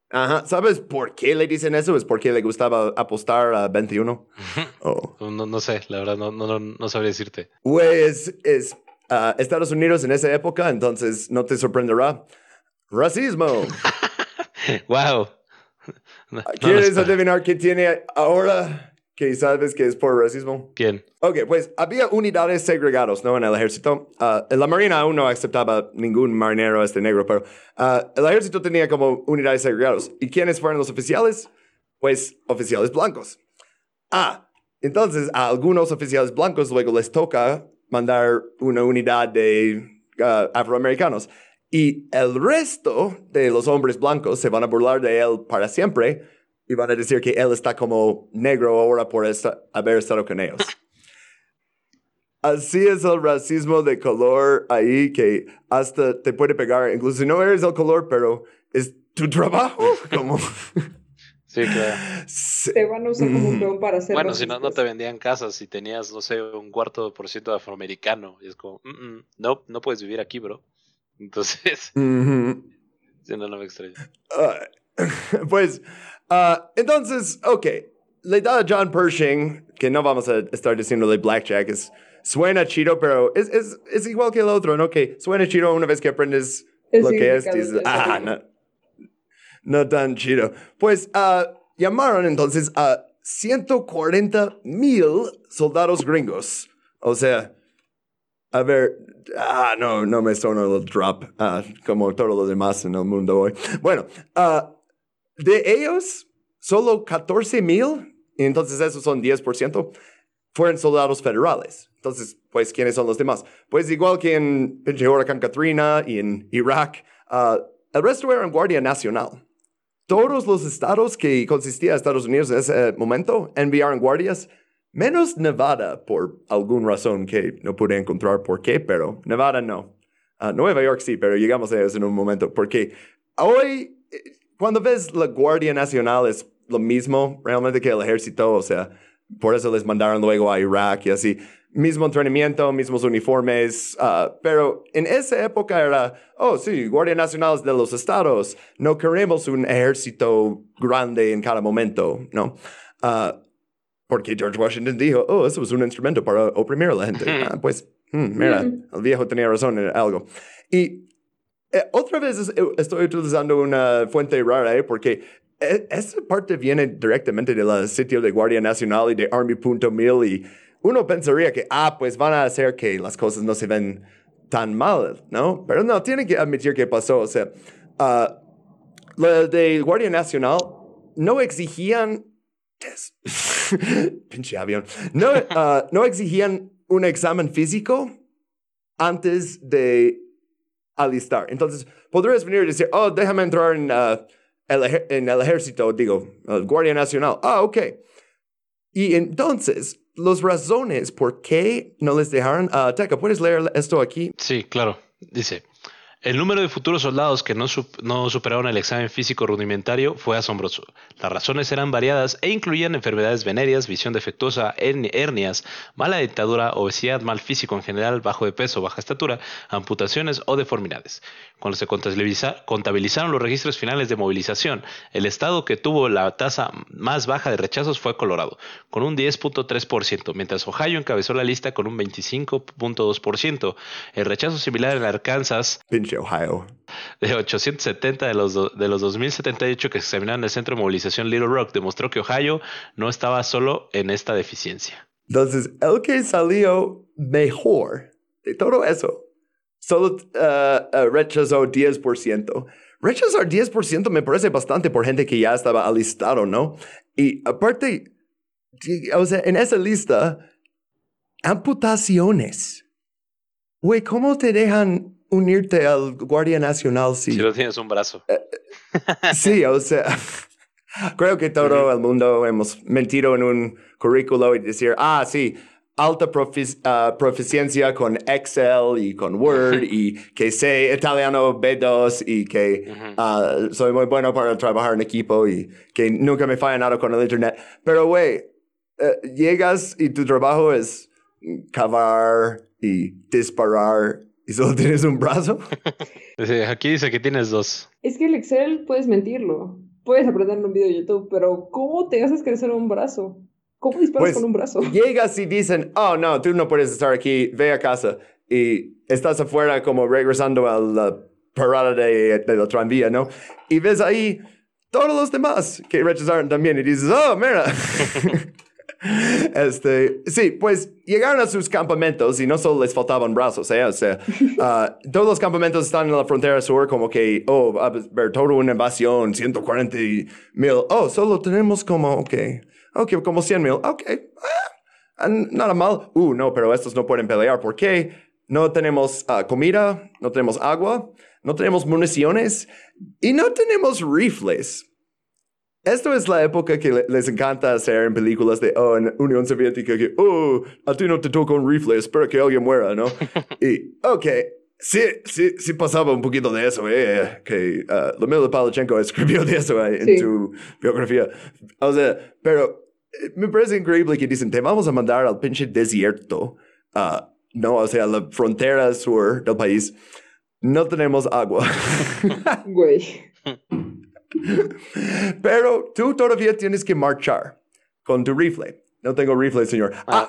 Ajá, ¿sabes por qué le dicen eso? ¿Es porque le gustaba apostar a 21? Oh. No sé, la verdad no sabría decirte. Pues es Estados Unidos en esa época, entonces no te sorprenderá. Racismo. Wow. ¿Quieres adivinar qué tiene ahora que sabes que es por racismo? ¿Quién? Ok, pues había unidades segregadas, ¿no? En el ejército. En la marina aún no aceptaba ningún marinero negro, pero el ejército tenía como unidades segregadas. ¿Y quiénes fueron los oficiales? Pues oficiales blancos. Entonces a algunos oficiales blancos luego les toca mandar una unidad de afroamericanos. Y el resto de los hombres blancos se van a burlar de él para siempre y van a decir que él está como negro ahora por haber estado con ellos. Así es el racismo de color ahí que hasta te puede pegar. Incluso si no eres el color, pero es tu trabajo. Como... Sí, claro. Te van a usar como un peón para hacer. Bueno, si no te vendían casas, si tenías, no sé, un 4% de afroamericano. Y es como, no puedes vivir aquí, bro. Entonces, sí, no me extraña. Pues, entonces, ok. La edad de John Pershing, que no vamos a estar diciéndole Blackjack, suena chido, pero es igual que el otro, ¿no? Que suena chido una vez que aprendes lo que es. Dices, no tan chido. Pues, llamaron entonces a 140,000 soldados gringos. O sea, a ver, no me suena el drop, como todo lo demás en el mundo hoy. Bueno, de ellos, solo 14,000, y entonces esos son 10%, fueron soldados federales. Entonces, pues, ¿quiénes son los demás? Pues igual que en pinche Huracán Katrina y en Irak, el resto eran Guardia Nacional. Todos los estados que consistía Estados Unidos en ese momento enviaron guardias, menos Nevada, por alguna razón que no pude encontrar por qué, pero Nevada no. Nueva York sí, pero llegamos a eso en un momento, porque hoy, cuando ves la Guardia Nacional, es lo mismo realmente que el ejército, o sea, por eso les mandaron luego a Irak y así. Mismo entrenamiento, mismos uniformes, pero en esa época era, sí, Guardia Nacional de los estados, no queremos un ejército grande en cada momento, ¿no? Porque George Washington dijo, eso es un instrumento para oprimir a la gente. Pues, mira, el viejo tenía razón en algo. Y otra vez estoy utilizando una fuente rara, porque esa parte viene directamente del sitio de Guardia Nacional y de Army.mil y uno pensaría que, pues van a hacer que las cosas no se ven tan mal, ¿no? Pero no, tienen que admitir que pasó. O sea, la de Guardia Nacional no exigían... Pinche avión. No exigían un examen físico antes de alistar. Entonces, podrías venir y decir, déjame entrar en el ejército, digo, Guardia Nacional. Ok. Y entonces, las razones por qué no les dejaron... Teca, ¿puedes leer esto aquí? Sí, claro. Dice... El número de futuros soldados que no superaron el examen físico rudimentario fue asombroso. Las razones eran variadas e incluían enfermedades venéreas, visión defectuosa, hernias, mala dentadura, obesidad, mal físico en general, bajo de peso, baja estatura, amputaciones o deformidades. Cuando se contabilizaron los registros finales de movilización, el estado que tuvo la tasa más baja de rechazos fue Colorado, con un 10.3%, mientras Ohio encabezó la lista con un 25.2%. El rechazo similar en Arkansas... Ohio. De 870 de los 2.078 que se examinaron en el centro de movilización Little Rock demostró que Ohio no estaba solo en esta deficiencia. Entonces, el que salió mejor de todo eso solo rechazó 10%. Rechazar 10% me parece bastante por gente que ya estaba alistado, ¿no? Y aparte, o sea, en esa lista, amputaciones. Güey, ¿cómo te dejan unirte al Guardia Nacional si no tienes un brazo? Sí, o sea, creo que todo el mundo hemos mentido en un currículo y decir, sí, alta proficiencia con Excel y con Word y que sé italiano B2 y que soy muy bueno para trabajar en equipo y que nunca me falla nada con el internet. Pero, güey, llegas y tu trabajo es cavar y disparar ¿y solo tienes un brazo? Aquí dice que tienes 2. Es que el Excel puedes mentirlo. puedes aprender en un video de YouTube, pero ¿cómo te haces crecer un brazo? ¿Cómo disparas Pues, con un brazo? Llegas y dicen, oh, no, tú no puedes estar aquí, ve a casa. Y estás afuera como regresando a la parada de la tranvía, ¿no? Y ves ahí todos los demás que rechazaron también y dices, oh, mira. Sí, pues llegaron a sus campamentos y no solo les faltaban brazos, o sea, todos los campamentos están en la frontera sur como que, oh, va a haber toda una invasión, 140,000. Oh, solo tenemos como, ok, como 100,000. Ok, nada mal. No, pero estos no pueden pelear. ¿Por qué? No tenemos comida, no tenemos agua, no tenemos municiones y no tenemos rifles. Esto es la época que les encanta hacer en películas de, en Unión Soviética, que, a ti no te toca un rifle, espera que alguien muera, ¿no? Y, ok, sí pasaba un poquito de eso, que Ludmila Palachenko escribió de eso en su biografía. O sea, pero me parece increíble que dicen, te vamos a mandar al pinche desierto, no, o sea, la frontera sur del país, no tenemos agua. Güey. Pero tú todavía tienes que marchar con tu rifle. No tengo rifle, señor.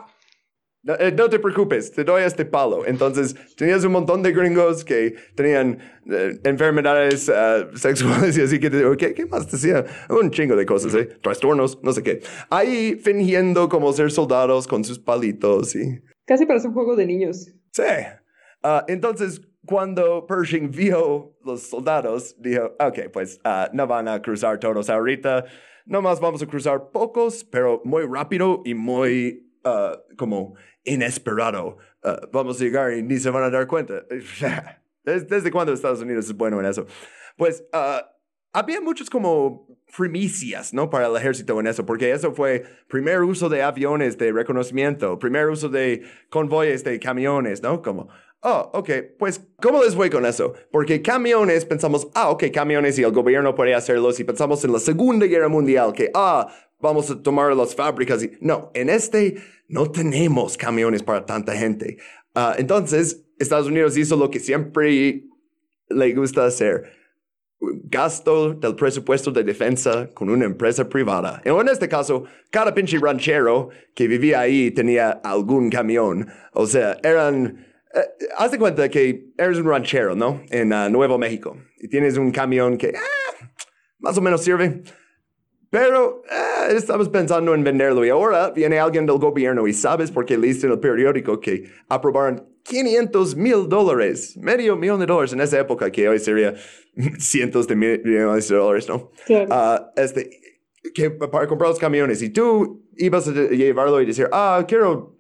No te preocupes, te doy este palo. Entonces, tenías un montón de gringos que tenían enfermedades sexuales y así que, ¿qué más decía? Un chingo de cosas, trastornos, no sé qué. Ahí fingiendo como ser soldados con sus palitos y... Casi parece un juego de niños. Sí. Entonces, cuando Pershing vio los soldados, dijo, ok, pues no van a cruzar todos ahorita, nomás vamos a cruzar pocos, pero muy rápido y muy como inesperado. Vamos a llegar y ni se van a dar cuenta. ¿Desde cuándo Estados Unidos es bueno en eso? Pues había muchos como primicias, ¿no? Para el ejército en eso, porque eso fue primer uso de aviones de reconocimiento, primer uso de convoyes de camiones, ¿no? Como... ok, pues, ¿cómo les voy con eso? Porque camiones, pensamos, camiones y el gobierno puede hacerlos, y pensamos en la Segunda Guerra Mundial, que, vamos a tomar las fábricas y... No, en no tenemos camiones para tanta gente. Entonces, Estados Unidos hizo lo que siempre le gusta hacer. Gasto del presupuesto de defensa con una empresa privada. En este caso, cada pinche ranchero que vivía ahí tenía algún camión. O sea, eran... haz de cuenta que eres un ranchero, ¿no? En Nuevo México. Y tienes un camión que más o menos sirve. Pero estamos pensando en venderlo. Y ahora viene alguien del gobierno y sabes porque leíste en el periódico que aprobaron $500,000. $500,000 en esa época, que hoy sería cientos de millones de dólares, ¿no? Claro. Que para comprar los camiones. Y tú ibas a llevarlo y decir, quiero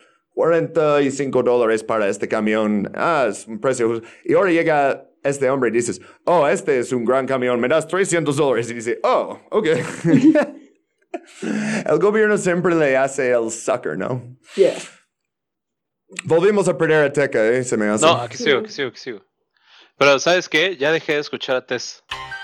$45 para este camión. Es un precio justo. Y ahora llega este hombre y dices, este es un gran camión, me das $300. Y dice, ok. El gobierno siempre le hace el sucker, ¿no? Yeah. Volvimos a perder a Teca, se me hace. No, aquí sigo. Pero, ¿sabes qué? Ya dejé de escuchar a Tess.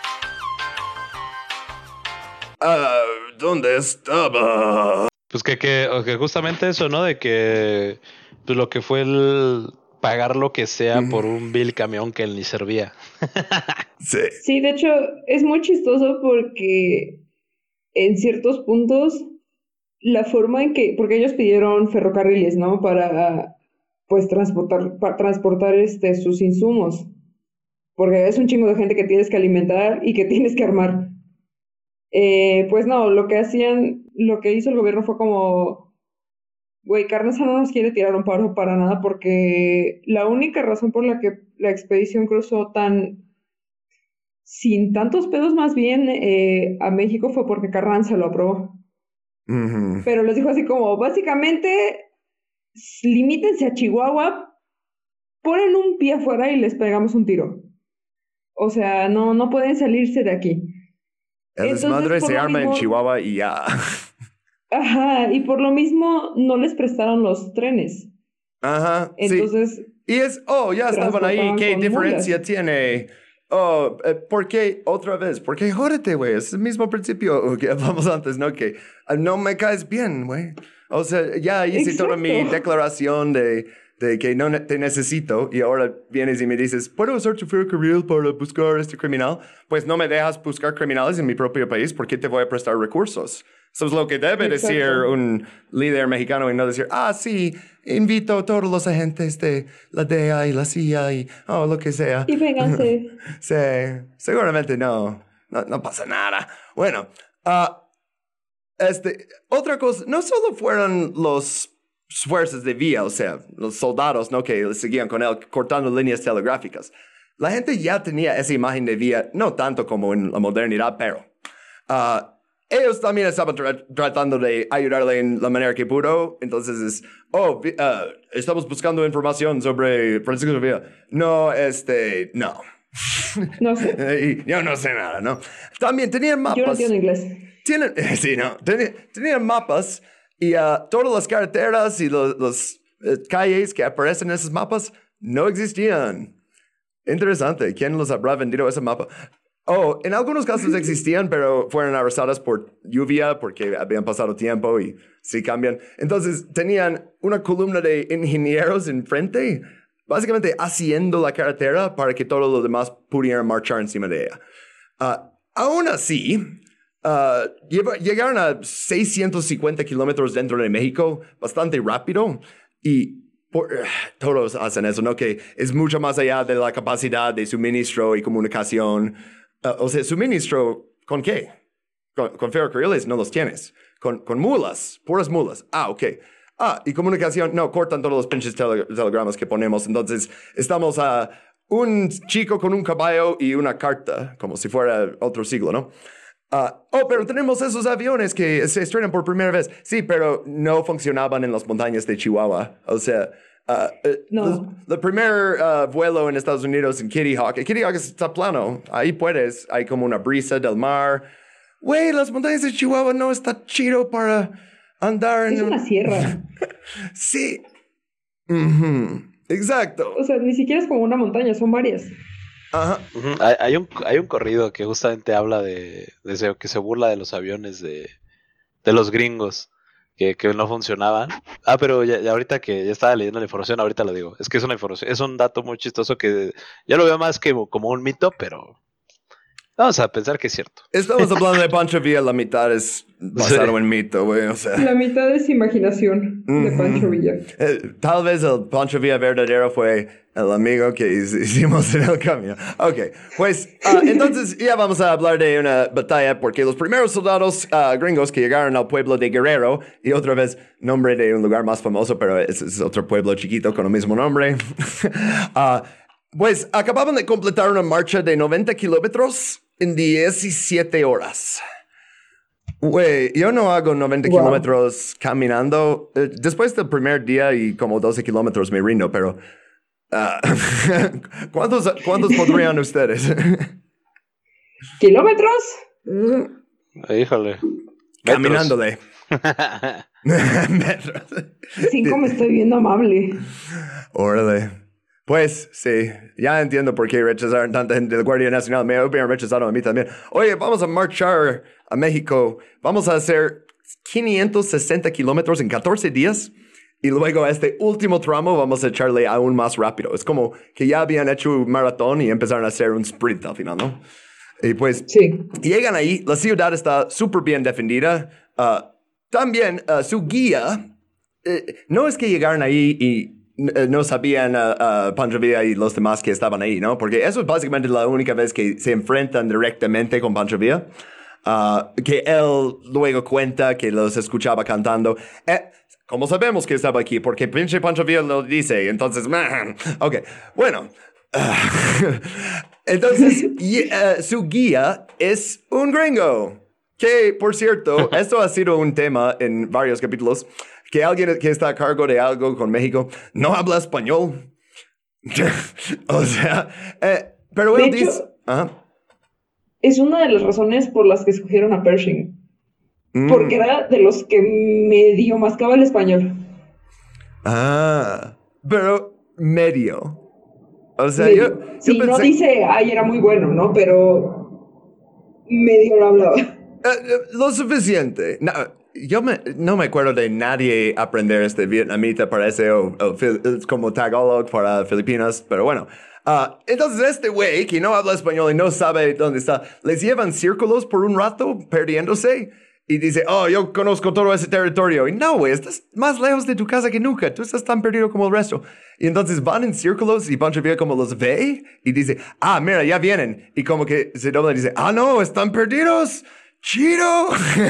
¿Dónde estaba? Pues que justamente eso, ¿no? De que pues lo que fue el pagar lo que sea por un vil camión que él ni servía. Sí. Sí, de hecho, es muy chistoso porque en ciertos puntos la forma en que... Porque ellos pidieron ferrocarriles, ¿no? Para, pues, transportar sus insumos. Porque es un chingo de gente que tienes que alimentar y que tienes que armar. Pues no, lo que hizo el gobierno fue como, güey, Carranza no nos quiere tirar un paro para nada, porque la única razón por la que la expedición cruzó sin tantos pedos más bien a México fue porque Carranza lo aprobó. Uh-huh. Pero les dijo así como, básicamente, limítense a Chihuahua, ponen un pie afuera y les pegamos un tiro. O sea, no pueden salirse de aquí. El desmadre se arma en Chihuahua y ya. Ajá, y por lo mismo no les prestaron los trenes. Ajá, entonces, sí. Y ya estaban ahí, ¿qué diferencia mulas tiene? ¿Por qué otra vez? Porque jódete, güey, es el mismo principio que hablamos antes, ¿no? Que no me caes bien, güey. O sea, ya hice toda mi declaración de de que no te necesito y ahora vienes y me dices, ¿puedo usar tu ferrocarril para buscar este criminal? Pues no me dejas buscar criminales en mi propio país, ¿por qué te voy a prestar recursos? Eso es lo que debe decir un líder mexicano y no decir, sí, invito a todos los agentes de la DEA y la CIA y lo que sea. Y vénganse. Sí, seguramente no pasa nada. Bueno, otra cosa, no solo fueron los fuerzas de vía, o sea, los soldados, ¿no? Que seguían con él cortando líneas telegráficas. La gente ya tenía esa imagen de vía, no tanto como en la modernidad, pero ellos también estaban tratando de ayudarle en la manera que pudo. Entonces estamos buscando información sobre Francisco Villa. No, no. No sé. Yo no sé nada, ¿no? También tenían mapas. Yo no entiendo inglés. Tenían mapas y todas las carreteras y los calles que aparecen en esos mapas no existían. Interesante. ¿Quién los habrá vendido ese mapa? En algunos casos existían, pero fueron arrasadas por lluvia porque habían pasado tiempo y sí cambian. Entonces tenían una columna de ingenieros enfrente, básicamente haciendo la carretera para que todos los demás pudieran marchar encima de ella. Aún así, llegaron a 650 kilómetros dentro de México, bastante rápido, y todos hacen eso, ¿no? Que es mucho más allá de la capacidad de suministro y comunicación. O sea, suministro, ¿con qué? Con ferrocarriles no los tienes. Con mulas, puras mulas. Ok. Y comunicación, no, cortan todos los pinches telegramas que ponemos. Entonces, estamos a un chico con un caballo y una carta, como si fuera otro siglo, ¿no? Pero tenemos esos aviones que se estrenan por primera vez. Sí, pero no funcionaban en las montañas de Chihuahua. O sea, no. el primer vuelo en Estados Unidos en Kitty Hawk está plano. Ahí puedes, hay como una brisa del mar. Güey, las montañas de Chihuahua no está chido para andar en... Es una sierra. Sí. Exacto. O sea, ni siquiera es como una montaña, son varias. Ajá. Hay un corrido que justamente habla de que se burla de los aviones de los gringos que no funcionaban. Pero ya ahorita que ya estaba leyendo la información, ahorita lo digo. Es que es una información, es un dato muy chistoso que ya lo veo más que como un mito, pero vamos a pensar que es cierto. Estamos hablando de Pancho Villa, la mitad es basado en mito, güey, o sea. La mitad es imaginación de Pancho Villa. Tal vez el Pancho Villa verdadero fue el amigo que hicimos en el camino. Ok, pues entonces ya vamos a hablar de una batalla porque los primeros soldados gringos que llegaron al pueblo de Guerrero, y otra vez nombre de un lugar más famoso, pero es otro pueblo chiquito con el mismo nombre, pues acababan de completar una marcha de 90 kilómetros en 17 horas. Güey, yo no hago 90 kilómetros caminando. Después del primer día y como 12 kilómetros me rindo, pero... ¿Cuántos podrían ustedes? ¿Kilómetros? Híjole. Caminándole. Metros. 5 me estoy viendo amable. Órale. Pues sí, ya entiendo por qué rechazaron tanta gente del Guardia Nacional. Me hubieran rechazado a mí también. Oye, vamos a marchar a México. Vamos a hacer 560 kilómetros en 14 días. Y luego a este último tramo vamos a echarle aún más rápido. Es como que ya habían hecho un maratón y empezaron a hacer un sprint al final, ¿no? Y pues llegan ahí. La ciudad está súper bien defendida. También su guía, no es que llegaron ahí y no sabían Pancho Villa y los demás que estaban ahí, ¿no? Porque eso es básicamente la única vez que se enfrentan directamente con Pancho Villa. Que él luego cuenta que los escuchaba cantando. ¿Cómo sabemos que estaba aquí? Porque pinche Pancho Villa lo dice. Entonces, ok, bueno. Entonces, su guía es un gringo. Que, por cierto, esto ha sido un tema en varios capítulos. Que alguien que está a cargo de algo con México no habla español. O sea, pero él dice... Es una de las razones por las que escogieron a Pershing. Porque era de los que medio mascaba el español. Pero medio. O sea, medio. Sí, yo pensé... no dice, era muy bueno, ¿no? Pero medio lo hablaba. Lo suficiente. No, no me acuerdo de nadie aprender vietnamita, parece, o es como Tagalog para Filipinas, pero bueno. Entonces este güey que no habla español y no sabe dónde está, les llevan círculos por un rato perdiéndose y dice, yo conozco todo ese territorio. Y no, güey, estás más lejos de tu casa que nunca. Tú estás tan perdido como el resto. Y entonces van en círculos y Pancho Villa como los ve y dice, mira, ya vienen. Y como que se dobla y dice, no, están perdidos. ¡Chido!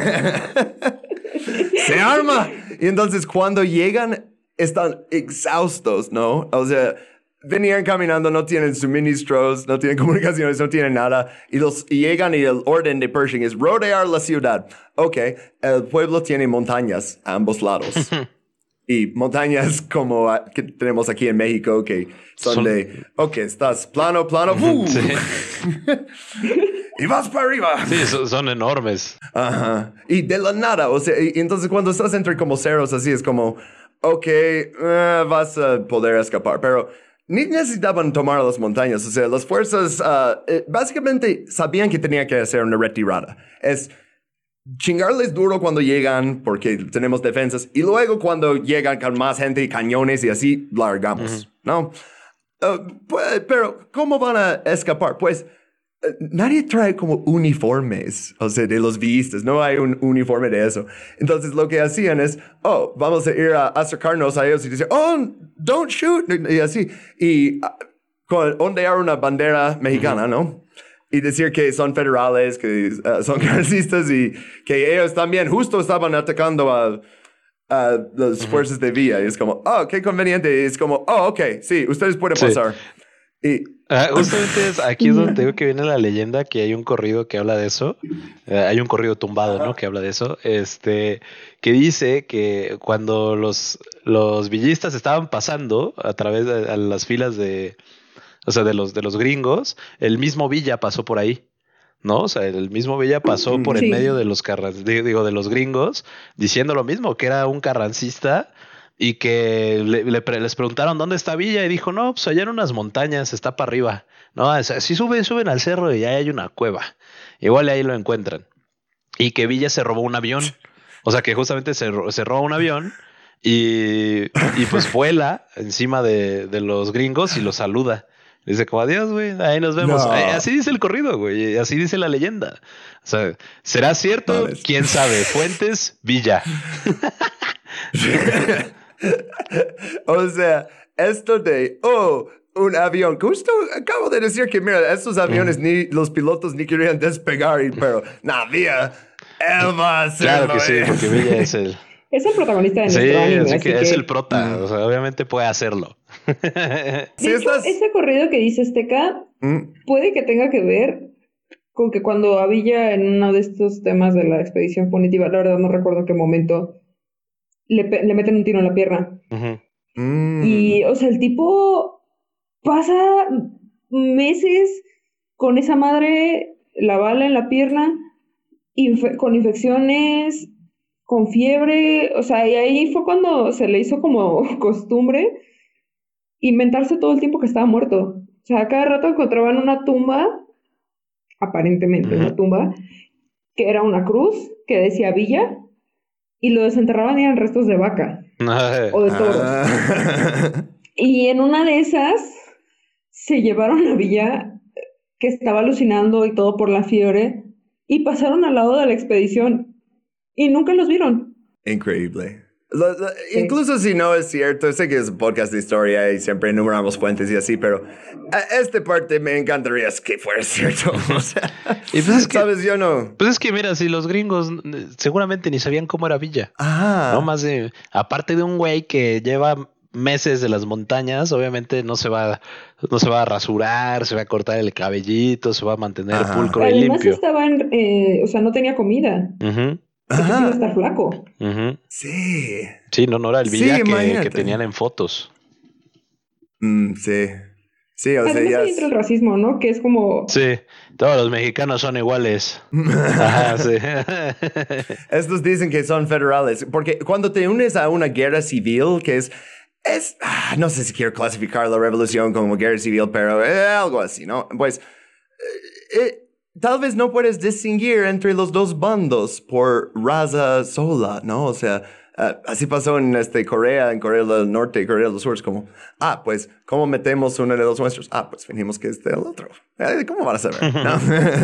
Se arma. Y entonces cuando llegan, están exhaustos, ¿no? O sea, venían caminando, no tienen suministros, no tienen comunicaciones, no tienen nada. Y llegan y el orden de Pershing es rodear la ciudad. Ok, el pueblo tiene montañas a ambos lados. Y montañas como que tenemos aquí en México, que son de, estás plano. Sí. Y vas para arriba. Sí, son enormes. Ajá. Y de la nada, o sea, y entonces cuando estás entre como cerros así, es como, vas a poder escapar, pero ni necesitaban tomar las montañas. O sea, las fuerzas básicamente sabían que tenían que hacer una retirada. Es chingarles duro cuando llegan, porque tenemos defensas, y luego cuando llegan con más gente y cañones y así, largamos, ¿no? Pero, ¿cómo van a escapar? Pues, nadie trae como uniformes, o sea, de los villistas. No hay un uniforme de eso. Entonces, lo que hacían es, vamos a ir a acercarnos a ellos y decir, don't shoot, y así. Y ondear una bandera mexicana, ¿no? Y decir que son federales, que son carrancistas y que ellos también justo estaban atacando a las fuerzas de Villa. Y es como, qué conveniente. Y es como, sí, ustedes pueden pasar. Y justamente aquí es donde digo que viene la leyenda, que hay un corrido que habla de eso. Hay un corrido tumbado, ¿no? Que habla de eso. Que dice que cuando los villistas estaban pasando a través de las filas de los gringos, el mismo Villa pasó por ahí, ¿no? O sea, el mismo Villa pasó por en medio de los de los gringos, diciendo lo mismo, que era un carrancista. Y que les preguntaron dónde está Villa y dijo, no, pues allá en unas montañas, está para arriba. No, o sea, si suben al cerro y ahí hay una cueva. Igual ahí lo encuentran. Y que Villa se robó un avión. O sea, que justamente se roba un avión y pues vuela encima de los gringos y los saluda. Dice como, adiós, güey, ahí nos vemos. No. Así dice el corrido, güey, así dice la leyenda. O sea, ¿será cierto? No, ¿quién sabe? Fuentes, Villa. O sea, esto de, un avión. Justo acabo de decir que, mira, estos aviones ni los pilotos ni querían despegar, pero Villa, él va a hacerlo. Claro que sí, porque Villa es el... Es el protagonista de nuestro anime. Así que es el prota, o sea, obviamente puede hacerlo. De hecho, ese corrido que dice Azteca puede que tenga que ver con que cuando a Villa en uno de estos temas de la expedición punitiva, la verdad no recuerdo qué momento, le meten un tiro en la pierna. Y, o sea, el tipo pasa meses con esa madre, la bala en la pierna, con infecciones, con fiebre, o sea, y ahí fue cuando se le hizo como costumbre inventarse todo el tiempo que estaba muerto. O sea, cada rato encontraban una tumba, aparentemente una tumba, que era una cruz, que decía Villa, y lo desenterraban y eran restos de vaca o de toros. Y en una de esas se llevaron a Villa, que estaba alucinando y todo por la fiebre, y pasaron al lado de la expedición y nunca los vieron. Increíble. Incluso si no es cierto, sé que es un podcast de historia y siempre enumeramos fuentes y así, pero esta parte me encantaría que fuera cierto. O sea, y pues es que, ¿sabes? Yo no. Pues es que, mira, si los gringos seguramente ni sabían cómo era Villa. No más aparte de un güey que lleva meses de las montañas, obviamente no se va a rasurar, se va a cortar el cabellito, se va a mantener pulcro y limpio. Además estaba o sea, no tenía comida. Iba a estar flaco. Sí. Sí, no era el Villa que tenían en fotos. Sí. Sí, o sea, ya entra el racismo, ¿no? Que es como... Sí, todos los mexicanos son iguales. Ajá, sí. Estos dicen que son federales, porque cuando te unes a una guerra civil, que es no sé si quiero clasificar la revolución como guerra civil, pero algo así, ¿no? Pues tal vez no puedes distinguir entre los dos bandos por raza sola, ¿no? O sea, así pasó en Corea, en Corea del Norte y Corea del Sur. Es como, pues, ¿cómo metemos uno de los nuestros? Pues fingimos que es el otro. ¿Cómo van a saber? ¿No?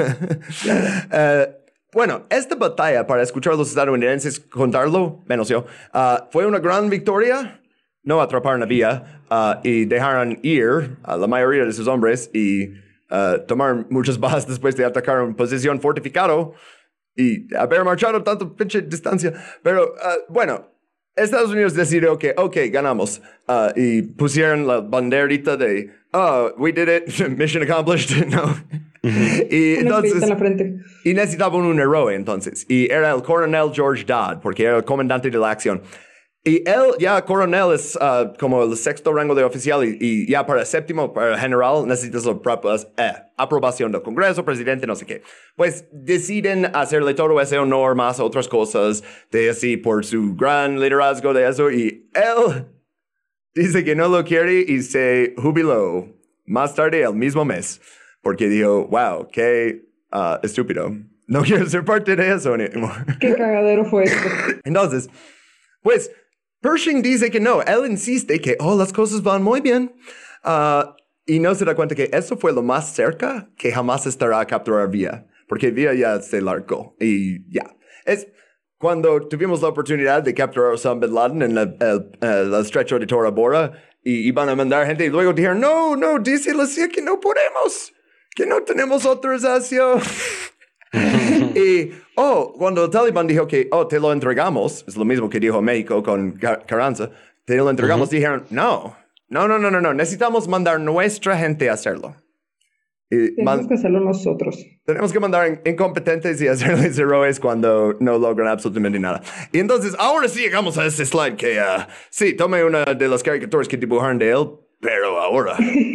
Bueno, esta batalla, para escuchar a los estadounidenses contarlo, menos yo, fue una gran victoria. No atraparon a Villa y dejaron ir a la mayoría de sus hombres y tomaron muchas bajas después de atacar una posición fortificada y haber marchado tanto pinche distancia. Pero, bueno, Estados Unidos decidió que, ganamos. Y pusieron la banderita de, we did it, mission accomplished, ¿no? Y entonces, en la frente. Y necesitaban un héroe entonces. Y era el coronel George Dodd, porque era el comandante de la acción. Y él, ya coronel, es como el sexto rango de oficial. Y ya para el séptimo, para el general, necesitas la aprobación del Congreso, presidente, no sé qué. Pues deciden hacerle todo ese honor, más otras cosas, de así, por su gran liderazgo de eso. Y él dice que no lo quiere y se jubiló más tarde, el mismo mes. Porque dijo, wow, qué estúpido. No quiero ser parte de eso anymore. Qué cagadero fue esto. Entonces, pues, Pershing dice que no. Él insiste que, las cosas van muy bien. Y no se da cuenta que eso fue lo más cerca que jamás estará a capturar Villa. Porque Villa ya se largó. Y ya. Es cuando tuvimos la oportunidad de capturar a Osama Bin Laden en el estrecho de Tora Bora. Y iban a mandar gente. Y luego dijeron, no, dice la CIA que no podemos. Que no tenemos autorización. Y, cuando el Talibán dijo que, te lo entregamos, es lo mismo que dijo México con Carranza, te lo entregamos, dijeron, no, necesitamos mandar nuestra gente a hacerlo. Y tenemos que hacerlo nosotros. Tenemos que mandar incompetentes y hacerles héroes cuando no logran absolutamente nada. Y entonces, ahora sí llegamos a este slide que, sí, tomé una de las caricaturas que dibujaron de él, pero ahora...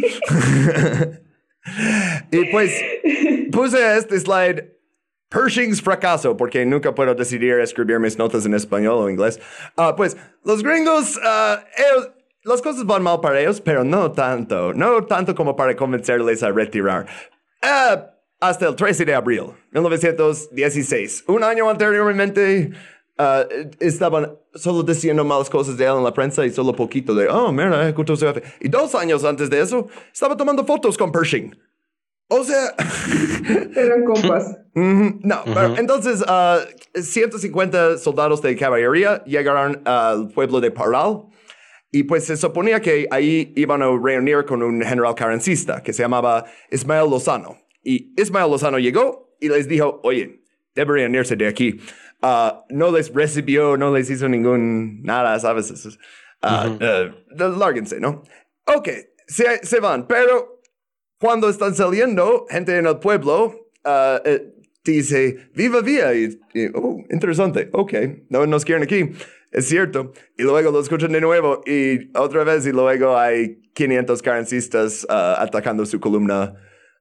Y pues puse este slide Pershing's fracaso, porque nunca puedo decidir escribir mis notas en español o inglés. Pues los gringos, las cosas van mal para ellos, pero no tanto como para convencerles a retirar. Hasta el 13 de abril de 1916, un año anteriormente, estaban solo diciendo malas cosas de él en la prensa y solo poquito de, mira, ejecutó su jefe. Y 2 años antes de eso, estaba tomando fotos con Pershing. O sea... Eran compas. No, pero entonces 150 soldados de caballería llegaron al pueblo de Parral y pues se suponía que ahí iban a reunir con un general carrancista que se llamaba Ismael Lozano. Y Ismael Lozano llegó y les dijo, oye, deberían irse de aquí. No les recibió, no les hizo nada, ¿sabes? Lárguense, ¿no? Ok, se van, pero cuando están saliendo, gente en el pueblo dice, ¡viva Villa! Y interesante, ok, no nos quieren aquí, es cierto. Y luego lo escuchan de nuevo y otra vez y luego hay 500 carrancistas atacando su columna.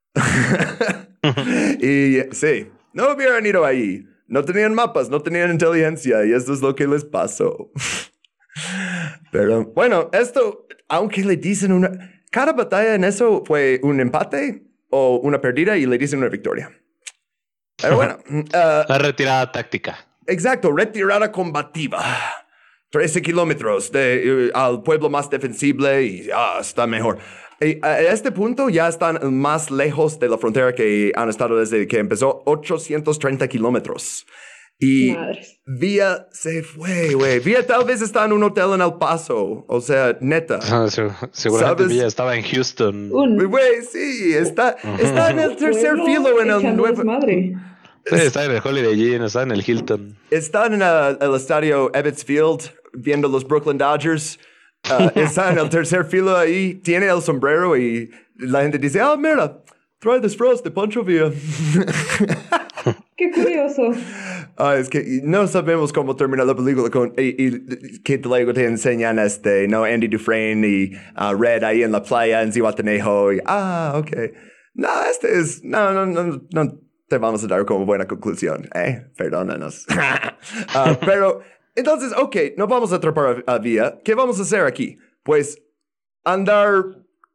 Y sí, no hubieran ido ahí. No tenían mapas, no tenían inteligencia y esto es lo que les pasó. Pero bueno, esto, aunque le dicen cada batalla en eso fue un empate o una pérdida y le dicen una victoria. Pero bueno. La retirada táctica. Exacto, retirada combativa. 13 kilómetros al pueblo más defensible y está mejor. A este punto ya están más lejos de la frontera que han estado desde que empezó, 830 kilómetros. Y Villa se fue, güey. Villa tal vez está en un hotel en El Paso. O sea, neta. Seguramente Villa estaba en Houston. Güey, sí. Está en el tercer filo en el nuevo... Sí, está en el Holiday Inn, está en el Hilton. Está en el estadio Ebbets Field viendo los Brooklyn Dodgers. Está en el tercer filo ahí. Tiene el sombrero y la gente dice, mira, trae disfraz de Pancho Villa. Qué curioso. Es que no sabemos cómo termina la película con y que luego te enseñan ¿no? Andy Dufresne y Red ahí en la playa en Zihuatanejo y ok. No, no te vamos a dar como buena conclusión, perdónanos. Pero entonces, ok, no vamos a atrapar a Villa. ¿Qué vamos a hacer aquí? Pues andar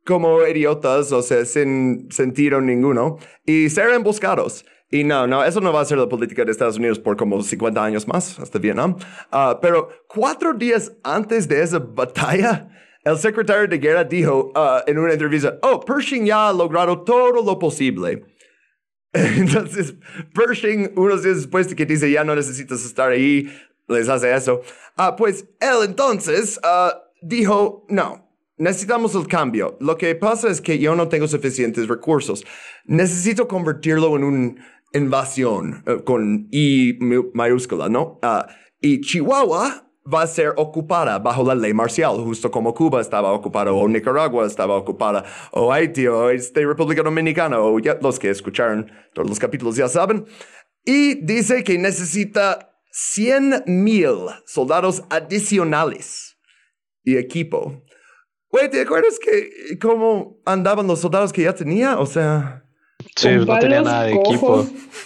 como idiotas, o sea, sin sentido ninguno, y ser emboscados. Y no, eso no va a ser la política de Estados Unidos por como 50 años más, hasta Vietnam. Pero 4 días antes de esa batalla, el secretario de guerra dijo en una entrevista, Pershing ya ha logrado todo lo posible. Entonces, Pershing, unos días después de que dice, ya no necesitas estar ahí, les hace eso. Pues él entonces dijo, no. Necesitamos el cambio. Lo que pasa es que yo no tengo suficientes recursos. Necesito convertirlo en una invasión con I mayúscula, ¿no? Y Chihuahua va a ser ocupada bajo la ley marcial, justo como Cuba estaba ocupada, o Nicaragua estaba ocupada, o Haití, o República Dominicana, o ya los que escucharon todos los capítulos ya saben. Y dice que necesita 100,000 soldados adicionales y equipo. Güey, ¿te acuerdas que cómo andaban los soldados que ya tenía? O sea... Sí, no tenía nada de equipo.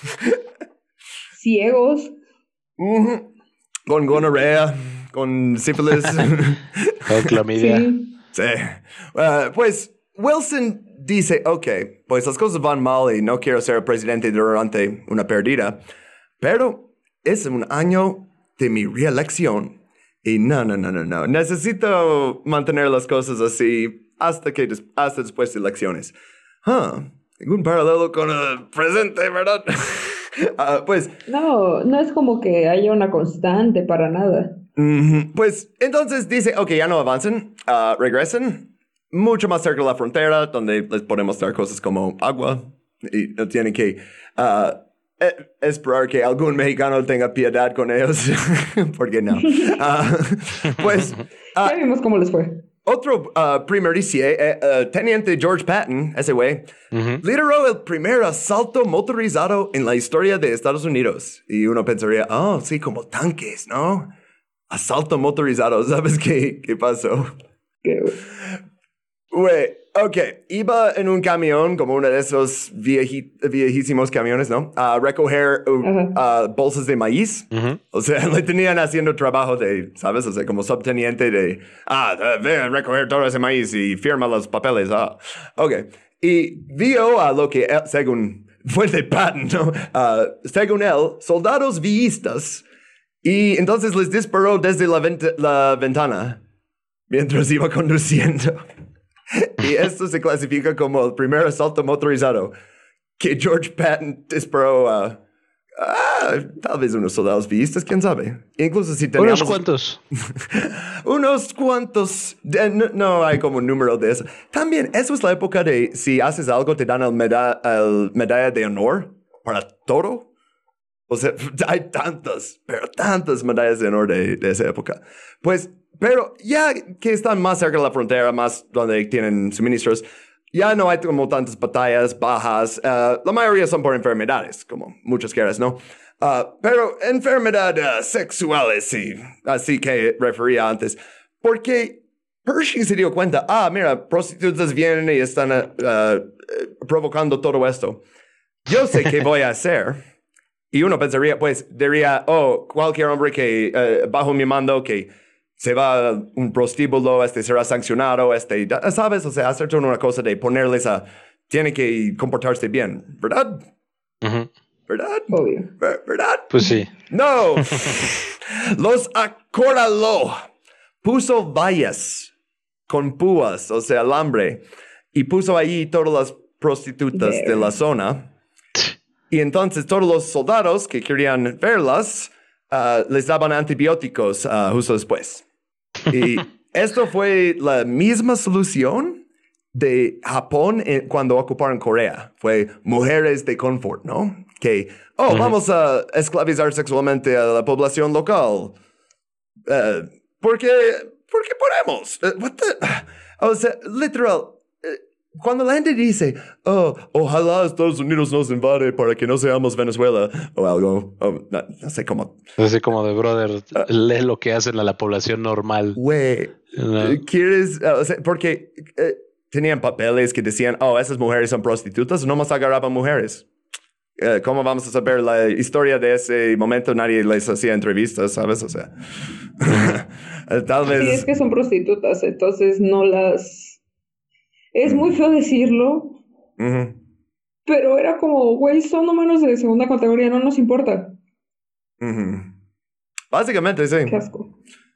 Ciegos. Con gonorrea, con sífilis. Con clamidia. Sí. Pues Wilson dice, ok, pues las cosas van mal y no quiero ser presidente durante una pérdida, pero es un año de mi reelección. Y no. Necesito mantener las cosas así hasta después de elecciones. Ningún paralelo con el presente, ¿verdad? Pues... No es como que haya una constante para nada. Pues entonces dice, ok, ya no avancen, regresen mucho más cerca de la frontera, donde les podemos dar cosas como agua. Y no tienen que... esperar que algún mexicano tenga piedad con ellos. ¿Por qué no? Pues... ya vimos cómo les fue. Otro primericie, teniente George Patton, ese güey, lideró el primer asalto motorizado en la historia de Estados Unidos. Y uno pensaría, sí, como tanques, ¿no? Asalto motorizado, ¿sabes qué pasó? Güey, ok, iba en un camión, como uno de esos viejísimos camiones, ¿no? A recoger bolsas de maíz. O sea, le tenían haciendo trabajo de, ¿sabes? O sea, como subteniente de, ve a recoger todo ese maíz y firma los papeles. Ok. Y vio a lo que, según, fue de Patton, ¿no? Según él, soldados villistas. Y entonces les disparó desde la ventana mientras iba conduciendo. Y esto se clasifica como el primer asalto motorizado que George Patton disparó tal vez unos soldados villistas, quién sabe. Incluso si teníamos... Unos cuantos. Unos cuantos. No hay como un número de eso. También, eso es la época de si haces algo te dan el medalla de honor para todo. O sea, hay tantas medallas de honor de esa época. Pues... Pero ya que están más cerca de la frontera, más donde tienen suministros, ya no hay como tantas batallas bajas. La mayoría son por enfermedades, como muchas guerras, ¿no? Pero enfermedades sexuales, sí. Así que refería antes. Porque Pershing se dio cuenta, mira, prostitutas vienen y están provocando todo esto. Yo sé qué voy a hacer. Y uno pensaría, pues, diría, cualquier hombre que, bajo mi mando, que se va a un prostíbulo, será sancionado, ¿sabes? O sea, hacer una cosa de ponerles tiene que comportarse bien, ¿verdad? ¿Verdad? Obvio. ¿Verdad? Pues sí. No. Los acorraló. Puso vallas con púas, o sea, alambre, y puso allí todas las prostitutas de la zona. Y entonces todos los soldados que querían verlas les daban antibióticos justo después. Y esto fue la misma solución de Japón cuando ocuparon Corea. Fue mujeres de confort, ¿no? Que, vamos a esclavizar sexualmente a la población local. Porque podemos. O sea, literal, cuando la gente dice, ojalá Estados Unidos nos invade para que no seamos Venezuela o algo, no sé cómo. Así como de brother, lee lo que hacen a la población normal. Güey, ¿quieres? O sea, porque tenían papeles que decían, esas mujeres son prostitutas, nomás agarraban mujeres. ¿Cómo vamos a saber la historia de ese momento? Nadie les hacía entrevistas, ¿sabes? O sea, tal vez... Sí, es que son prostitutas, entonces no las... Es muy feo decirlo, pero era como, güey, son humanos de segunda categoría, no nos importa. Básicamente, sí. Qué asco.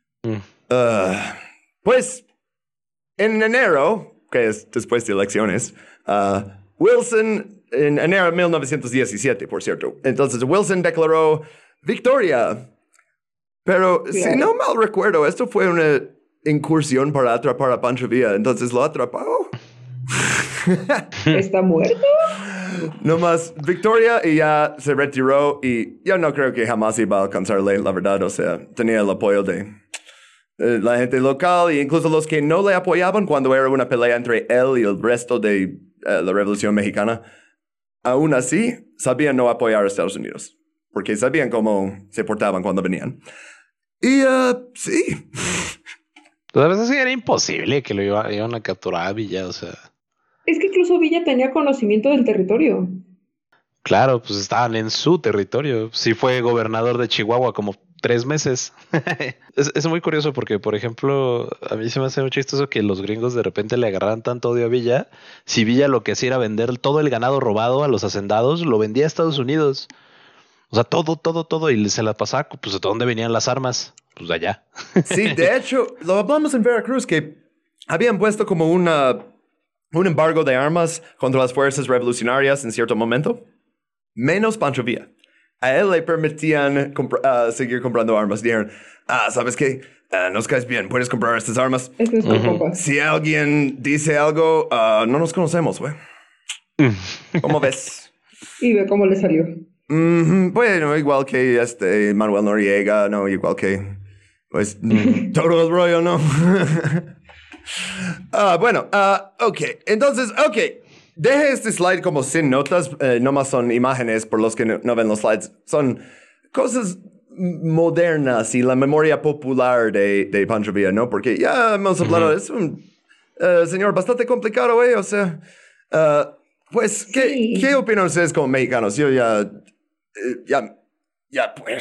Pues, en enero, que es después de elecciones, Wilson, en enero de 1917, por cierto, entonces Wilson declaró victoria. Pero, si no mal recuerdo, esto fue una incursión para atrapar a Pancho Villa, entonces lo atrapó. ¿Está muerto? No más victoria y ya se retiró y yo no creo que jamás iba a alcanzarle, la verdad. O sea, tenía el apoyo de la gente local e incluso los que no le apoyaban cuando era una pelea entre él y el resto de la Revolución Mexicana. Aún así, sabían no apoyar a Estados Unidos porque sabían cómo se portaban cuando venían. Y sí. Pues a veces sí era imposible que lo iban a capturar a Villa, o sea. Es que incluso Villa tenía conocimiento del territorio. Claro, pues estaban en su territorio. Sí fue gobernador de Chihuahua como 3 meses. Es muy curioso porque, por ejemplo, a mí se me hace muy chistoso que los gringos de repente le agarraran tanto odio a Villa. Si Villa lo que hacía era vender todo el ganado robado a los hacendados, lo vendía a Estados Unidos. O sea, todo. Y se la pasaba, pues, ¿de dónde venían las armas? Pues de allá. Sí, de hecho, lo hablamos en Veracruz, que habían puesto como un embargo de armas contra las fuerzas revolucionarias en cierto momento. Menos Pancho Villa. A él le permitían seguir comprando armas. Dijeron, ¿sabes qué? Nos caes bien, puedes comprar estas armas. Esto es Si alguien dice algo, no nos conocemos, güey. ¿Cómo ves? Y ve cómo le salió. Bueno, igual que Manuel Noriega, ¿no? Igual que, pues, todo el rollo, ¿no? Bueno, ok. Entonces, ok. Deje este slide como sin notas. Nomás son imágenes por los que no ven los slides. Son cosas modernas y la memoria popular de Pancho Villa, ¿no? Porque ya hemos hablado, es un señor bastante complicado, ¿eh? O sea, pues, ¿qué opinan ustedes como mexicanos? Yo ya pues.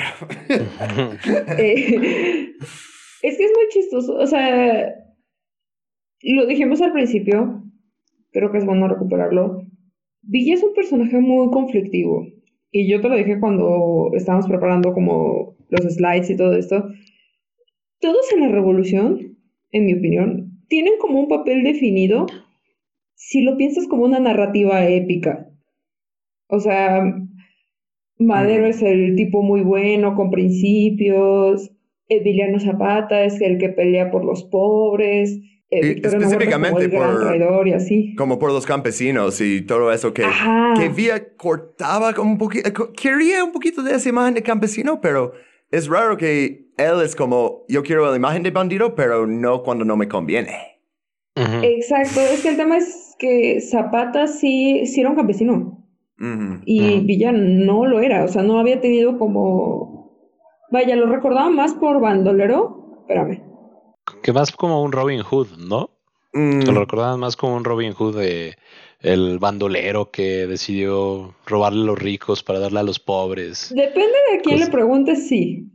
Es que es muy chistoso. O sea, lo dijimos al principio, creo que es bueno recuperarlo. Villa es un personaje muy conflictivo. Y yo te lo dije cuando estábamos preparando como los slides y todo esto. Todos en la revolución, en mi opinión, tienen como un papel definido si lo piensas como una narrativa épica. O sea, Madero es el tipo muy bueno, con principios. Emiliano Zapata es el que pelea por los pobres. Específicamente como el gran traidor y así. Como por los campesinos y todo eso que Villa cortaba como un poquito. Quería un poquito de esa imagen de campesino, pero es raro que él es como, yo quiero la imagen de bandido, pero no cuando no me conviene. Exacto, es que el tema es que Zapata sí era un campesino. Y Villa no lo era, o sea, no había tenido como... Vaya, lo recordaba más por bandolero. Espérame. Que más como un Robin Hood, ¿no? Lo recordaban más como un Robin Hood de el bandolero que decidió robarle a los ricos para darle a los pobres. Depende de a quién le preguntes, sí.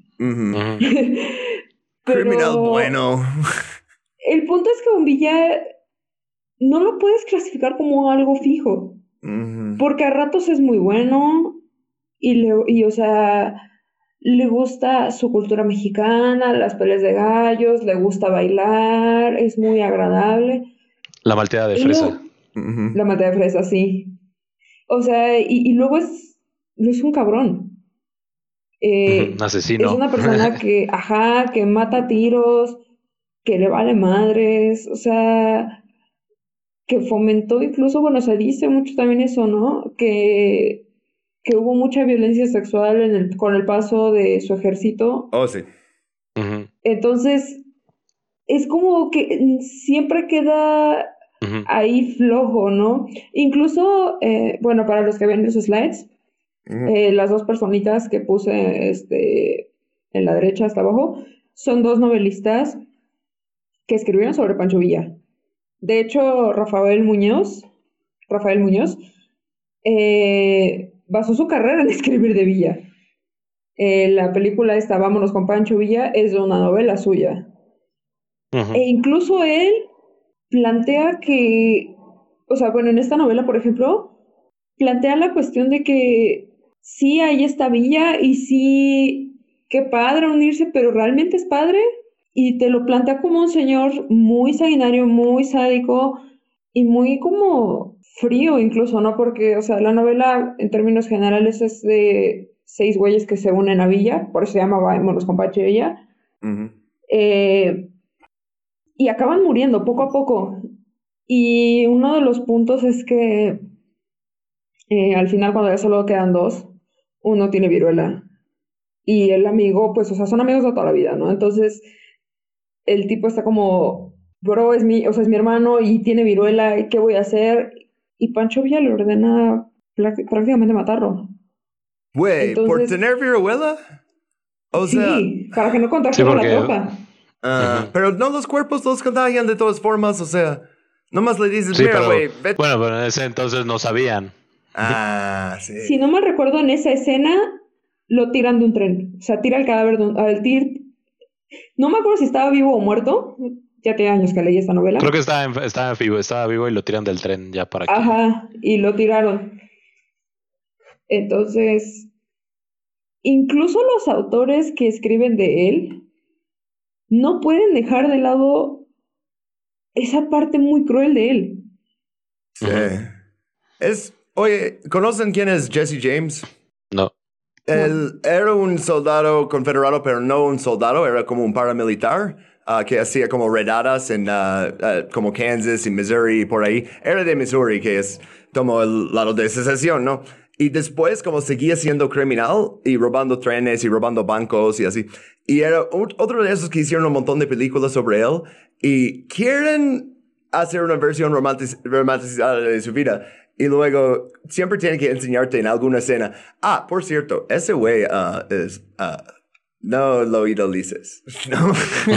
Pero criminal bueno. El punto es que con Villa no lo puedes clasificar como algo fijo. Porque a ratos es muy bueno y o sea, le gusta su cultura mexicana, las peleas de gallos, le gusta bailar, es muy agradable. La malteada de fresa. La malteada de fresa, sí. O sea, y luego es un cabrón. Asesino. Es una persona que mata tiros, que le vale madres, o sea, que fomentó incluso, bueno, se dice mucho también eso, ¿no? Que hubo mucha violencia sexual con el paso de su ejército. Oh, sí. Entonces, es como que siempre queda ahí flojo, ¿no? Incluso, bueno, para los que ven esos slides, las dos personitas que puse en la derecha hasta abajo son dos novelistas que escribieron sobre Pancho Villa. De hecho, Rafael Muñoz basó su carrera en escribir de Villa. La película esta, Vámonos con Pancho Villa, es de una novela suya. E incluso él plantea que, o sea, bueno, en esta novela, por ejemplo, plantea la cuestión de que sí hay esta villa y sí, qué padre unirse, pero ¿realmente es padre? Y te lo plantea como un señor muy sanguinario, muy sádico y muy como frío incluso, ¿no? Porque, o sea, la novela en términos generales es de 6 güeyes que se unen a villa, por eso se llama Vámonos con Pancho Villa. Uh-huh. Y acaban muriendo poco a poco. Y uno de los puntos es que al final, cuando ya solo quedan 2, uno tiene viruela. Y el amigo, pues, o sea, son amigos de toda la vida, ¿no? Entonces, el tipo está como, bro, es mi hermano y tiene viruela, ¿qué voy a hacer? Y Pancho Villa le ordena prácticamente matarlo. Güey, ¿por tener viruela? O sea, sí, para que no contagie con la tropa. Pero no, los cuerpos los contagian de todas formas, o sea, nomás le dices, sí, mira, güey, vete. Bueno, pero en ese entonces no sabían. Sí. Si no me recuerdo, en esa escena lo tiran de un tren. O sea, tira el cadáver de un... No me acuerdo si estaba vivo o muerto. Ya tiene años que leí esta novela. Creo que estaba vivo y lo tiran del tren ya para aquí. Ajá, y lo tiraron. Entonces, incluso los autores que escriben de él no pueden dejar de lado esa parte muy cruel de él. Sí. Oye, ¿conocen quién es Jesse James? No. Él era un soldado confederado, pero no un soldado, era como un paramilitar que hacía como redadas en como Kansas y Missouri y por ahí. Era de Missouri, que es como el lado de secesión, ¿no? Y después como seguía siendo criminal y robando trenes y robando bancos y así. Y era otro de esos que hicieron un montón de películas sobre él y quieren hacer una versión romantizada de su vida. Y luego siempre tienen que enseñarte en alguna escena. Por cierto, ese güey no lo idolices, ¿no?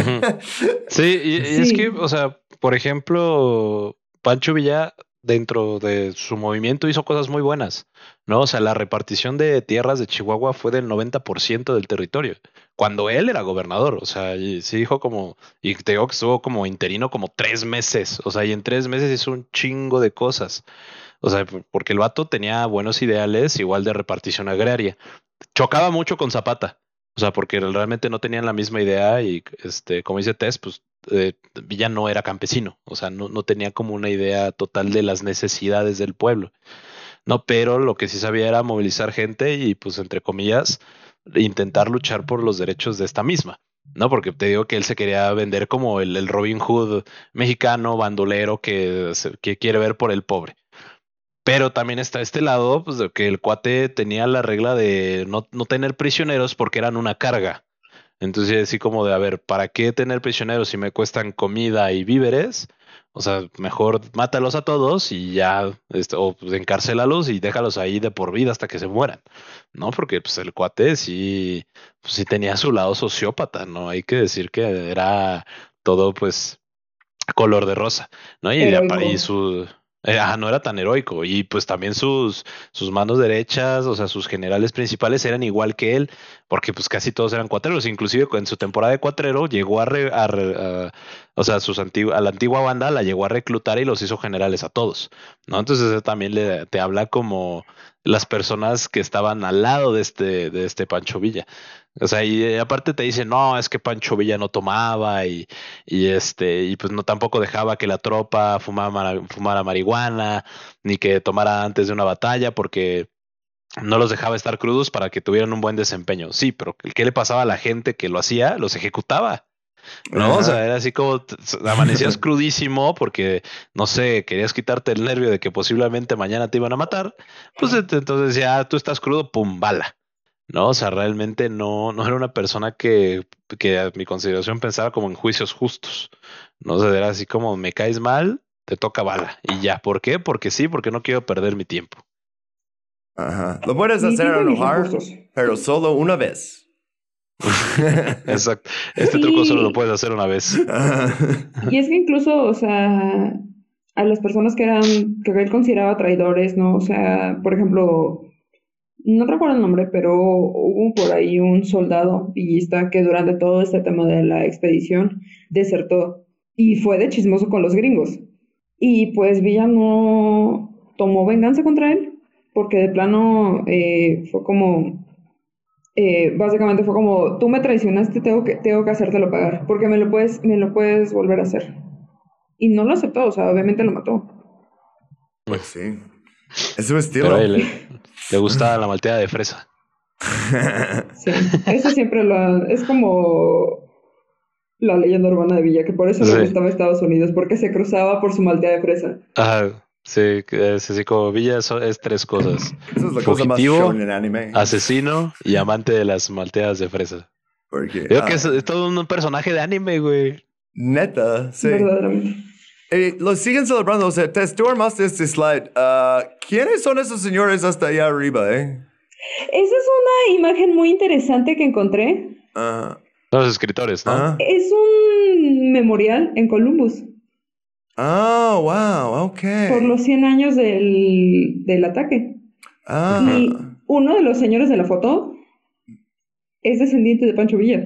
Sí, y es que, o sea, por ejemplo, Pancho Villa, dentro de su movimiento, hizo cosas muy buenas, ¿no? O sea, la repartición de tierras de Chihuahua fue del 90% del territorio, cuando él era gobernador. O sea, y sí dijo como, y te digo que estuvo como interino como 3 meses, o sea, y en 3 meses hizo un chingo de cosas. O sea, porque el vato tenía buenos ideales, igual de repartición agraria. Chocaba mucho con Zapata. O sea, porque realmente no tenían la misma idea y, como dice Tess, pues Villa no era campesino. O sea, no tenía como una idea total de las necesidades del pueblo. No, pero lo que sí sabía era movilizar gente y, pues, entre comillas, intentar luchar por los derechos de esta misma. No, porque te digo que él se quería vender como el Robin Hood mexicano, bandolero, que quiere ver por el pobre. Pero también está este lado, pues, de que el cuate tenía la regla de no tener prisioneros porque eran una carga. Entonces, así como de, a ver, ¿para qué tener prisioneros si me cuestan comida y víveres? O sea, mejor mátalos a todos y ya, o pues, encárcelalos y déjalos ahí de por vida hasta que se mueran, ¿no? Porque pues el cuate sí, pues, sí tenía su lado sociópata, ¿no? Hay que decir que era todo, pues, color de rosa, ¿no? Y su... no era tan heroico. Y pues también sus manos derechas, o sea, sus generales principales eran igual que él, porque pues casi todos eran cuatreros. Inclusive en su temporada de cuatrero llegó o sea, a la antigua banda la llegó a reclutar y los hizo generales a todos, ¿no? Entonces eso también te habla como las personas que estaban al lado de este Pancho Villa. O sea, y aparte te dicen, no, es que Pancho Villa no tomaba y pues no tampoco dejaba que la tropa fumara marihuana, ni que tomara antes de una batalla, porque no los dejaba estar crudos para que tuvieran un buen desempeño. Sí, pero ¿qué le pasaba a la gente que lo hacía? Los ejecutaba. ¿No? O sea, era así como amanecías crudísimo porque, no sé, querías quitarte el nervio de que posiblemente mañana te iban a matar. Pues entonces ya tú estás crudo, pum, bala. ¿No? O sea, realmente no era una persona que a mi consideración pensaba como en juicios justos. No, o sea, era así como, me caes mal, te toca bala. Y ya, ¿por qué? Porque sí, porque no quiero perder mi tiempo. Ajá. Lo puedes hacer enojar, pero solo una vez. Exacto. Este truco solo lo puedes hacer una vez. Y es que incluso, o sea, a las personas que él consideraba traidores, ¿no? O sea, por ejemplo, no recuerdo el nombre, pero hubo por ahí un soldado villista que durante todo este tema de la expedición desertó. y fue de chismoso con los gringos. Y pues Villa no tomó venganza contra él, porque de plano fue como, básicamente fue como, tú me traicionaste, tengo que hacértelo pagar, porque me lo puedes volver a hacer. Y no lo aceptó, o sea, obviamente lo mató. Pues sí. Es su estilo. Pero a él le gustaba la malteada de fresa. Sí, eso siempre es como la leyenda urbana de Villa, que por eso le gustaba Estados Unidos, porque se cruzaba por su malteada de fresa. Ajá, sí, es así como Villa es 3 cosas. Esa es la cosa más shown en anime. Asesino y amante de las malteadas de fresa. Porque, creo que es todo un personaje de anime, güey. Neta, sí. Verdaderamente. Lo siguen celebrando, o sea, tú armaste este slide. ¿Quiénes son esos señores hasta allá arriba, Esa es una imagen muy interesante que encontré. Los escritores, ¿no? Es un memorial en Columbus. Oh, wow, ok. Por los 100 años del ataque. Y uno de los señores de la foto es descendiente de Pancho Villa.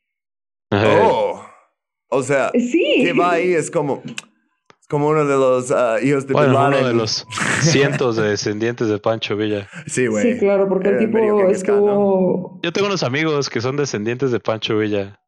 Oh, o sea, sí. que va ahí es como uno de los hijos de Bin Laden. Uno de los cientos de descendientes de Pancho Villa. Sí, güey. Sí, claro, porque el tipo estuvo... ¿no? Yo tengo unos amigos que son descendientes de Pancho Villa.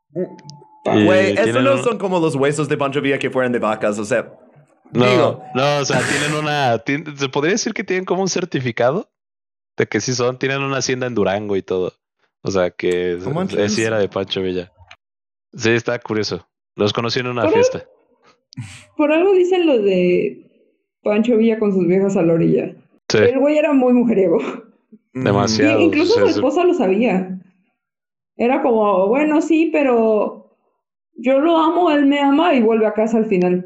Güey, eso no son como los huesos de Pancho Villa que fueran de vacas, o sea... No, o sea, se podría decir que tienen como un certificado de que sí tienen una hacienda en Durango y todo. O sea, que sí era de Pancho Villa. Sí, está curioso. Los conocí en una fiesta. Por algo dicen lo de Pancho Villa con sus viejas a la orilla. Sí. El güey era muy mujeriego. Demasiado. Y incluso su esposa lo sabía. Era como, bueno, sí, pero yo lo amo, él me ama y vuelve a casa al final.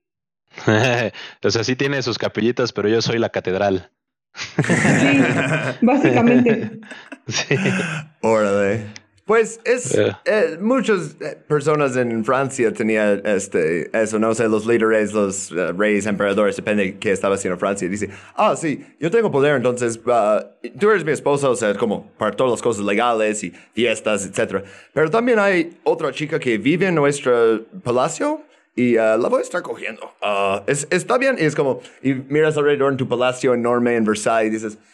O sea, sí tiene sus capillitas, pero yo soy la catedral. Sí, básicamente. Sí. Órale. Pues muchas personas en Francia tenían eso, no sé, los líderes, los reyes, emperadores, depende de qué estaba haciendo Francia. Dice, sí, yo tengo poder, entonces tú eres mi esposa, o sea, como para todas las cosas legales y fiestas, etc. Pero también hay otra chica que vive en nuestro palacio y la voy a estar cogiendo. Está bien, y es como, y miras alrededor en tu palacio enorme en Versailles y dices,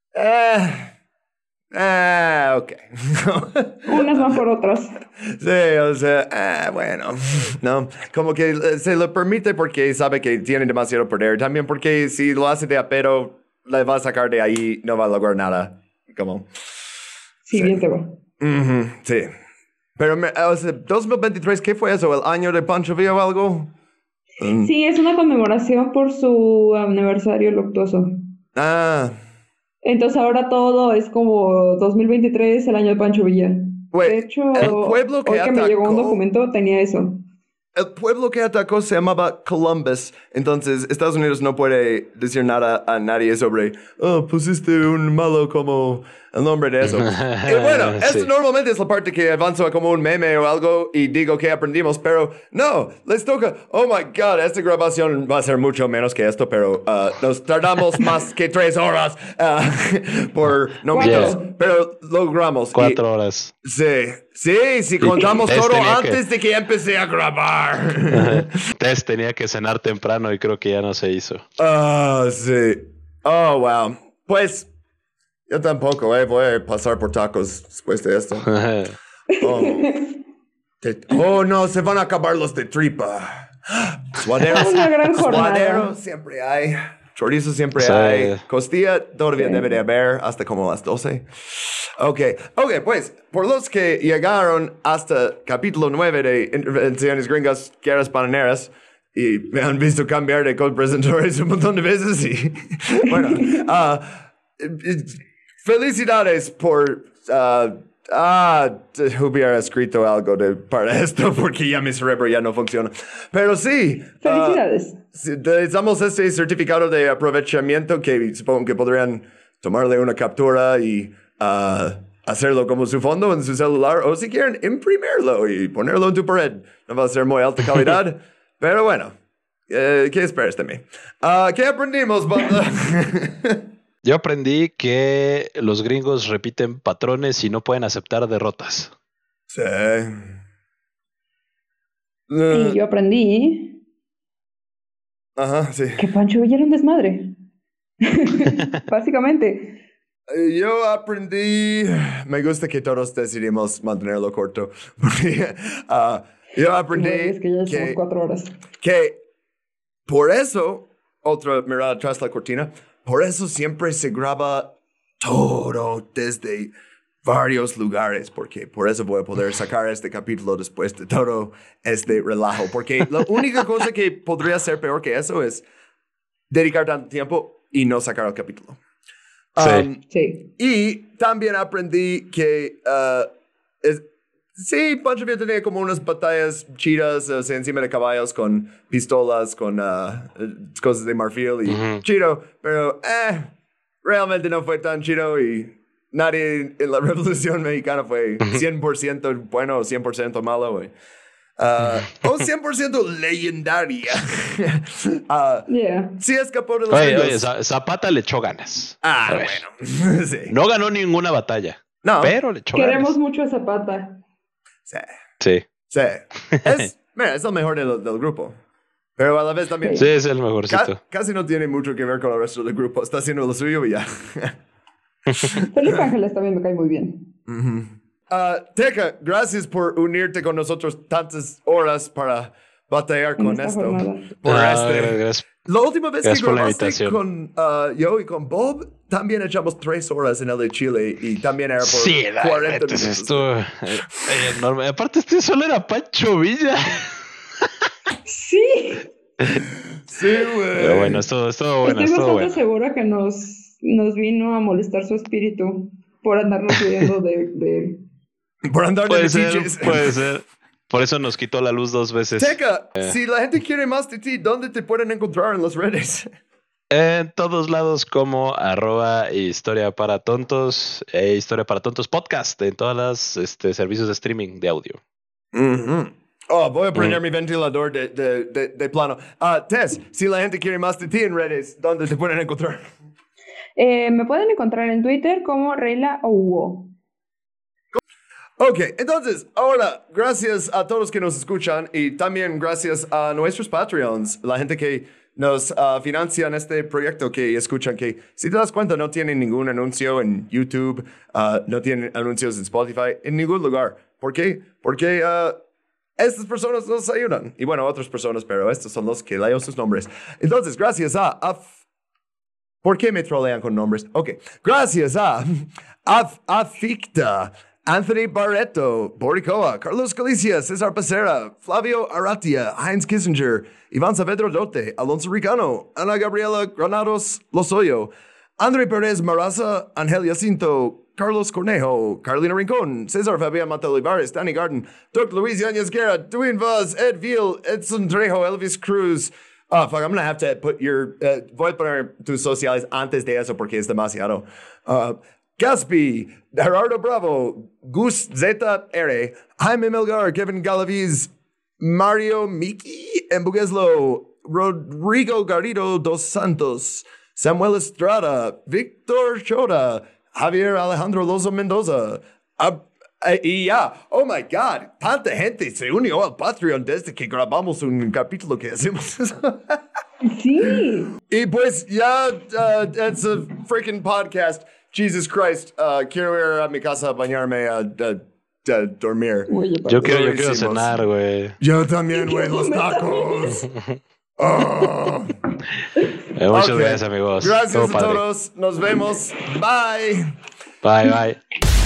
ok. Unas van por otras. Sí, o sea, bueno, no, como que se lo permite porque sabe que tiene demasiado poder. También porque si lo hace de apero, le va a sacar de ahí, no va a lograr nada. Como... Sí, bien te va. Sí. Pero, o sea, 2023, ¿qué fue eso? ¿El año de Pancho Villa o algo? Sí, es una conmemoración por su aniversario luctuoso. Entonces ahora todo es como 2023, el año de Pancho Villa. De hecho, el pueblo que hoy que me llegó un documento tenía eso. El pueblo que atacó se llamaba Columbus. Entonces Estados Unidos no puede decir nada a nadie sobre pusiste un malo como el nombre de eso. Y bueno, esto normalmente es la parte que avanzo como un meme o algo y digo que aprendimos, pero no, les toca. Oh my God, esta grabación va a ser mucho menos que esto, pero nos tardamos más que 3 horas por mitos, pero logramos. 4 horas. Sí, contamos todo antes de que empecé a grabar. Tess tenía que cenar temprano y creo que ya no se hizo. Sí. Oh, wow. Pues, yo tampoco, voy a pasar por tacos después de esto. No, se van a acabar los de tripa. Suadero siempre hay. Chorizo siempre hay. Costilla todavía debe de haber hasta como las 12. Ok, pues, por los que llegaron hasta capítulo 9 de Intervenciones Gringas, Guerras Bananeras, y me han visto cambiar de copresentadores un montón de veces, y bueno, felicidades por... hubiera escrito algo para esto porque ya mi cerebro ya no funciona. Pero sí. Felicidades. Les damos este certificado de aprovechamiento que supongo que podrían tomarle una captura y hacerlo como su fondo en su celular, o si quieren imprimirlo y ponerlo en tu pared. No va a ser muy alta calidad, pero bueno, ¿qué esperas de mí? ¿Qué aprendimos, banda? Yo aprendí que los gringos repiten patrones y no pueden aceptar derrotas. Sí. Y yo aprendí sí. que Pancho Villa era un desmadre. Básicamente. Yo aprendí... Me gusta que todos decidimos mantenerlo corto. Porque yo aprendí es que ya somos 4 horas. Que por eso, otra mirada tras la cortina, por eso siempre se graba todo desde varios lugares, porque por eso voy a poder sacar este capítulo después de todo este relajo, porque la única cosa que podría ser peor que eso es dedicar tanto tiempo y no sacar el capítulo. Sí. Y también aprendí que sí, Pancho Villa tenía como unas batallas chidas, o sea, encima de caballos con pistolas, con cosas de marfil y chido, pero realmente no fue tan chido y nadie en la Revolución Mexicana fue 100% bueno o 100% malo, güey. O 100% legendaria. Sí escapó de los Oye, Zapata le echó ganas. Bueno. Sí. No ganó ninguna batalla. No. Pero le echó Queremos ganas. mucho a Zapata. Sí. Es el mejor del grupo. Pero a la vez también... Sí, es el mejorcito. Casi no tiene mucho que ver con el resto del grupo. Está haciendo lo suyo y ya. Felipe Ángeles también me cae muy bien. Teca, gracias por unirte con nosotros tantas horas para batallar con esto. Gracias. La última vez que grabaste con yo y con Bob, también echamos 3 horas en el de Chile y también era por 40 minutos. Estuvo enorme. Aparte, solo era Pancho Villa. Sí. Sí, güey. Pero bueno, estuvo bueno. Estoy bastante segura que nos vino a molestar su espíritu por andarnos subiendo de... Por andar puede ser. Por eso nos quitó la luz 2 veces. Teca, si la gente quiere más de ti, ¿dónde te pueden encontrar en las redes? En todos lados como @Historia para Tontos e Historia para Tontos podcast en todas las servicios de streaming de audio. Voy a prender mi ventilador de plano. Tess, si la gente quiere más de ti en redes, ¿dónde te pueden encontrar? Me pueden encontrar en Twitter como Reyla Ouwo. Ok, entonces, ahora, gracias a todos que nos escuchan y también gracias a nuestros Patreons, la gente que nos financia en este proyecto, que escuchan que, si te das cuenta, no tienen ningún anuncio en YouTube, no tienen anuncios en Spotify, en ningún lugar. ¿Por qué? Porque estas personas nos ayudan. Y bueno, otras personas, pero estos son los que leo sus nombres. Entonces, gracias a ¿por qué me trolean con nombres? Ok, gracias a Aficta, Anthony Barreto, Boricoa, Carlos Galicia, César Pacera, Flavio Aratia, Heinz Kissinger, Iván Saavedra Dote, Alonso Ricano, Ana Gabriela Granados Lozoyo, André Pérez Maraza, Ángel Jacinto, Carlos Cornejo, Carolina Rincón, César Fabián Mata Olivares, Danny Garden, Doc Luis Yáñez Guerra, Dwayne Vaz, Ed Viel, Edson Trejo, Elvis Cruz. Fuck, I'm gonna have to put voy a poner tus sociales antes de eso porque es demasiado. Gaspi, Gerardo Bravo, Gus ZR, Jaime Melgar, Kevin Galaviz, Mario Miki Embugueslo, Rodrigo Garrido dos Santos, Samuel Estrada, Víctor Chora, Javier Alejandro Lozo Mendoza, y ya, oh my God, tanta gente se unió al Patreon desde que grabamos un capítulo que hacemos. Sí. Y pues ya, it's a freaking podcast. Jesus Christ, quiero ir a mi casa a bañarme, a dormir. Yo quiero cenar, güey. Yo también, güey, los tacos. Muchas gracias, amigos. Gracias a todos. Nos vemos. Bye. Bye.